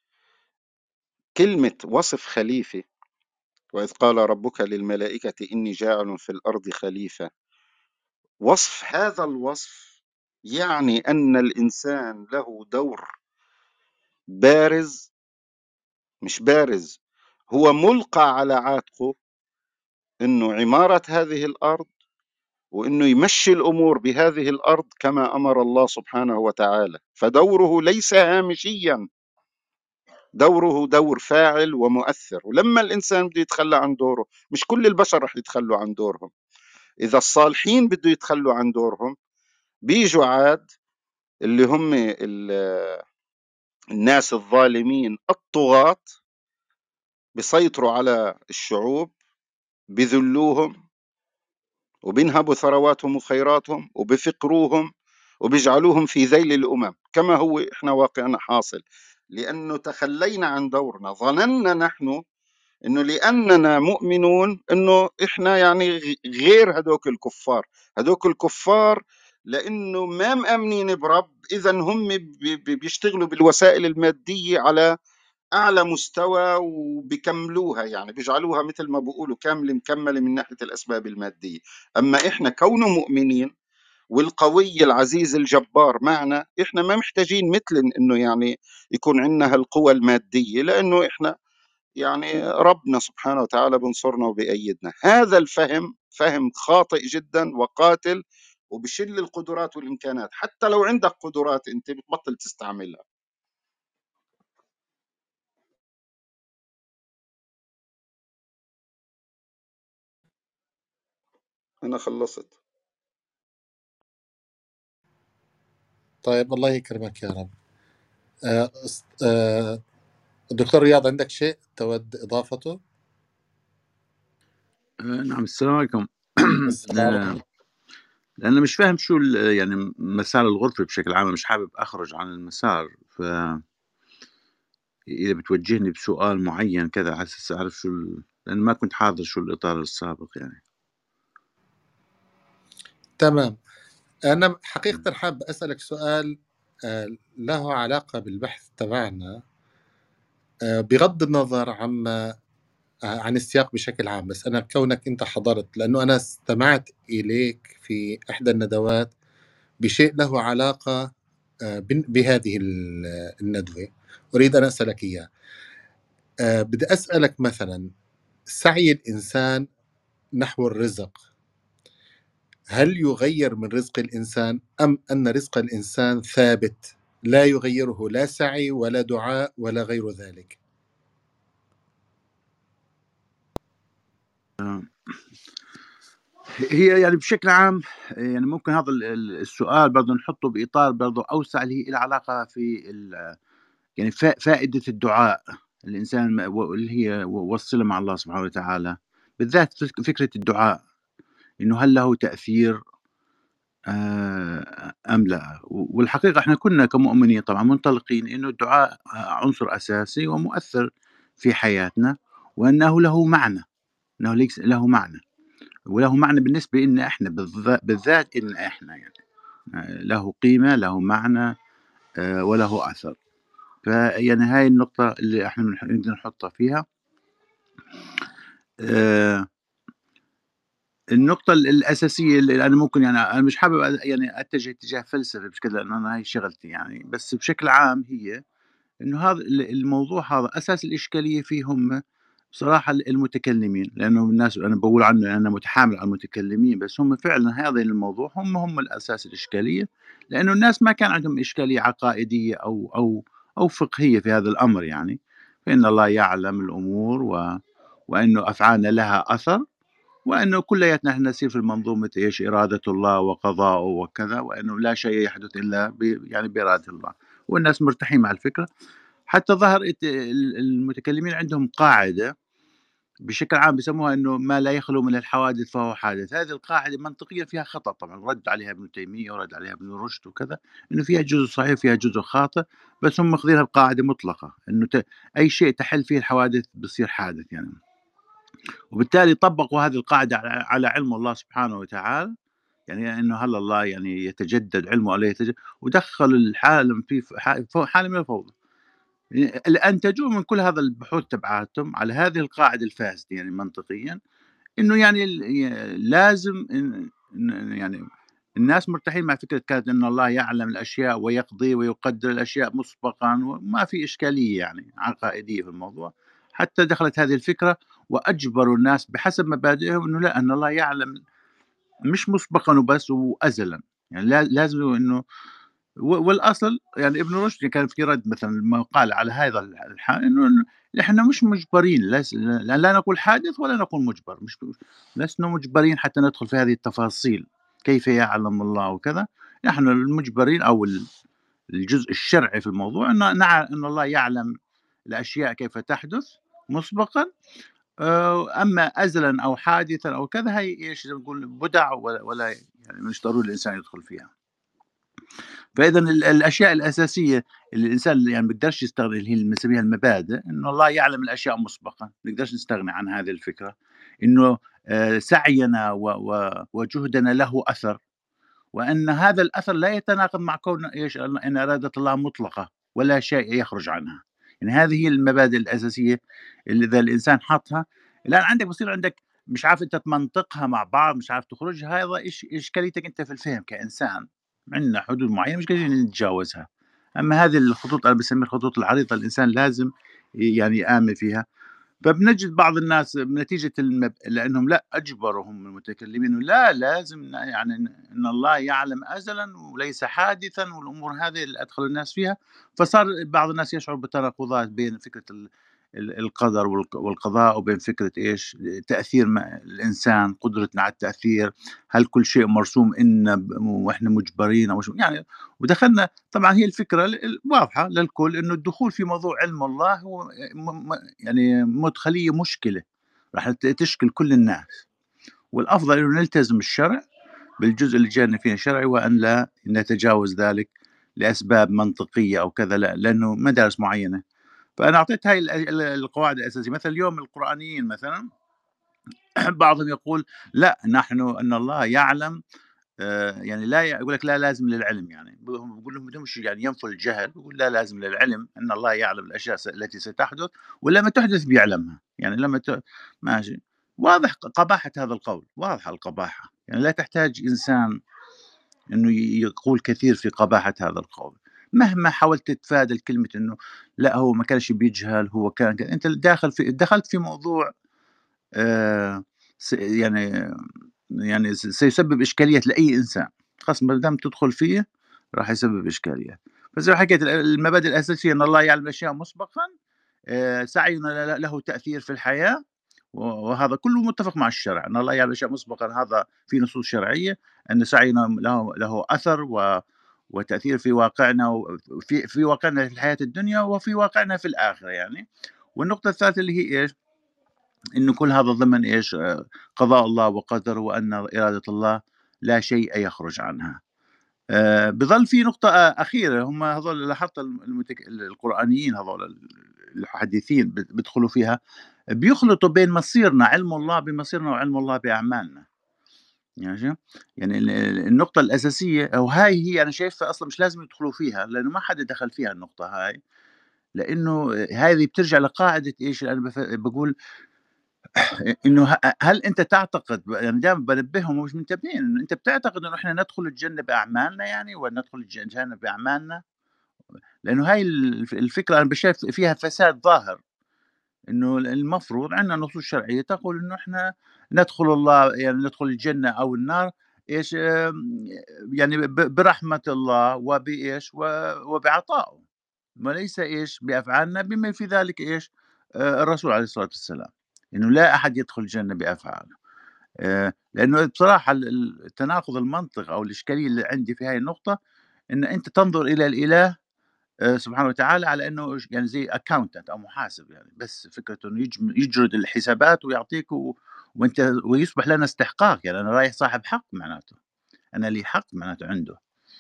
كلمة وصف خليفة، وإذ قال ربك للملائكة إني جاعل في الأرض خليفة، وصف هذا الوصف يعني أن الإنسان له دور بارز، مش بارز، هو ملقى على عاتقه، إنه عمارة هذه الأرض، وإنه يمشي الأمور بهذه الأرض كما أمر الله سبحانه وتعالى. فدوره ليس هامشيا، دوره دور فاعل ومؤثر. ولما الإنسان بده يتخلى عن دوره، مش كل البشر رح يتخلوا عن دورهم، إذا الصالحين بده يتخلوا عن دورهم بيجوا عاد اللي هم الناس الظالمين الطغاة، بيسيطروا على الشعوب، بذلوهم، وبينهبوا ثرواتهم وخيراتهم، وبفقروهم، وبيجعلوهم في ذيل الأمم، كما هو إحنا واقعنا حاصل، لأنه تخلينا عن دورنا. ظننا نحن إنه لأننا مؤمنون إنه إحنا يعني غير هدوك الكفار، هدوك الكفار لأنه ما مأمنين برب، إذا هم بيشتغلوا بالوسائل المادية على أعلى مستوى وبيكملوها، يعني بيجعلوها مثل ما بيقولوا كاملة مكملة من ناحية الأسباب المادية. أما إحنا كون مؤمنين والقوي العزيز الجبار معنا، إحنا ما محتاجين مثل إنه يعني يكون عندنا هالقوى المادية، لأنه إحنا يعني ربنا سبحانه وتعالى بنصرنا وبيأيدنا. هذا الفهم فهم خاطئ جدا وقاتل، وبشل القدرات والإمكانات. حتى لو عندك قدرات أنت بتبطل تستعملها. أنا خلصت. طيب الله يكرمك يا رب. آه آه الدكتور رياض، عندك شيء تود إضافته؟ آه نعم، السلام عليكم. السلام عليكم. لأن مش فاهم شو يعني مسار الغرفة بشكل عام، مش حابب أخرج عن المسار، ف إذا بتوجهني بسؤال معين كذا على أساس أعرف شو ال... لأن ما كنت حاضر شو الإطار السابق يعني. تمام. أنا حقيقة حاب أسألك سؤال له علاقة بالبحث تبعنا، بغض النظر عما عن السياق بشكل عام، بس أنا كونك أنت حضرت، لأنه أنا استمعت إليك في إحدى الندوات بشيء له علاقة بهذه الندوة، أريد أن أسألك إياه. بدي أسألك مثلا، سعي الإنسان نحو الرزق هل يغير من رزق الإنسان، أم أن رزق الإنسان ثابت لا يغيره لا سعي ولا دعاء ولا غير ذلك؟ هي يعني بشكل عام، يعني ممكن هذا السؤال برضه نحطه بإطار برضه أوسع، اللي هي العلاقة في يعني فائدة الدعاء الإنسان اللي هي وصله مع الله سبحانه وتعالى، بالذات فكرة الدعاء، إنه هل له تأثير آآ أم لا؟ و والحقيقة إحنا كُنّا كمؤمنين طبعًا منطلقين إنه الدعاء عنصر أساسي ومؤثّر في حياتنا، وأنه له معنى، أنه ليس له معنى، وله معنى بالنسبة لنا إحنا بالذ بالذات إلنا إحنا يعني، آآ له قيمة، له معنى، آآ وله أثر. فيعني هاي النقطة اللي إحنا بنح نقدر نحطها فيها. آآ النقطة ال الأساسية اللي أنا ممكن يعني أنا مش حابب أ يعني أتجه اتجاه فلسفي مش كده، لأن أنا هاي شغلتي يعني، بس بشكل عام هي إنه هذا ال الموضوع هذا أساس الإشكالية فيه هم بصراحة ال المتكلمين، لأنه الناس أنا باقول عنه أنا متحامل على المتكلمين، بس هم فعلًا هذا الموضوع هم هم الأساس الإشكالية، لأنه الناس ما كان عندهم إشكالية عقائدية أو أو أو فقهية في هذا الأمر يعني، فإن الله يعلم الأمور و وإنه أفعالنا لها أثر، وإنه كلياتنا إحنا نسير في المنظومة إيش إرادة الله وقضاؤه وكذا، وإنه لا شيء يحدث إلا ب يعني بإرادة الله، والناس مرتاحين مع الفكرة. حتى ظهرت ال المتكلمين عندهم قاعدة بشكل عام بيسموها إنه ما لا يخلو من الحوادث فهو حادث. هذه القاعدة منطقيًا فيها خطأ طبعًا، رد عليها ابن تيمية ورد عليها ابن رشد وكذا، إنه فيها جزء صحيح وفيها جزء خاطئ، بس هم ماخذينها بقاعدة مطلقة، إنه ت أي شيء تحل فيه الحوادث بيصير حادث يعني. وبالتالي طبّقوا هذه القاعدة على على علم الله سبحانه وتعالى، يعني إنه هل الله يعني يتجدد علمه أو لا يتجدد، ودخّلوا العالم في ف ح ف حالة من الفوضى. ي اللي أنتجوه من كل هذا البحوث تبعاتهم على هذه القاعدة الفاسدة يعني منطقيًا، إنه يعني ال ي لازم إن إن يعني الناس مرتاحين مع فكرة كانت إن الله يعلم الأشياء ويقضي ويقدّر الأشياء مسبقًا وما في إشكالية يعني عقائدية في الموضوع، حتى دخلت هذه الفكرة وأجبروا الناس بحسب مبادئهم إنه لأ، أن الله يعلم مش مسبقًا وبس وأزلًا، يعني لا لازم إنه و والأصل يعني ابن رشد كان في رد مثلًا مقال على هذا ال الح إنه إنه إحنا مش مجبرين لس لا لا نقول حادث ولا نقول مُجبر، مش لسنا مجبرين حتى ندخل في هذه التفاصيل، كيف يعلم الله وكذا، نحن المجبرين أو ال الجزء الشرعي في الموضوع إن نع إن الله يعلم الأشياء كيف تحدث مسبقًا، آآ، أما أزلًا أو حادثًا أو كذا هي إيش زي ما نقول بدع ولا ولا يعني مش ضروري الإنسان يدخل فيها. فإذًا ال الأشياء الأساسية اللي الإنسان يعني ما بيقدرش يستغني اللي هي اللي بنسميها المبادئ، إنه الله يعلم الأشياء مسبقًا، ما نقدرش نستغني عن هذه الفكرة، إنه آآ سعينا و و وجهدنا له أثر. وأن هذا الأثر لا يتناقض مع كون إيش ال إن إرادة الله مطلقة ولا شيء يخرج عنها، يعني هذه هي المبادئ الأساسية اللي إذا الإنسان حطها الآن عندك بصير عندك مش عارف أنت تمنطقها مع بعض، مش عارف تخرجها، هذا إيش إشكاليتك أنت في الفهم كإنسان، عندنا حدود معينة مش قادرين نتجاوزها، أما هذه الخطوط أنا باسميها الخطوط العريضة الإنسان لازم يعني يآمن فيها. فبنجد بعض الناس نتيجة المب... لأنهم لا أجبرهم المتكلمين لا لازم ن- يعني إن إن الله يعلم أزلا وليس حادثا والأمور هذه اللي أدخل الناس فيها، فصار بعض الناس يشعر بتناقضات بين فكرة ال... ال- القدر والق- والقضاء وبين فكرة إيش تأثير ما الإنسان قدرتنا على التأثير، هل كل شيء مرسوم إن ب- وإحنا مجبرين أو شو يعني. ودخلنا طبعا هي الفكرة ال- ال- واضحة للكل إنه الدخول في موضوع علم الله هو م- م- يعني مدخلية مشكلة راح ت تشكل كل الناس، والأفضل إنه نلتزم الشرع بالجزء اللي جاءنا فيه شرعي وأن لا نتجاوز ذلك لأسباب منطقية أو كذا لا، لأنه مدارس معينة. فأنا أعطيت هاي ال ال القواعد الأساسية، مثلًا اليوم القرآنيين مثلًا بعضهم يقول لأ نحن أن الله يعلم آآ يعني لا ي يقول لك لا لازم للعلم يعني، ب هم بيقول لهم بدهمش يعني ينفوا الجهل، بيقول لا لازم للعلم أن الله يعلم الأشياء س التي ستحدث ولما تحدث بيعلمها، يعني لما ت ماشي، واضح ق قباحة هذا القول، واضحة القباحة، يعني لا تحتاج إنسان إنه ي يقول كثير في قباحة هذا القول، مهما حاولت تتفادى كلمة إنه لأ هو ما كانش بيجهل هو كان ك أنت داخل في دخلت في موضوع آآ س يعني يعني س سيسبب إشكالية لأي إنسان، خلاص ما دام تدخل فيه راح يسبب إشكالية. فزي ما حكيت ال المبادئ الأساسية إن الله يعلم الأشياء مسبقًا، آآ سعينا ل له تأثير في الحياة، و وهذا كله متفق مع الشرع، أن الله يعلم الأشياء مسبقًا هذا في نصوص شرعية، أن سعينا له له أثر و وتأثير في واقعنا وفي في واقعنا في الحياة الدنيا وفي واقعنا في الآخرة يعني. والنقطة الثالثة اللي هي إيش؟ إنه كل هذا ضمن إيش آآ قضاء الله وقدره وأن إرادة الله لا شيء يخرج عنها. آه، بظل في نقطة أخيرة، هم هذول لاحظت المتك... القرآنيين هذول المحدثين بيدخلوا فيها، بيخلطوا بين مصيرنا علم الله بمصيرنا وعلم الله بأعمالنا. يعني يعني النقطة الأساسية، أو هاي هي أنا شايفها أصلا مش لازم يدخلوا فيها، لأنه ما حدا دخل فيها النقطة هاي، لأنه هذه بترجع لقاعدة إيش أنا بف... بقول إنه هل أنت تعتقد، يعني دائما بنبههم ومش منتبهين، إنه أنت بتعتقد إنه إحنا ندخل الجنة بأعمالنا يعني، ولا ندخل الجنة بأعمالنا؟ لأنه هاي الفكرة أنا بشايف فيها فساد ظاهر، إنه المفروض عندنا نصوص شرعية تقول إنه إحنا ندخل الله، يعني ندخل الجنة أو النار إيش يعني برحمة الله وبإيش وبعطائه، وليس إيش بأفعالنا، بما في ذلك إيش الرسول عليه الصلاة والسلام، إنه لا أحد يدخل الجنة بأفعاله. لأنه بصراحة التناقض المنطق أو الإشكالية اللي عندي في هاي النقطة، إن أنت تنظر إلى الإله سبحانه وتعالى على انه يعني زي اكاونتنت او محاسب، يعني بس فكره انه يجرد الحسابات ويعطيك و... وانت ويصبح لنا استحقاق، يعني انا رايح صاحب حق، معناته انا لي حق معناته عنده،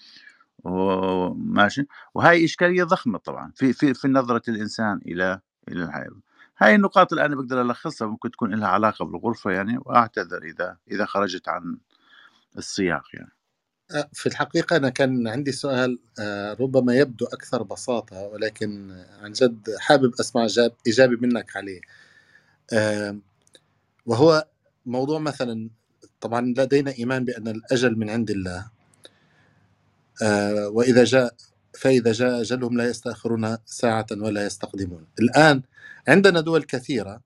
وماشي. وهي اشكاليه ضخمه طبعا في في في نظره الانسان الى الى الحياه. هاي النقاط اللي انا بقدر الخصها، ممكن تكون لها علاقه بالغرفه يعني، واعتذر اذا اذا خرجت عن السياق يعني. في الحقيقة أنا كان عندي سؤال ربما يبدو أكثر بساطة، ولكن عن جد حابب أسمع إجابة منك عليه، وهو موضوع مثلا، طبعا لدينا إيمان بأن الأجل من عند الله، وإذا جاء فإذا جاء أجلهم لا يستأخرون ساعة ولا يستقدمون. الآن عندنا دول كثيرة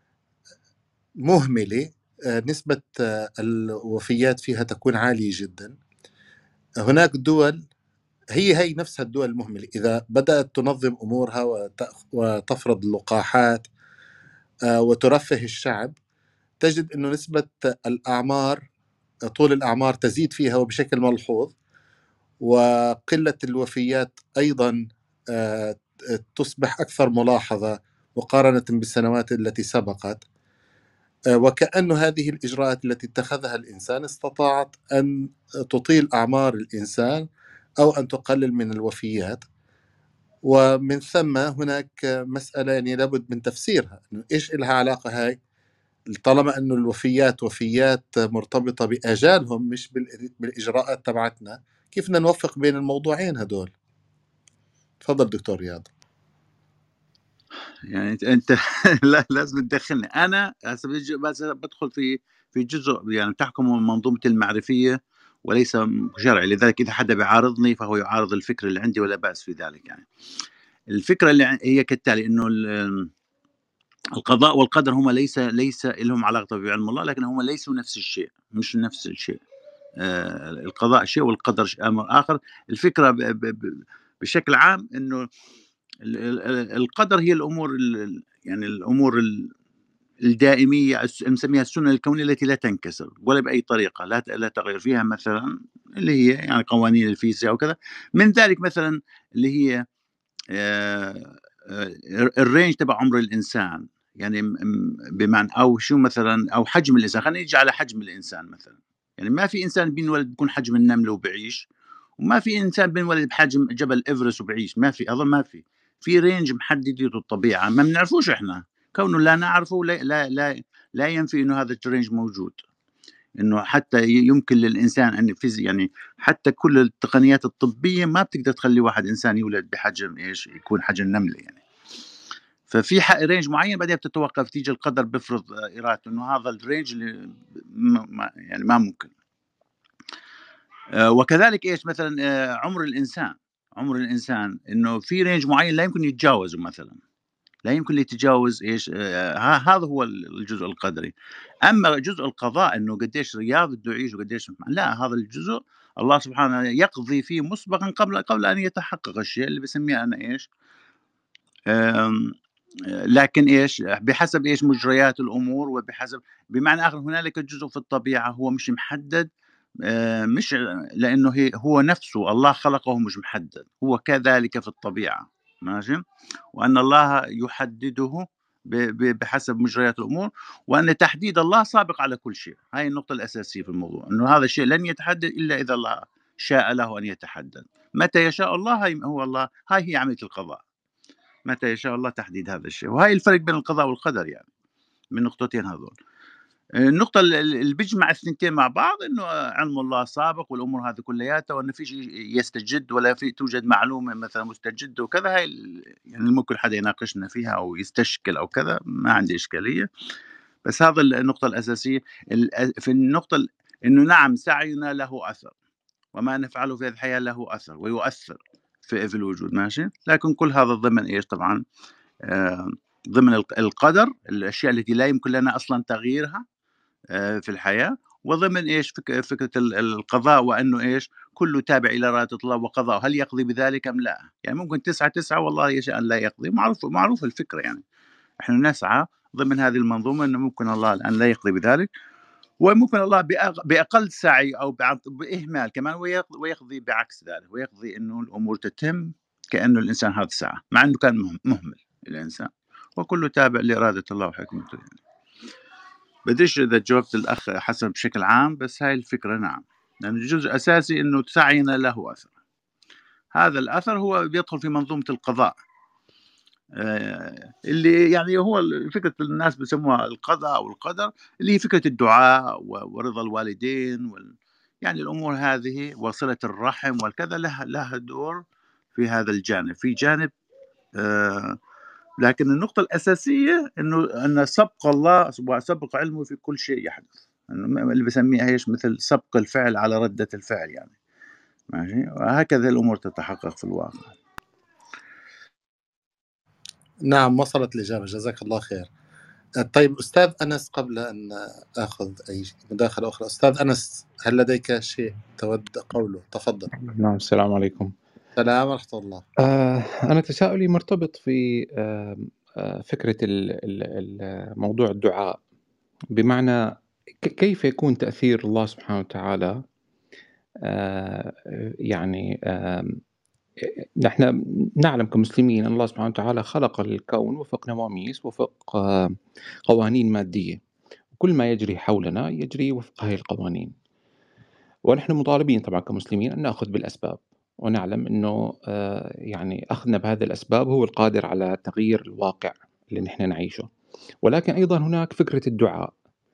مهملة، نسبة الوفيات فيها تكون عالية جدا. هناك دول هي هي نفسها الدول المهملة إذا بدأت تنظم أمورها وتفرض اللقاحات وترفه الشعب، تجد أنه نسبة الأعمار، طول الأعمار تزيد فيها وبشكل ملحوظ، وقلة الوفيات أيضا تصبح أكثر ملاحظة مقارنة بالسنوات التي سبقت. وكأن هذه الإجراءات التي اتخذها الإنسان استطاعت أن تطيل أعمار الإنسان أو أن تقلل من الوفيات. ومن ثم هناك مسألة يعني لابد من تفسيرها، إنه إيش إلها علاقة هاي، طالما أنه الوفيات وفيات مرتبطة بآجالهم مش بالإجراءات تبعتنا، كيف بدنا نوفق بين الموضوعين هدول؟ تفضل دكتور رياض. يعني انت لا لازم تدخلني انا هسه بدخل في في جزء، يعني تحكم منظومه المعرفيه وليس شرعي، لذلك اذا حدا بيعارضني فهو يعارض الفكر اللي عندي ولا باس في ذلك. يعني الفكره اللي هي كالتالي، انه القضاء والقدر هما ليس ليس لهم علاقه بعلم الله، لكن هما ليسوا نفس الشيء، مش نفس الشيء. آه القضاء شيء والقدر امر اخر. الفكره ب ب بشكل عام انه القدر هي الامور يعني الامور الدائميه، نسميها السنه الكونيه التي لا تنكسر ولا باي طريقه، لا لا تغير فيها، مثلا اللي هي يعني قوانين الفيزياء وكذا. من ذلك مثلا اللي هي الرينج تبع عمر الانسان، يعني بمعنى او شو مثلا، او حجم الانسان. خلينا نيجي على حجم الانسان مثلا، يعني ما في انسان بينولد بيكون حجم النمله وبعيش، وما في انسان بينولد بحجم جبل ايفرست وبعيش، ما في، هذا ما في في رينج محدد الطبيعه ما بنعرفوش احنا، كونه لا نعرفه لا لا لا, لا ينفي انه هذا الرينج موجود، انه حتى يمكن للانسان ان في يعني حتى كل التقنيات الطبيه ما بتقدر تخلي واحد انسان يولد بحجم ايش يكون حجم نمله يعني. ففي رينج معين بعدين بتتوقف، تيجي القدر بفرض ارادته انه هذا الرينج اللي ما يعني ما ممكن. وكذلك ايش مثلا عمر الانسان، عمر الانسان انه في رينج معين لا يمكن يتجاوزه، مثلا لا يمكن يتجاوز ايش آه هذا هو الجزء القدري. اما جزء القضاء انه قديش رياض بده يعيش وقديش، لا، هذا الجزء الله سبحانه يقضي فيه مسبقا قبل قبل ان يتحقق الشيء اللي بسميه انا ايش، لكن ايش بحسب ايش مجريات الامور، وبحسب بمعنى اخر هنالك جزء في الطبيعه هو مش محدد، مش لانه هي هو نفسه الله خلقه مش محدد، هو كذلك في الطبيعه، ماشي، وان الله يحدده بحسب مجريات الأمور، وأن تحديد الله سابق على كل شيء. هاي النقطة الأساسية في الموضوع، أنه هذا الشيء لن يتحدد إلا إذا الله شاء له أن يتحدد. متى يشاء الله هاي هو الله، هاي هي عملية القضاء، متى يشاء الله تحديد هذا الشيء. وهاي الفرق بين القضاء والقدر يعني، من نقطتين هذول. النقطة اللي بيجمع الثنتين مع بعض إنه علم الله سابق والأمور هذه كلياتها، وإنه في شيء يستجد ولا في توجد معلومة مثلا مستجدة وكذا. هاي يعني ممكن حدا يناقشنا فيها أو يستشكل أو كذا، ما عندي إشكالية. بس هذا النقطة الأساسية في النقطة، إنه نعم سعينا له أثر، وما نفعله في هذه الحياة له أثر ويؤثر في, في الوجود، ماشي. لكن كل هذا ضمن إيش؟ طبعا آه ضمن القدر، الأشياء التي لا يمكن لنا أصلا تغييرها في الحياة، وضمن إيش؟ فك فكرة القضاء، وأنه إيش؟ كله تابع إلى إرادة الله وقضاء، هل يقضي بذلك أم لا؟ يعني ممكن تسعة تسعة والله يشاء أن لا يقضي، معروف معروف الفكرة يعني. إحنا نسعى ضمن هذه المنظومة أنه ممكن الله الآن لا يقضي بذلك، وممكن الله بأقل سعي أو بإهمال كمان ويقضي بعكس ذلك، ويقضي أنه الأمور تتم كأنه الإنسان هذا سعى، مع أنه كان مهمل الإنسان، وكله تابع لإرادة الله وحكمته يعني. بديش إذا جاوبت الأخ حسن بشكل عام، بس هاي الفكرة نعم، لأن يعني جزء أساسي إنه سعينا له أثر. هذا الأثر هو بيدخل في منظومة القضاء، آه اللي يعني هو فكرة الناس بيسموها القضاء أو القدر، اللي هي فكرة الدعاء ورضا الوالدين وال يعني الأمور هذه وصلة الرحم والكذا، لها لها دور في هذا الجانب. في جانب آه لكن النقطة الأساسية إنه أن سبق الله وسبق علمه في كل شيء يحدث، إنه اللي بسميها إيش؟ مثل سبق الفعل على ردة الفعل يعني، ماشي. وهكذا الأمور تتحقق في الواقع. نعم وصلت الإجابة، جزاك الله خير. طيب أستاذ أنس، قبل أن أخذ أي مداخلة أخرى، أستاذ أنس هل لديك شيء تود قوله؟ تفضل. نعم، السلام عليكم. السلام ورحمة الله. آه أنا تساؤلي مرتبط في آه آه فكرة موضوع الدعاء، بمعنى كيف يكون تأثير الله سبحانه وتعالى. آه يعني آه نحن نعلم كمسلمين أن الله سبحانه وتعالى خلق الكون وفق نواميس، وفق آه قوانين مادية، وكل ما يجري حولنا يجري وفق هذه القوانين، ونحن مطالبين طبعا كمسلمين أن نأخذ بالأسباب، ونعلم أنه آه يعني أخذنا بهذه الأسباب هو القادر على تغيير الواقع اللي نحن نعيشه. ولكن أيضا هناك فكرة الدعاء.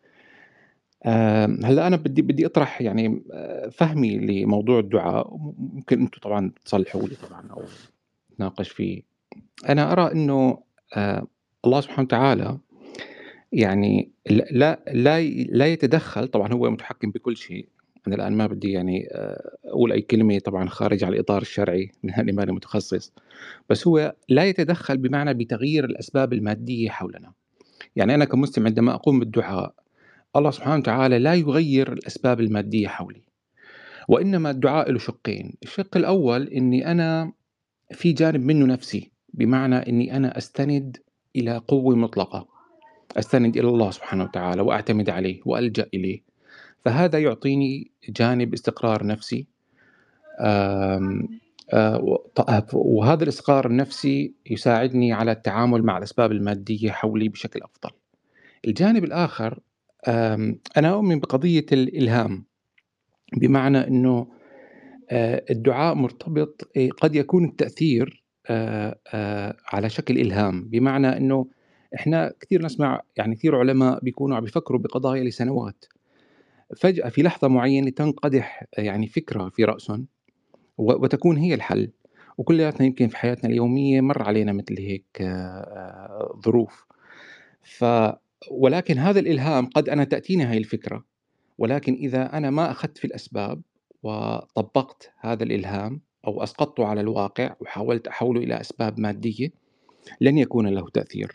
آه هلا أنا بدي بدي أطرح يعني آه فهمي لموضوع الدعاء، ممكن أنتم طبعا تصلحوا لي طبعا أو نتناقش فيه. أنا أرى أنه آه الله سبحانه وتعالى يعني لا لا لا يتدخل، طبعا هو متحكم بكل شيء. أنا الآن ما بدي يعني أقول أي كلمة طبعا خارج على الإطار الشرعي لأني ماني متخصص، بس هو لا يتدخل بمعنى بتغيير الأسباب المادية حولنا. يعني أنا كمسلم عندما أقوم بالدعاء، الله سبحانه وتعالى لا يغير الأسباب المادية حولي، وإنما الدعاء له شقين. الشق الأول إني أنا في جانب منه نفسي، بمعنى إني أنا أستند إلى قوة مطلقة، أستند إلى الله سبحانه وتعالى وأعتمد عليه وألجأ إليه، فهذا يعطيني جانب استقرار نفسي. آم آم وهذا الاستقرار النفسي يساعدني على التعامل مع الأسباب المادية حولي بشكل أفضل. الجانب الآخر، أنا أؤمن بقضية الإلهام، بمعنى أنه الدعاء مرتبط، قد يكون التأثير على شكل إلهام، بمعنى أنه إحنا كثير نسمع يعني كثير علماء بيكونوا عم بيفكروا بقضايا لسنوات، فجأة في لحظة معينة تنقدح يعني فكرة في رأسهم وتكون هي الحل. وكلياتنا يمكن في حياتنا اليومية مر علينا مثل هيك ظروف. ف ولكن هذا الإلهام قد أنا تأتيني هاي الفكرة، ولكن إذا أنا ما أخذت في الأسباب وطبقت هذا الإلهام أو أسقطته على الواقع وحاولت أحوله إلى أسباب مادية، لن يكون له تأثير.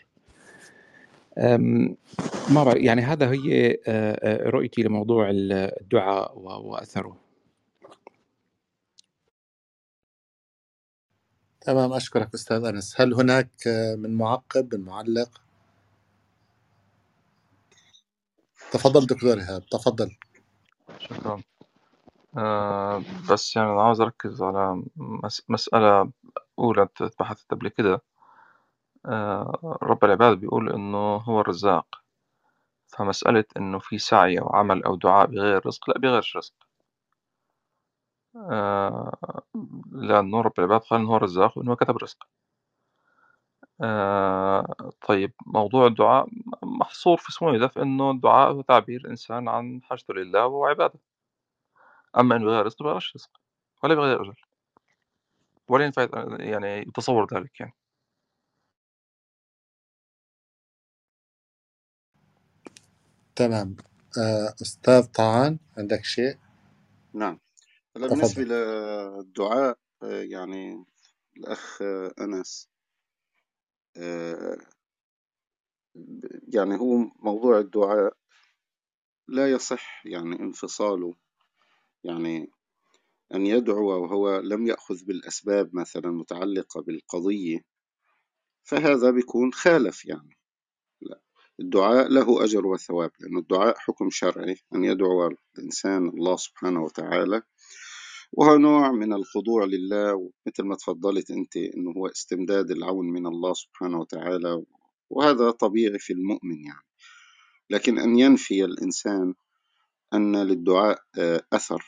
ما بعرف يعني، هذا هي رؤيتي لموضوع الدعاء وأثره. تمام، أشكرك أستاذ أنس. هل هناك من معقب من معلق؟ تفضل دكتور إيهاب، تفضل. شكرا. آه بس يعني أنا عاوز أركز على مس- مسألة أولى اتبحثت قبل كده. آه، رب العباد بيقول إنه هو الرزاق، فمسألة إنه في سعي أو عمل أو دعاء بغير رزق، لا بغير رزق. آه، لأنه رب العباد قال إنه هو الرزاق وإنه كتب رزق. آه، طيب موضوع الدعاء محصور في اسمه إيه ده، في إنه الدعاء هو تعبير الإنسان عن حاجته لله وهو عبادة. أما إنه بغير رزق بغير رزق ولا بغير أجل، ولا ينفع يعني يتصور ذلك يعني. تمام. آه، أستاذ طعان عندك شيء؟ نعم. هلا بالنسبة تفضل. للدعاء، آه، يعني الأخ آه، أنس، آه، يعني هو موضوع الدعاء لا يصح يعني انفصاله، يعني أن يدعو وهو لم يأخذ بالأسباب مثلا متعلقة بالقضية، فهذا بيكون خالف يعني. لا، الدعاء له أجر وثواب، لأن الدعاء حكم شرعي، أن يدعو الإنسان الله سبحانه وتعالى، وهو نوع من الخضوع لله، ومثل ما تفضلت أنت أنه هو استمداد العون من الله سبحانه وتعالى، وهذا طبيعي في المؤمن يعني. لكن أن ينفي الإنسان أن للدعاء آه، أثر،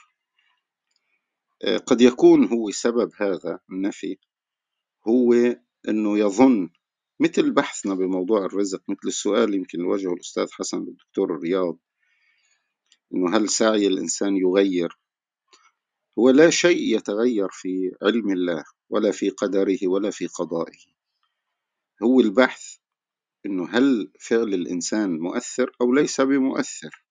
آه، قد يكون هو سبب هذا النفي هو أنه يظن، مثل بحثنا بموضوع الرزق، مثل السؤال يمكن اللي وجهه الأستاذ حسن للدكتور الرياض، أنه هل سعي الإنسان يغير؟ هو لا شيء يتغير في علم الله ولا في قدره ولا في قضائه. هو البحث أنه هل فعل الإنسان مؤثر أو ليس بمؤثر.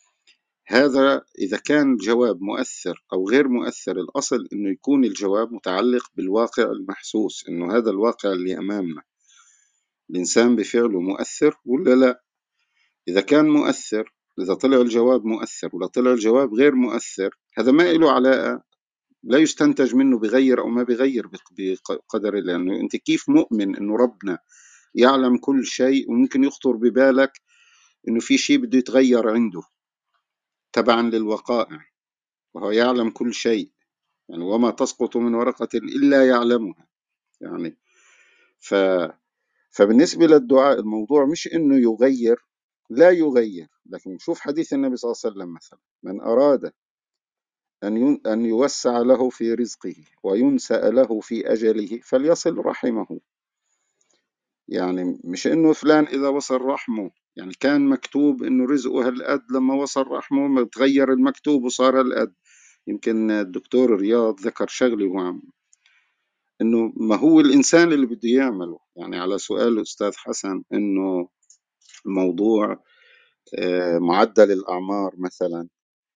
هذا إذا كان الجواب مؤثر أو غير مؤثر، الأصل أنه يكون الجواب متعلق بالواقع المحسوس، أنه هذا الواقع اللي أمامنا الإنسان بفعله مؤثر ولا لا. إذا كان مؤثر، إذا طلع الجواب مؤثر ولا طلع الجواب غير مؤثر، هذا ما له علاقة، لا يستنتج منه بغير أو ما بغير بقدر الله. لأنه أنت كيف مؤمن أنه ربنا يعلم كل شيء، وممكن يخطر ببالك أنه في شيء بده يتغير عنده تبعا للوقائع، وهو يعلم كل شيء يعني، وما تسقط من ورقة إلا يعلمها يعني. ف... فبالنسبة للدعاء الموضوع مش إنه يغير، لا يغير، لكن شوف حديث النبي صلى الله عليه وسلم مثلا: من أراد أن أن يوسع له في رزقه وينسأ له في أجله فليصل رحمه. يعني مش إنه فلان إذا وصل رحمه، يعني كان مكتوب إنه رزقه هالقد، لما وصل رحمه ما تغير المكتوب وصار هالقد. يمكن الدكتور رياض ذكر شغلة هو عم إنه ما هو الإنسان اللي بده يعمله. يعني على سؤال الأستاذ حسن إنه موضوع آه، معدل الأعمار مثلا،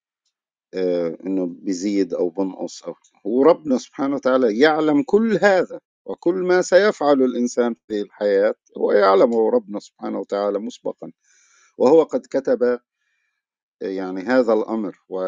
آه، إنه بيزيد أو بنقص، أو هو ربنا سبحانه وتعالى يعلم كل هذا، وكل ما سيفعل الإنسان في الحياة هو يعلمه ربنا سبحانه وتعالى مسبقا، وهو قد كتب يعني هذا الأمر، و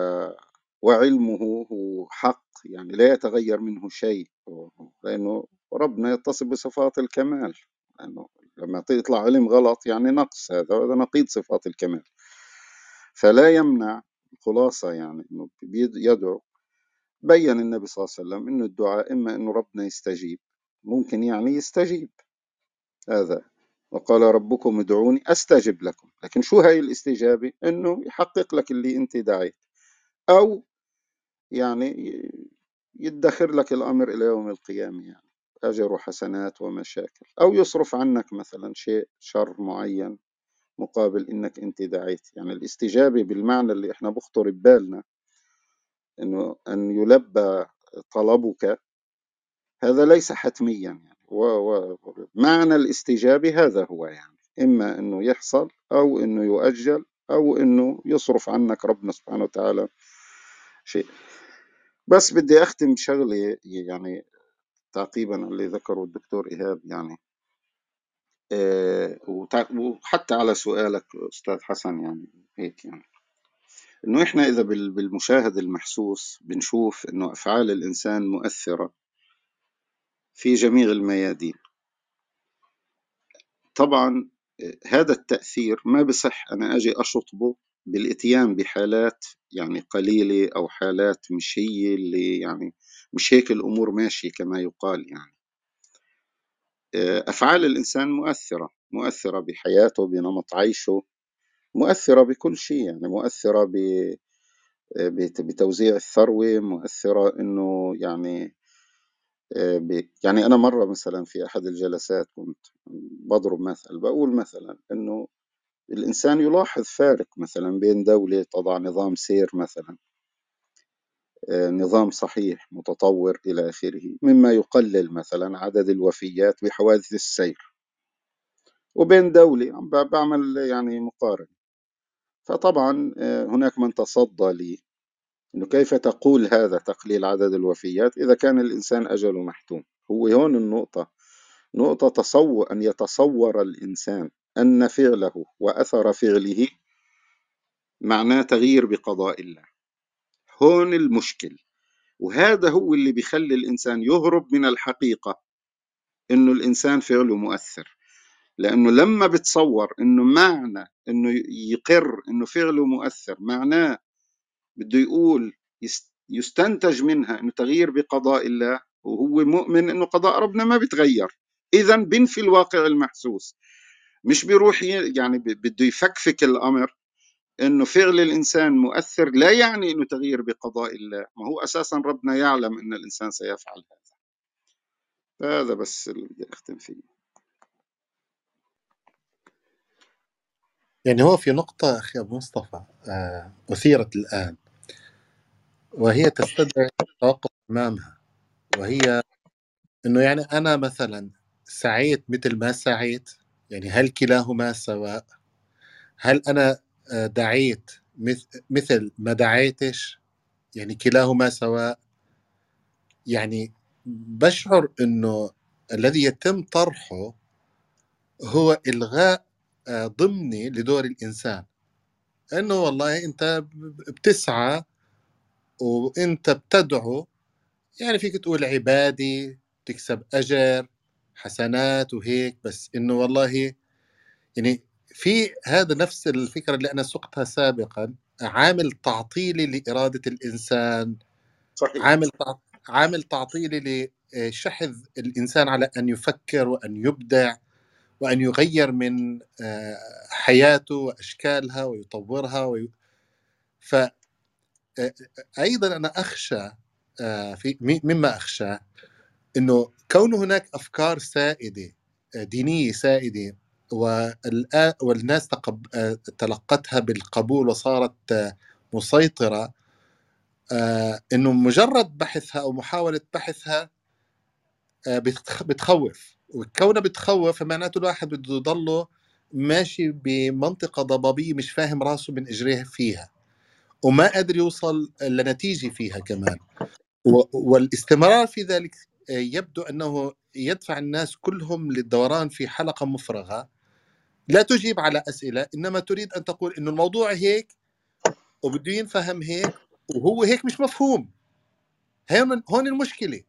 وعلمه هو حق يعني لا يتغير منه شيء، لأنه ربنا يتصف بصفات الكمال. لأنه لما يطلع علم غلط يعني نقص، هذا هذا نقيض صفات الكمال. فلا يمنع، الخلاصة يعني إنه يدعو. بين النبي صلى الله عليه وسلم إنه الدعاء إما إنه ربنا يستجيب، ممكن يعني يستجيب هذا، وقال ربكم ادعوني أستجب لكم. لكن شو هاي الاستجابة؟ إنه يحقق لك اللي أنت دعيت، أو يعني يدخر لك الأمر إلى يوم القيامة، يعني أجر وحسنات ومشاكل، أو يصرف عنك مثلا شيء شر معين مقابل إنك أنت دعيت. يعني الاستجابة بالمعنى اللي إحنا بخطر ببالنا إنه أن يلبى طلبك، هذا ليس حتميا يعني. ومعنى الاستجابة هذا هو يعني، إما إنه يحصل أو إنه يؤجل أو إنه يصرف عنك ربنا سبحانه وتعالى شيء. بس بدي أختم بشغلة يعني تعقيبا على اللي ذكره الدكتور إيهاب يعني، أه وحتى على سؤالك أستاذ حسن يعني هيك يعني، إنه إحنا إذا بالمشاهد المحسوس بنشوف إنه أفعال الإنسان مؤثرة في جميع الميادين. طبعا هذا التأثير ما بصح أنا أجي أشطبه بالإتيان بحالات يعني قليلة، أو حالات مش هي اللي يعني مش هيك الأمور ماشية كما يقال يعني. أفعال الإنسان مؤثرة مؤثرة بحياته، بنمط عيشه، مؤثرة بكل شيء، يعني مؤثرة بتوزيع الثروة، مؤثرة إنه يعني يعني أنا مرة مثلا في أحد الجلسات كنت بضرب مثل، بقول مثلا إنه الإنسان يلاحظ فارق مثلا بين دولة تضع نظام سير مثلا، نظام صحيح متطور إلى آخره، مما يقلل مثلا عدد الوفيات بحوادث السير، وبين دولة بعمل يعني مقارنة. فطبعا هناك من تصدى لي إنه كيف تقول هذا تقليل عدد الوفيات إذا كان الإنسان أجله محتوم. هو هون النقطة، نقطة تصور أن يتصور الإنسان أن فعله وأثر فعله معناه تغيير بقضاء الله. هون المشكل، وهذا هو اللي بيخلي الإنسان يهرب من الحقيقة إنه الإنسان فعله مؤثر. لأنه لما بتصور إنه معنى إنه يقر إنه فعله مؤثر معناه بده يقول يستنتج منها إنه تغيير بقضاء الله، وهو مؤمن إنه قضاء ربنا ما بيتغير، إذا بنفي الواقع المحسوس. مش بيروح يعني بده يفكفك الأمر إنه فعل الإنسان مؤثر لا يعني إنه تغيير بقضاء الله، ما هو أساسا ربنا يعلم إن الإنسان سيفعل هذا. هذا بس اللي بدي أختم فيه. يعني هو في نقطة أخي أبو مصطفى آه أثيرت الآن، وهي تستدعي التوقف أمامها، وهي إنه يعني أنا مثلا سعيت مثل ما سعيت، يعني هل كلاهما سواء؟ هل أنا دعيت مثل ما دعيتش، يعني كلاهما سواء؟ يعني بشعر إنه الذي يتم طرحه هو إلغاء ضمني لدور الإنسان، إنه والله أنت بتسعى وأنت بتدعو، يعني فيك تقول عبادي تكسب أجر حسنات وهيك، بس إنه والله يعني في هذا نفس الفكرة اللي أنا سقتها سابقا، عامل تعطيلي لإرادة الإنسان، صحيح. عامل عامل تعطيلي لشحذ الإنسان على أن يفكر وأن يبدع وأن يغير من حياته وأشكالها ويطورها وي... فأيضا أنا أخشى في مما أخشى إنه كون هناك أفكار سائدة دينية سائدة والناس تقب... تلقتها بالقبول وصارت مسيطرة، إنه مجرد بحثها أو محاولة بحثها بتخوف، وكونه بتخوف فمعناته الواحد بده يضله ماشي بمنطقة ضبابية مش فاهم راسه من إجريه فيها، وما قادر يوصل لنتيجة فيها كمان، والاستمرار في ذلك يبدو أنه يدفع الناس كلهم للدوران في حلقة مفرغة لا تجيب على أسئلة، إنما تريد أن تقول إنه الموضوع هيك وبده ينفهم هيك وهو هيك مش مفهوم. هون هون المشكلة.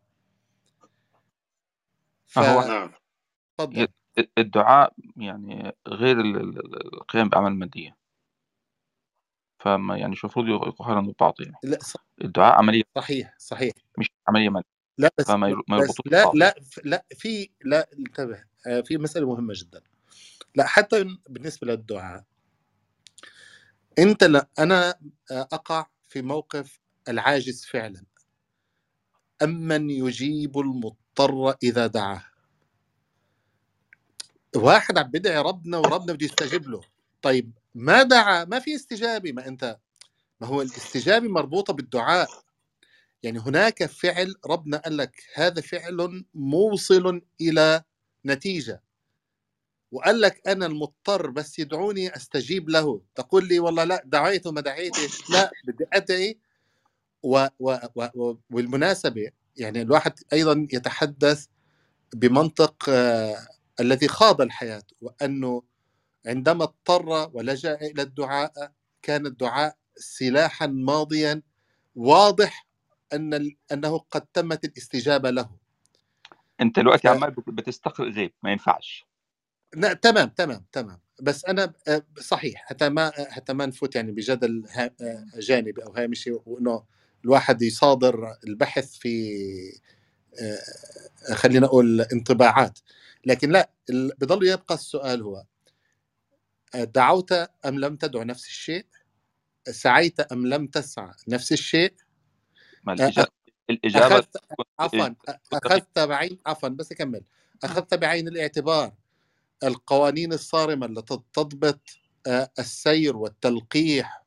ف... هو تفضل. الدعاء يعني غير القيام بأعمال مادية، فما يعني شو المفروض يقارنوا ببعض؟ يعني لا الدعاء عملية صحيح صحيح مش عملية مادية، لا بس فما ما بس يربطوش لا ببعض. لا لا في لا انتبه، في مسألة مهمة جدا. لا حتى بالنسبة للدعاء، انت لا انا اقع في موقف العاجز فعلا، امن يجيب المضطر اذا دعاه. واحد عم بدعي ربنا وربنا بده يستجيب له، طيب ما دعا ما في استجابه، ما انت ما هو الاستجابه مربوطه بالدعاء، يعني هناك فعل ربنا قال لك هذا فعل موصل الى نتيجه، وقال لك أنا المضطر بس يدعوني أستجيب له، تقول لي والله لا دعيت وما دعيتش، لا بدي أدعي. و و و والمناسبة يعني الواحد أيضا يتحدث بمنطق آه الذي خاض الحياة، وأنه عندما اضطر ولجأ إلى الدعاء كان الدعاء سلاحا ماضيا واضح أن أنه قد تمت الاستجابة له. أنت دلوقتي ف... عمال بتستقرئ غيب، ما ينفعش. لا تمام تمام تمام، بس انا صحيح حتى ما حتى ما نفوت يعني بجدل جانبي او هامشي، وانه الواحد يصادر البحث في خلينا نقول انطباعات، لكن لا، ال- بضل يبقى السؤال هو: دعوت أم لم تدع نفس الشيء؟ سعيت أم لم تسعى نفس الشيء؟ ما أ- الإجابة أخ- الإجابة أخذت تكون عفوا إجابة أ- تكون دقيقة. أخذت بعين عفوا بس أكمل. أخذت بعين الاعتبار القوانين الصارمة التي تضبط آه، السير والتلقيح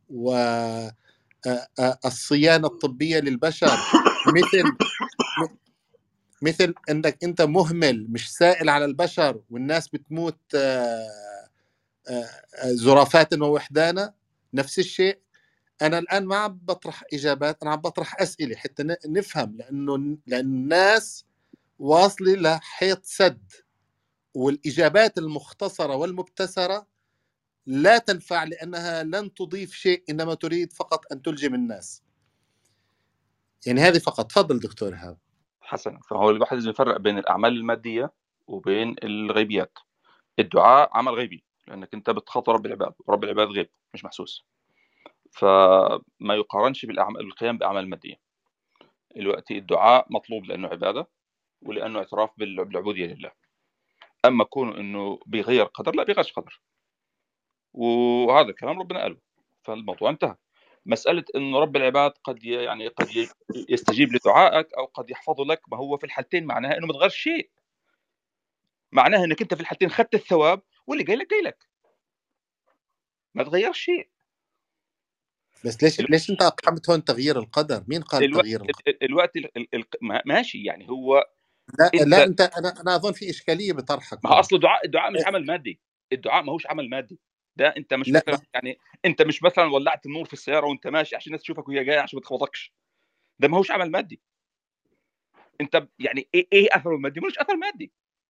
والصيانة الطبية للبشر، مثل مثل انك انت مهمل مش سائل على البشر والناس بتموت آه، آه، آه، زرافات ووحدانا؟ نفس الشيء. انا الان ما عم بطرح اجابات، انا عم بطرح اسئله حتى ن- نفهم، لانه لان الناس واصله لحيط سد، والاجابات المختصره والمبتسره لا تنفع، لانها لن تضيف شيء، انما تريد فقط ان تلجم الناس. يعني هذه فقط. تفضل دكتور هاب. حسنا، فهو الواحد لازم يفرق بين الأعمال المادية وبين الغيبيات. الدعاء عمل غيبي، لأنك أنت بتخاطب رب العباد، ورب العباد غيب مش محسوس، فما يقارنش بالأعمال القيام بأعمال مادية. دلوقتي الدعاء مطلوب لأنه عبادة ولأنه اعتراف بال- بالعبودية لله. أما كونه إنه بيغير قدر، لا بيغيرش قدر، وهذا كلام ربنا قاله، فالموضوع انتهى. مسألة إنه رب العباد قد ي- يعني قد ي- يستجيب لدعائك أو قد يحفظه لك، ما هو في الحالتين معناها إنه ما تغيرش شيء، معناها إنك أنت في الحالتين خدت الثواب واللي جاي لك جاي لك، ما تغيرش شيء. بس ليش ليش انت اقحمت هون تغيير القدر؟ مين قال الوقت تغيير القدر؟ الوقت ال- ال- ال- ما- ماشي، يعني هو لا لا، أنت، انت انا انا اظن في اشكاليه بطرحك ما هو هون. أصل الدعاء الدعاء مش عمل مادي. الدعاء ما هوش عمل مادي. ده أنت مش لا مثلا ما يعني أنت مش مثلا ولعت النور في السيارة وأنت ماشي عشان الناس تشوفك وهي جاية عشان ما تخبطكش. ده ما هوش عمل مادي. انت ب- يعني ايه ايه اثره المادي؟ ملوش اثر مادي.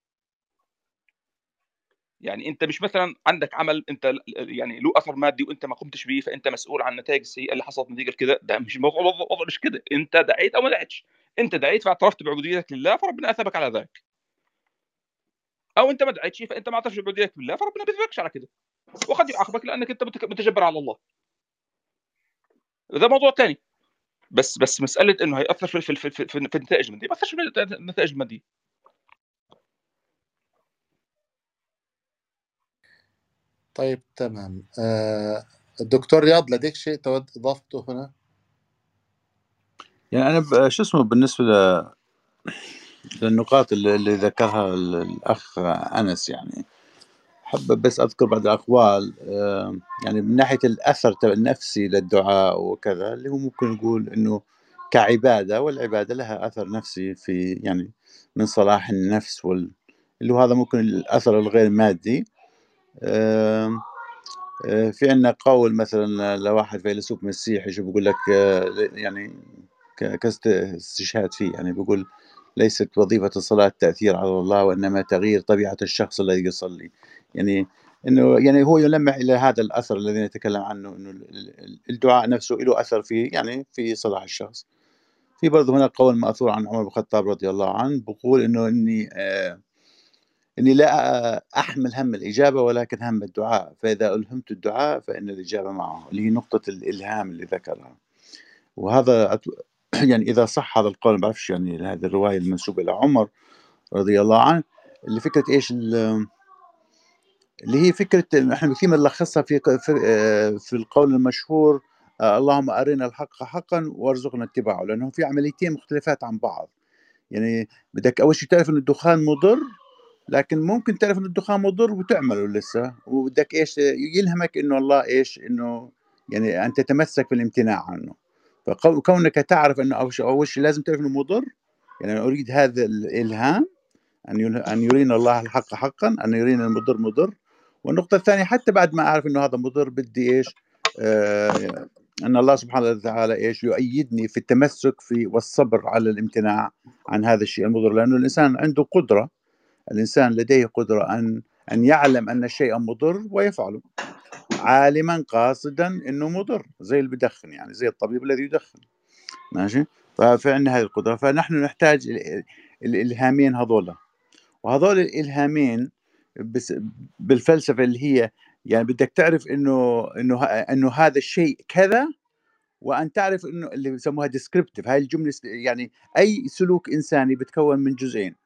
يعني انت مش مثلا عندك عمل انت ل- يعني له اثر مادي وانت ما قمتش بيه، فانت مسؤول عن النتائج السيئه اللي حصلت نتيجه كده. ده مش موضوع، موضوع موضوع مش كده. انت دعيت او ما دعيتش، انت دعيت فاعترفت بعبوديتك لله فربنا اثابك على ذلك، او انت ما دعيتش فانت ما اعترفتش بعبوديتك بالله فربنا ما بيثابكش على كده، وقد يعاقبك لانك انت متك- متجبر على الله. ده موضوع ثاني. بس بس مساله انه هياثر في في في, في, في النتائج الماديه، ما اثرش في النتائج الماديه. طيب تمام. آه الدكتور رياض، لديك شيء تود اضافته هنا؟ يعني أنا ب- شو اسمه بالنسبة ل- للنقاط اللي, اللي ذكرها ال- الأخ أنس، يعني حب بس أذكر بعض الأقوال. آه، يعني من ناحية الأثر تبع النفسي للدعاء وكذا، اللي هو ممكن نقول إنه كعبادة، والعبادة لها أثر نفسي في يعني من صلاح النفس وال اللي هو هذا ممكن الأثر الغير مادي. آم، آه، في عندنا قول مثلا لواحد فيلسوف مسيحي شو بيقول لك، آه، يعني ك- كاستشهاد فيه، يعني بيقول: ليست وظيفة الصلاة التأثير على الله، وإنما تغيير طبيعة الشخص الذي يصلي. يعني إنه يعني هو يلمح إلى هذا الأثر الذي نتكلم عنه، إنه ال- ال- الدعاء نفسه له أثر في يعني في صلاح الشخص. في برضه هنا قول مأثور عن عمر بن الخطاب رضي الله عنه، بقول إنه إني آه إني لا أحمل هم الإجابة ولكن هم الدعاء، فإذا ألهمت الدعاء فإن الإجابة معه، اللي هي نقطة الإلهام اللي ذكرها. وهذا أت... يعني إذا صح هذا القول، ما بعرفش، يعني هذه الرواية المنسوبة إلى عمر رضي الله عنه، اللي فكرة إيش ال- اللي هي فكرة إنه إحنا كثير بنلخصها في في, آه، في القول المشهور: آه، اللهم أرنا الحق حقا وارزقنا اتباعه، لأنه في عمليتين مختلفات عن بعض. يعني بدك أول شيء تعرف إنه الدخان مضر، لكن ممكن تعرف إنه الدخان مضر وتعمله لسه، وبدك إيش يلهمك إنه الله إيش إنه يعني أن تتمسك في الامتناع عنه. فكونك تعرف إنه أول شيء أول شيء لازم تعرف إنه مضر، يعني أنا أريد هذا الإلهام، أن يل- أن يرينا الله الحق حقا، أن يرينا المضر مضر. والنقطة الثانية، حتى بعد ما أعرف إنه هذا مضر، بدي إيش؟ آه أن الله سبحانه وتعالى إيش يؤيدني في التمسك في والصبر على الامتناع عن هذا الشيء المضر، لأنه الإنسان عنده قدرة، الإنسان لديه قدرة أن أن يعلم أن الشيء مضر ويفعله، عالما قاصدا أنه مضر، زي اللي بدخن، يعني زي الطبيب الذي يدخن. ماشي. فعندنا هذه القدرة، فنحن نحتاج ال- الإلهامين هذولا. وهذول الإلهامين بس بالفلسفة اللي هي يعني بدك تعرف إنه إنه ه- إنه هذا الشيء كذا، وأن تعرف إنه اللي بسموها descriptive. هاي الجملة س- يعني أي سلوك إنساني بتكون من جزئين: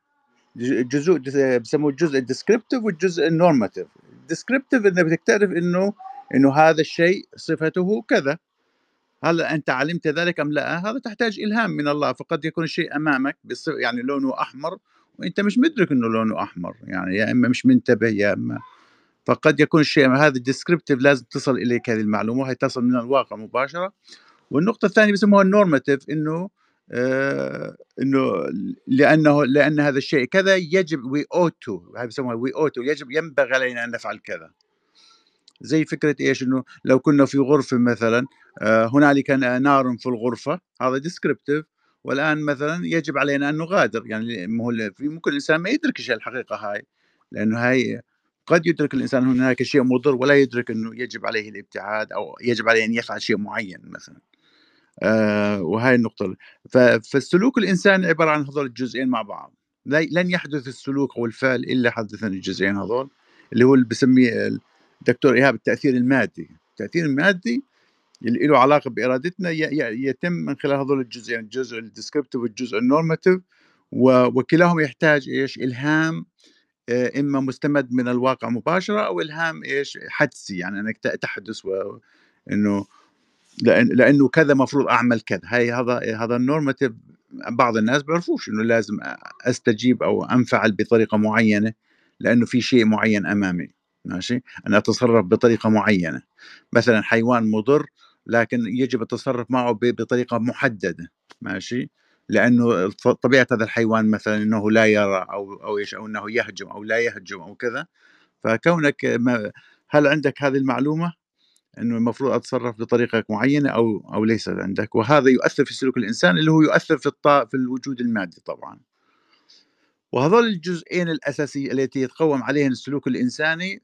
جزء بسموه الجزء الديسكريبتيف والجزء النورماتيف. الديسكريبتيف انك بدك تعرف انه انه هذا الشيء صفته كذا، هل انت علمت ذلك ام لا؟ هذا تحتاج الهام من الله، فقد يكون الشيء امامك يعني لونه احمر وانت مش مدرك انه لونه احمر، يعني يا اما مش منتبه يا اما، فقد يكون الشيء هذا الديسكريبتيف لازم تصل اليك هذه المعلومه وهي تصل من الواقع مباشره. والنقطه الثانيه بسموها النورماتيف، انه آه انه لانه لان هذا الشيء كذا يجب وي اوتو، هاي بسموها وي اوتو، يجب ينبغي علينا ان نفعل كذا. زي فكره ايش؟ انه لو كنا في غرفه مثلا آه هنالك نار في الغرفه، هذا ديسكريبتيف، والان مثلا يجب علينا ان نغادر، يعني ممكن الانسان ما يدرك ايش الحقيقه هاي، لانه هاي قد يدرك الانسان هناك شيء مضر ولا يدرك انه يجب عليه الابتعاد او يجب عليه ان يفعل شيء معين مثلا. آه وهاي النقطة. فالسلوك الإنساني عبارة عن هذول الجزئين مع بعض، لن يحدث السلوك أو الفعل إلا حدثا الجزئين هذول، اللي هو اللي بسميه الدكتور إيهاب التأثير المادي. التأثير المادي اللي له علاقة بإرادتنا يتم من خلال هذول الجزئين، الجزء الديسكريبتيف والجزء النورماتيف، وكلاهما يحتاج إيش؟ إلهام إما مستمد من الواقع مباشرة أو إلهام إيش؟ حدسي، يعني أنك تحدث وإنه لأن لانه كذا مفروض اعمل كذا. هاي هذا هذا النورماتيف بعض الناس بيعرفوش انه لازم استجيب او انفعل بطريقه معينه لانه في شيء معين امامي، ماشي، انا اتصرف بطريقه معينه. مثلا حيوان مضر لكن يجب التصرف معه بطريقه محدده، ماشي، لانه طبيعه هذا الحيوان مثلا انه لا يرى او او ايش، او انه يهجم او لا يهجم او كذا. فكونك ما هل عندك هذه المعلومه انه المفروض اتصرف بطريقه معينه او او ليست عندك، وهذا يؤثر في سلوك الانسان اللي هو يؤثر في الطا في الوجود المادي طبعا. وهذول الجزئين الاساسيه التي يتقوم عليهن السلوك الانساني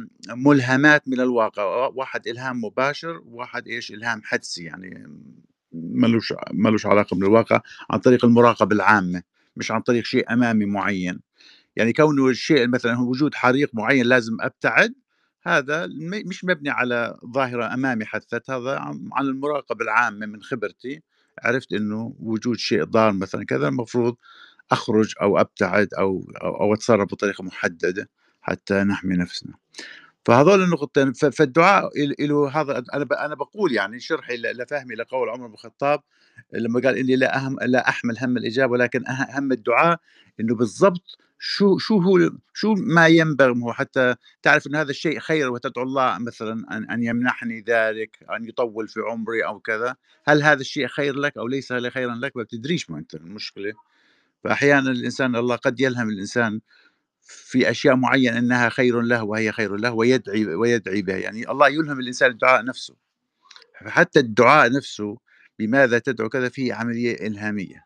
ملهمات من الواقع، واحد الهام مباشر وواحد ايش؟ الهام حدسي، يعني ملوش ملوش علاقه بالواقع، عن طريق المراقبه العامه مش عن طريق شيء امامي معين. يعني كونه الشيء مثلا وجود حريق معين لازم ابتعد، هذا مش مبني على ظاهرة أمامي حدثت، هذا عن المراقبة العامة من خبرتي عرفت إنه وجود شيء ضار مثلا كذا المفروض أخرج أو أبتعد أو أو, أو أتصرف بطريقة محددة حتى نحمي نفسنا. فهذول النقطتين. فالدعاء له هذا، انا انا بقول يعني شرحي لفهمي لقول عمر بن الخطاب لما قال اني لا أهم لا احمل هم الاجابه ولكن هم الدعاء، انه بالضبط شو شو هو شو ما ينبغي حتى تعرف ان هذا الشيء خير وتدعو الله مثلا ان ان يمنحني ذلك، ان يطول في عمري او كذا. هل هذا الشيء خير لك او ليس خيرا لك؟ ما بتدريش، ما انت المشكله. فاحيانا الانسان الله قد يلهم الانسان في أشياء معينة أنها خير له وهي خير له ويدعي ويدعي بها، يعني الله يلهم الإنسان الدعاء نفسه. فحتى الدعاء نفسه بماذا تدعو كذا فيه عملية إلهامية.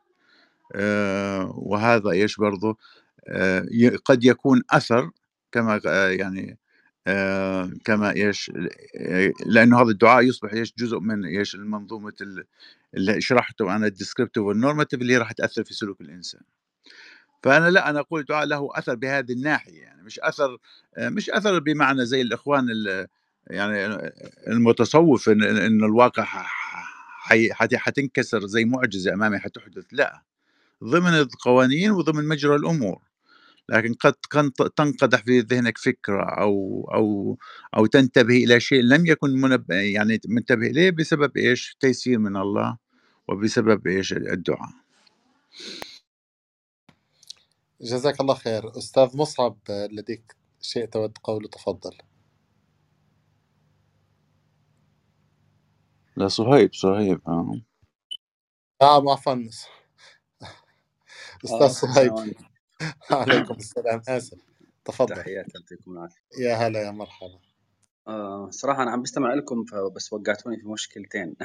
آه وهذا إيش برضه آه قد يكون أثر كما آه يعني آه كما إيش آه لأنه هذا الدعاء يصبح إيش جزء من إيش المنظومة اللي شرحته أنا الديسكريبتيف والنورماتيف اللي راح تأثر في سلوك الإنسان. فأنا لا، أنا أقول الدعاء له أثر بهذه الناحية، يعني مش أثر مش أثر بمعنى زي الإخوان يعني المتصوف إن, إن الواقع حي حتنكسر زي معجزة أمامي حتحدث، لا، ضمن القوانين وضمن مجرى الأمور. لكن قد تنقدح في ذهنك فكرة أو أو أو تنتبه إلى شيء لم يكن منبه يعني منتبه إليه بسبب إيش؟ تيسير من الله وبسبب إيش؟ الدعاء. جزاك الله خير. أستاذ مصعب، لديك شيء تود قوله؟ تفضل. لا صهيب صهيب اه نعم عفوا أستاذ آه صهيب. السلام عليكم. عليكم السلام، آسف، تفضل. تحياتي، يعطيكم العافية. يا هلا يا مرحبا. آه صراحة أنا عم بستمع لكم بس وقعتوني في مشكلتين.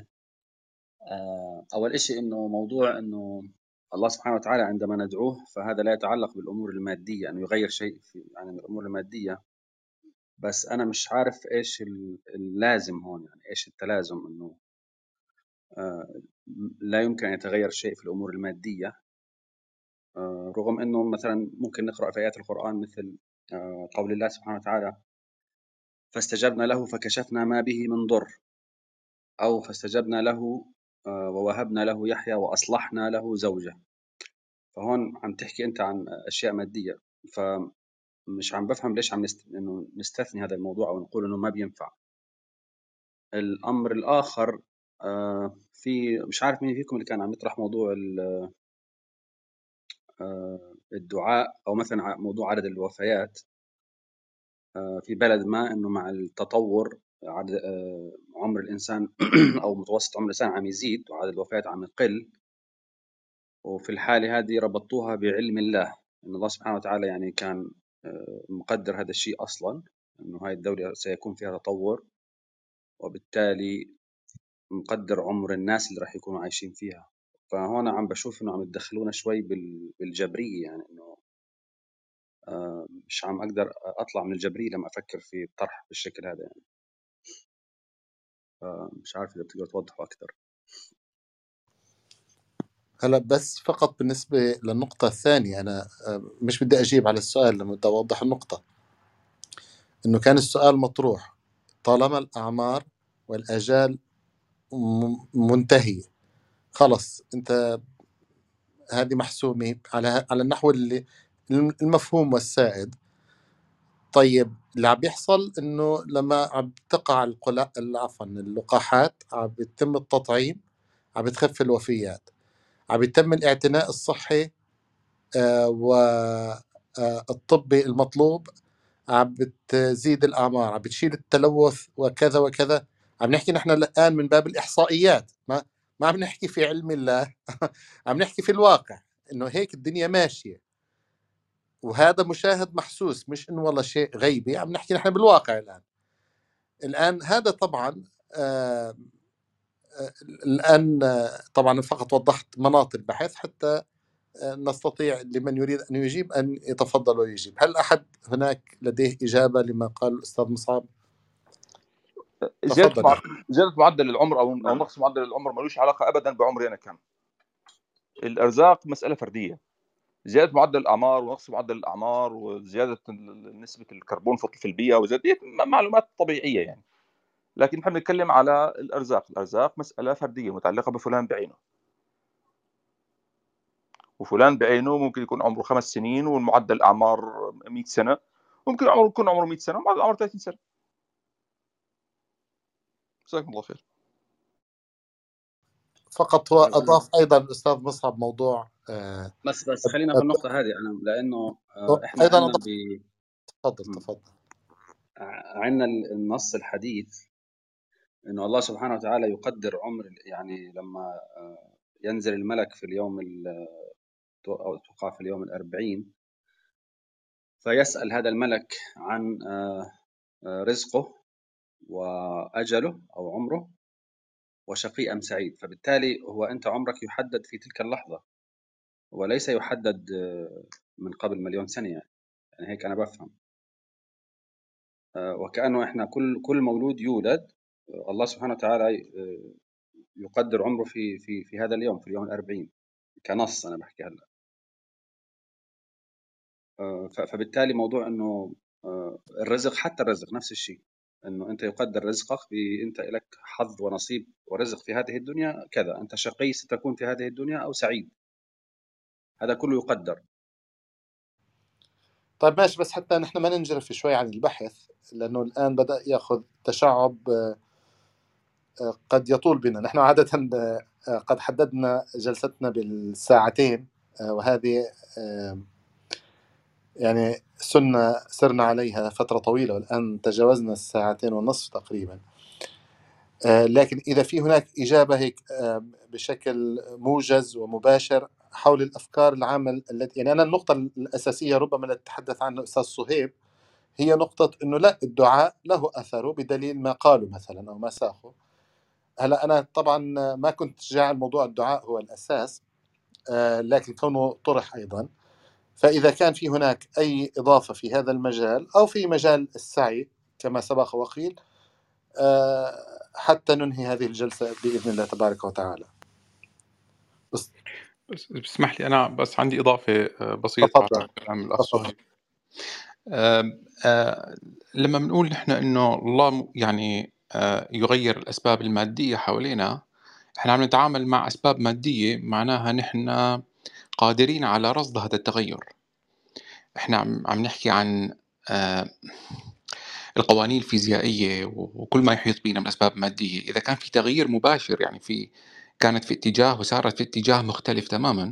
آه أول إشي إنه موضوع إنه الله سبحانه وتعالى عندما ندعوه فهذا لا يتعلق بالأمور المادية، إنه يغير شيء في يعني من الأمور المادية، بس أنا مش عارف إيش اللازم هون، يعني إيش التلازم إنه آه لا يمكن أن يتغير شيء في الأمور المادية، آه رغم إنه مثلا ممكن نقرأ في آيات القرآن مثل آه قول الله سبحانه وتعالى فاستجبنا له فكشفنا ما به من ضر، أو فاستجبنا له ووهبنا له يحيى وأصلحنا له زوجه. فهون عم تحكي أنت عن أشياء مادية، فمش عم بفهم ليش عم نست... إنه نستثني هذا الموضوع أو نقول إنه ما بينفع. الأمر الآخر آه في مش عارف مين فيكم اللي كان عم يطرح موضوع ال- آه الدعاء أو مثلا ع- موضوع عدد الوفيات آه في بلد ما، إنه مع التطور عدد آه عمر الإنسان أو متوسط عمر الإنسان عم يزيد وعدد الوفيات عم يقل، وفي الحالة هذه ربطوها بعلم الله، إن الله سبحانه وتعالى يعني كان آه، مقدر هذا الشيء أصلا، إنه هاي الدولة سيكون فيها تطور، وبالتالي مقدر عمر الناس اللي راح يكونوا عايشين فيها. فهون عم بشوف إنه عم يتدخلونا شوي بال- بالجبرية، يعني إنه آه، مش عم أقدر أطلع من الجبرية لما أفكر في الطرح بالشكل هذا يعني. مش عارف إذا بتقدر توضحوا أكثر. هلا بس فقط بالنسبة للنقطة الثانية، أنا آه، مش بدي أجيب على السؤال لما بدي أوضح النقطة. إنه كان السؤال مطروح طالما الأعمار والآجال م- منتهية، خلص أنت هذه محسومة على على النحو اللي المفهوم والسائد. طيب اللي عم بيحصل إنه لما عم تقع القلا عفوا اللقاحات، عم بيتم التطعيم، عم بتخف الوفيات، عم بيتم الاعتناء الصحي والطبي المطلوب، عم بتزيد الأعمار، عم بتشيل التلوث وكذا وكذا. عم نحكي نحن الآن من باب الإحصائيات، ما ما عم نحكي في علم الله عم نحكي في الواقع إنه هيك الدنيا ماشية، وهذا مشاهد محسوس، مش إنه والله شيء غيبي، عم نحكي نحن بالواقع الآن. الآن هذا طبعا آه آه الآن آه طبعا فقط وضحت مناط البحث حتى نستطيع لمن يريد أن يجيب أن يتفضل ويجيب. هل أحد هناك لديه إجابة لما قال الأستاذ مصعب؟ زياده تفضل. مع... زياده معدل العمر او او نقص معدل العمر ملوش علاقه ابدا بعمري انا كان. الارزاق مساله فرديه. زياده معدل الاعمار ونقص معدل الاعمار وزياده نسبه الكربون في البيئه وزياده معلومات طبيعيه يعني. لكن نحن بنتكلم على الارزاق. الارزاق مساله فرديه متعلقه بفلان بعينه، وفلان بعينه ممكن يكون عمره خمس سنين والمعدل اعمار مئة سنه، ممكن عمره يكون عمره مئة سنه ومعدل الاعمار ثلاثين سنه. جزاكم الله خير. فقط هو أضاف أيضا الأستاذ مصعب موضوع آه بس بس خلينا في النقطة هذه، أنا لأنه آه إحنا أيضا عندنا أضاف. ب تفضل تفضل. عندنا النص الحديث إنه الله سبحانه وتعالى يقدر عمر، يعني لما ينزل الملك في اليوم أو توقع في اليوم الأربعين، فيسأل هذا الملك عن رزقه وأجله أو عمره وشقي أم سعيد. فبالتالي هو أنت عمرك يحدد في تلك اللحظة وليس يحدد من قبل مليون سنة يعني. يعني هيك أنا بفهم، وكأنه إحنا كل كل مولود يولد الله سبحانه وتعالى يقدر عمره في في في هذا اليوم، في اليوم الأربعين كنص أنا بحكي هلا. فبالتالي موضوع إنه الرزق، حتى الرزق نفس الشيء، إنه أنت يقدر رزقك، أنت لك حظ ونصيب ورزق في هذه الدنيا كذا، أنت شقي ستكون في هذه الدنيا أو سعيد، هذا كله يقدر. طيب ماشي، بس حتى نحن ما ننجرف شوي عن البحث، لأنه الآن بدأ يأخذ تشعب قد يطول بنا. نحن عادة قد حددنا جلستنا بالساعتين، وهذه يعني سنة سرنا عليها فترة طويلة، والآن تجاوزنا الساعتين والنصف تقريبا. لكن إذا في هناك إجابة هيك بشكل موجز ومباشر حول الأفكار العامة التي، يعني أنا النقطة الأساسية ربما التي تحدث عنها الأستاذ صهيب هي نقطة إنه لا، الدعاء له أثره بدليل ما قالوا مثلا أو ما ساقوا. هلا أنا طبعا ما كنت جاعل موضوع الدعاء هو الأساس، لكن كونه طرح أيضا، فإذا كان في هناك أي إضافة في هذا المجال أو في مجال السعي كما سبق وقيل، حتى ننهي هذه الجلسة بإذن الله تبارك وتعالى. بس بس اسمح لي أنا بس عندي إضافة بسيطة على كلام الأخ صهيب. لما بنقول نحن إنه الله يعني يغير الأسباب المادية حوالينا، إحنا عم نتعامل مع أسباب مادية، معناها نحن قادرين على رصد هذا التغير. إحنا عم عم نحكي عن آآ القوانين الفيزيائية و وكل ما يحيط بينا من أسباب مادية، إذا كان في تغيير مباشر يعني في كانت في اتجاه وصارت في اتجاه مختلف تمامًا،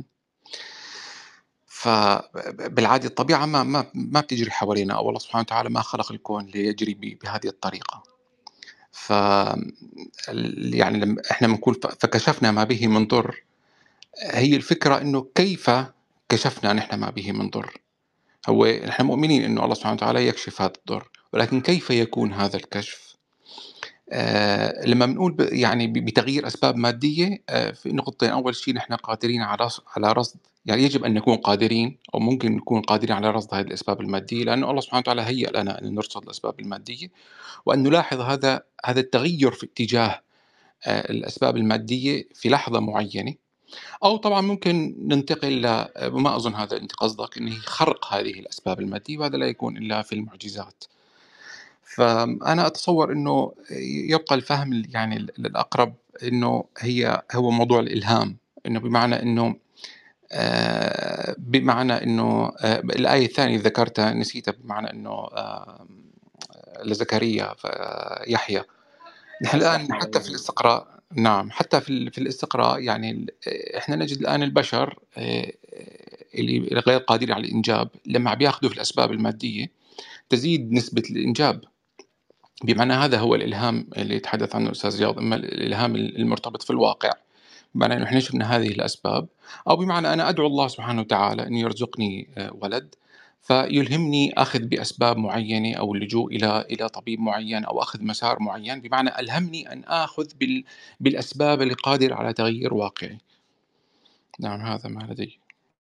ف ب بالعادة الطبيعة ما ما ما بتجري حوالينا، أو الله سبحانه وتعالى ما خلق الكون ليجري ب بهذه الطريقة. ف ال يعني لمّا إحنا بنقول ف فكشفنا ما به من ضُر، هي الفكرة إنه كيف كشفنا نحن ما به من ضُر؟ هو نحن مؤمنين إنه الله سبحانه وتعالى يكشف هذا الضُّر، ولكن كيف يكون هذا الكشف؟ آآ لمّا بنقول ب يعني ب بتغيير أسباب مادية، آآ في نقطتين، أول شي نحن قادرين على رص على رصد، يعني يجب أن نكون قادرين أو ممكن نكون قادرين على رصد هذه الأسباب المادية، لأنه الله سبحانه وتعالى هيأ لنا أن نرصد الأسباب المادية، وأن نلاحظ هذا هذا التغيُّر في اتجاه آآ الأسباب المادية في لحظة معيّنة، أو طبعًا ممكن ننتقل ل وما أظن هذا أنت قصدك، إنه خرق هذه الأسباب المادية، وهذا لا يكون إلا في المعجزات. فأنا أتصوّر إنه يبقى الفهم ال يعني ال الأقرب إنه هي هو موضوع الإلهام، إنه بمعنى إنه آآ بمعنى إنه آآ الآية الثانية ذكرتها نسيتها، بمعنى إنه آمم لزكريا ف يحيى. نحن الآن أصبحنا حتى في له الاستقراء، نعم، حتى في ال في الاستقراء يعني ال إحنا نجد الآن البشر آآ اللي غير قادرين على الإنجاب، لمّا بياخدوا في الأسباب المادية تزيد نسبة الإنجاب. بمعنى هذا هو الإلهام اللي يتحدث عنه الأستاذ رياض، إما الإلهام المرتبط في الواقع، بمعنى إنه إحنا شفنا هذه الأسباب، أو بمعنى أنا أدعو الله سبحانه وتعالى أن يرزقني آآ ولد، فيلهمني أخذ بأسباب معينة أو اللجوء إلى إلى طبيب معين أو أخذ مسار معين، بمعنى ألهمني أن آخذ بال بالأسباب اللي قادرة على تغيير واقعي. نعم، هذا ما لدي.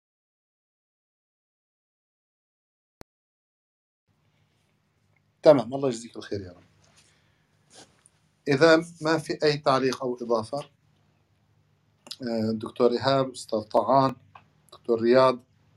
تمام، الله يجزيك الخير يا رب. إذا ما في أي تعليق أو إضافة، آه، دكتور إيهاب، أستاذ طعان، دكتور رياض.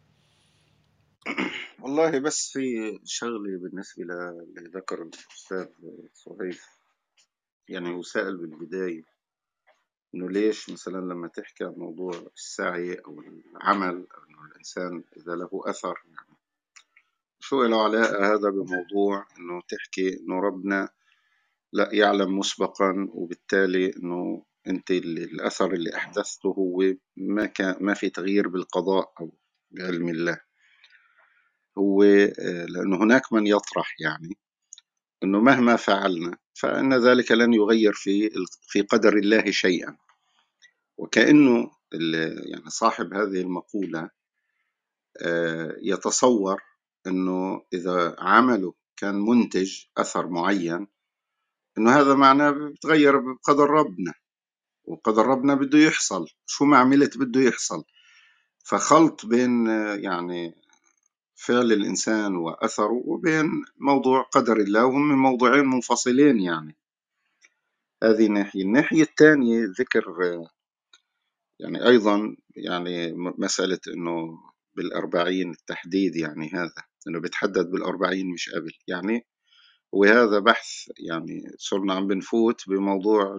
والله بس في شغلة بالنسبة للي ذكر الأستاذ صهيب، يعني هو سأل بالبداية إنه ليش مثلا لما تحكي عن موضوع السعي أو العمل أو إنه الإنسان إذا له أثر، يعني شو له علاقة هذا بموضوع إنه تحكي إنه ربنا لا يعلم مسبقا، وبالتالي إنه أنت اللي الأثر اللي أحدثته هو ما كان ما في تغيير بالقضاء أو بعلم الله. هو آه، لأنه هناك من يطرح يعني إنه مهما فعلنا فإن ذلك لن يغير في في قدر الله شيئا، وكأنه يعني صاحب هذه المقولة آه، يتصور إنه إذا عمله كان منتج أثر معين إنه هذا معناه بتغير بقدر ربنا، وقدر ربنا بده يحصل شو ما عملت بده يحصل. فخلط بين آه، يعني فعل الإنسان وأثره وبين موضوع قدر الله، وهم موضوعين منفصلين. يعني هذه ناحية. الناحية الثانية ذكر يعني أيضا يعني مسألة إنه بالأربعين التحديد، يعني هذا إنه بتحدد بالأربعين مش قبل يعني. وهذا بحث يعني صرنا عم بنفوت بموضوع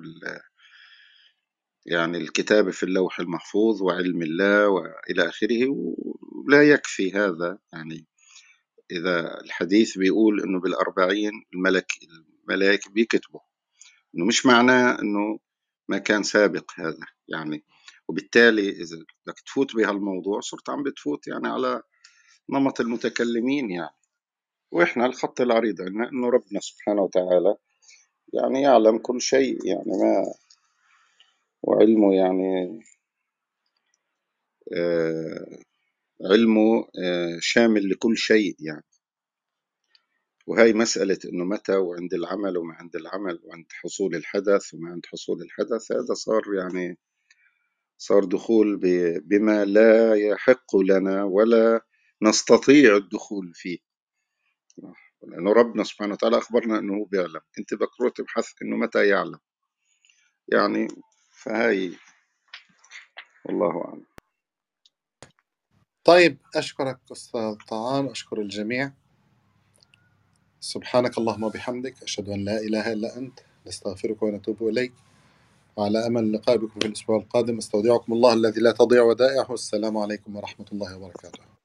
يعني الكتابة في اللوح المحفوظ وعلم الله وإلى آخره، ولا يكفي هذا. يعني إذا الحديث بيقول إنه بالأربعين الملك الملائكة بيكتبوا، إنه مش معناه إنه ما كان سابق هذا يعني. وبالتالي إذا بدك تفوت بهالموضوع صرت عم بتفوت يعني على نمط المتكلمين يعني. وإحنا الخط العريض عندنا إنه ربنا سبحانه وتعالى يعني يعلم كل شيء، يعني ما وعلمه يعني آه علمه آه شامل لكل شيء يعني. وهي مسألة إنه متى وعند العمل وما عند العمل وعند حصول الحدث وما عند حصول الحدث، هذا صار يعني صار دخول بما لا يحق لنا ولا نستطيع الدخول فيه، لأنه ربنا سبحانه وتعالى أخبرنا أنه بيعلم. أنت بكرة تبحث أنه متى يعلم يعني. فهاي والله أعلم. طيب، أشكرك أستاذ طعان، أشكر الجميع. سبحانك اللهم وبحمدك، أشهد أن لا إله إلا أنت، نستغفرك ونتوب إليك. وعلى أمل اللقاء بكم في الأسبوع القادم. استودعكم الله الذي لا تضيع ودائعه. والسلام عليكم ورحمة الله وبركاته.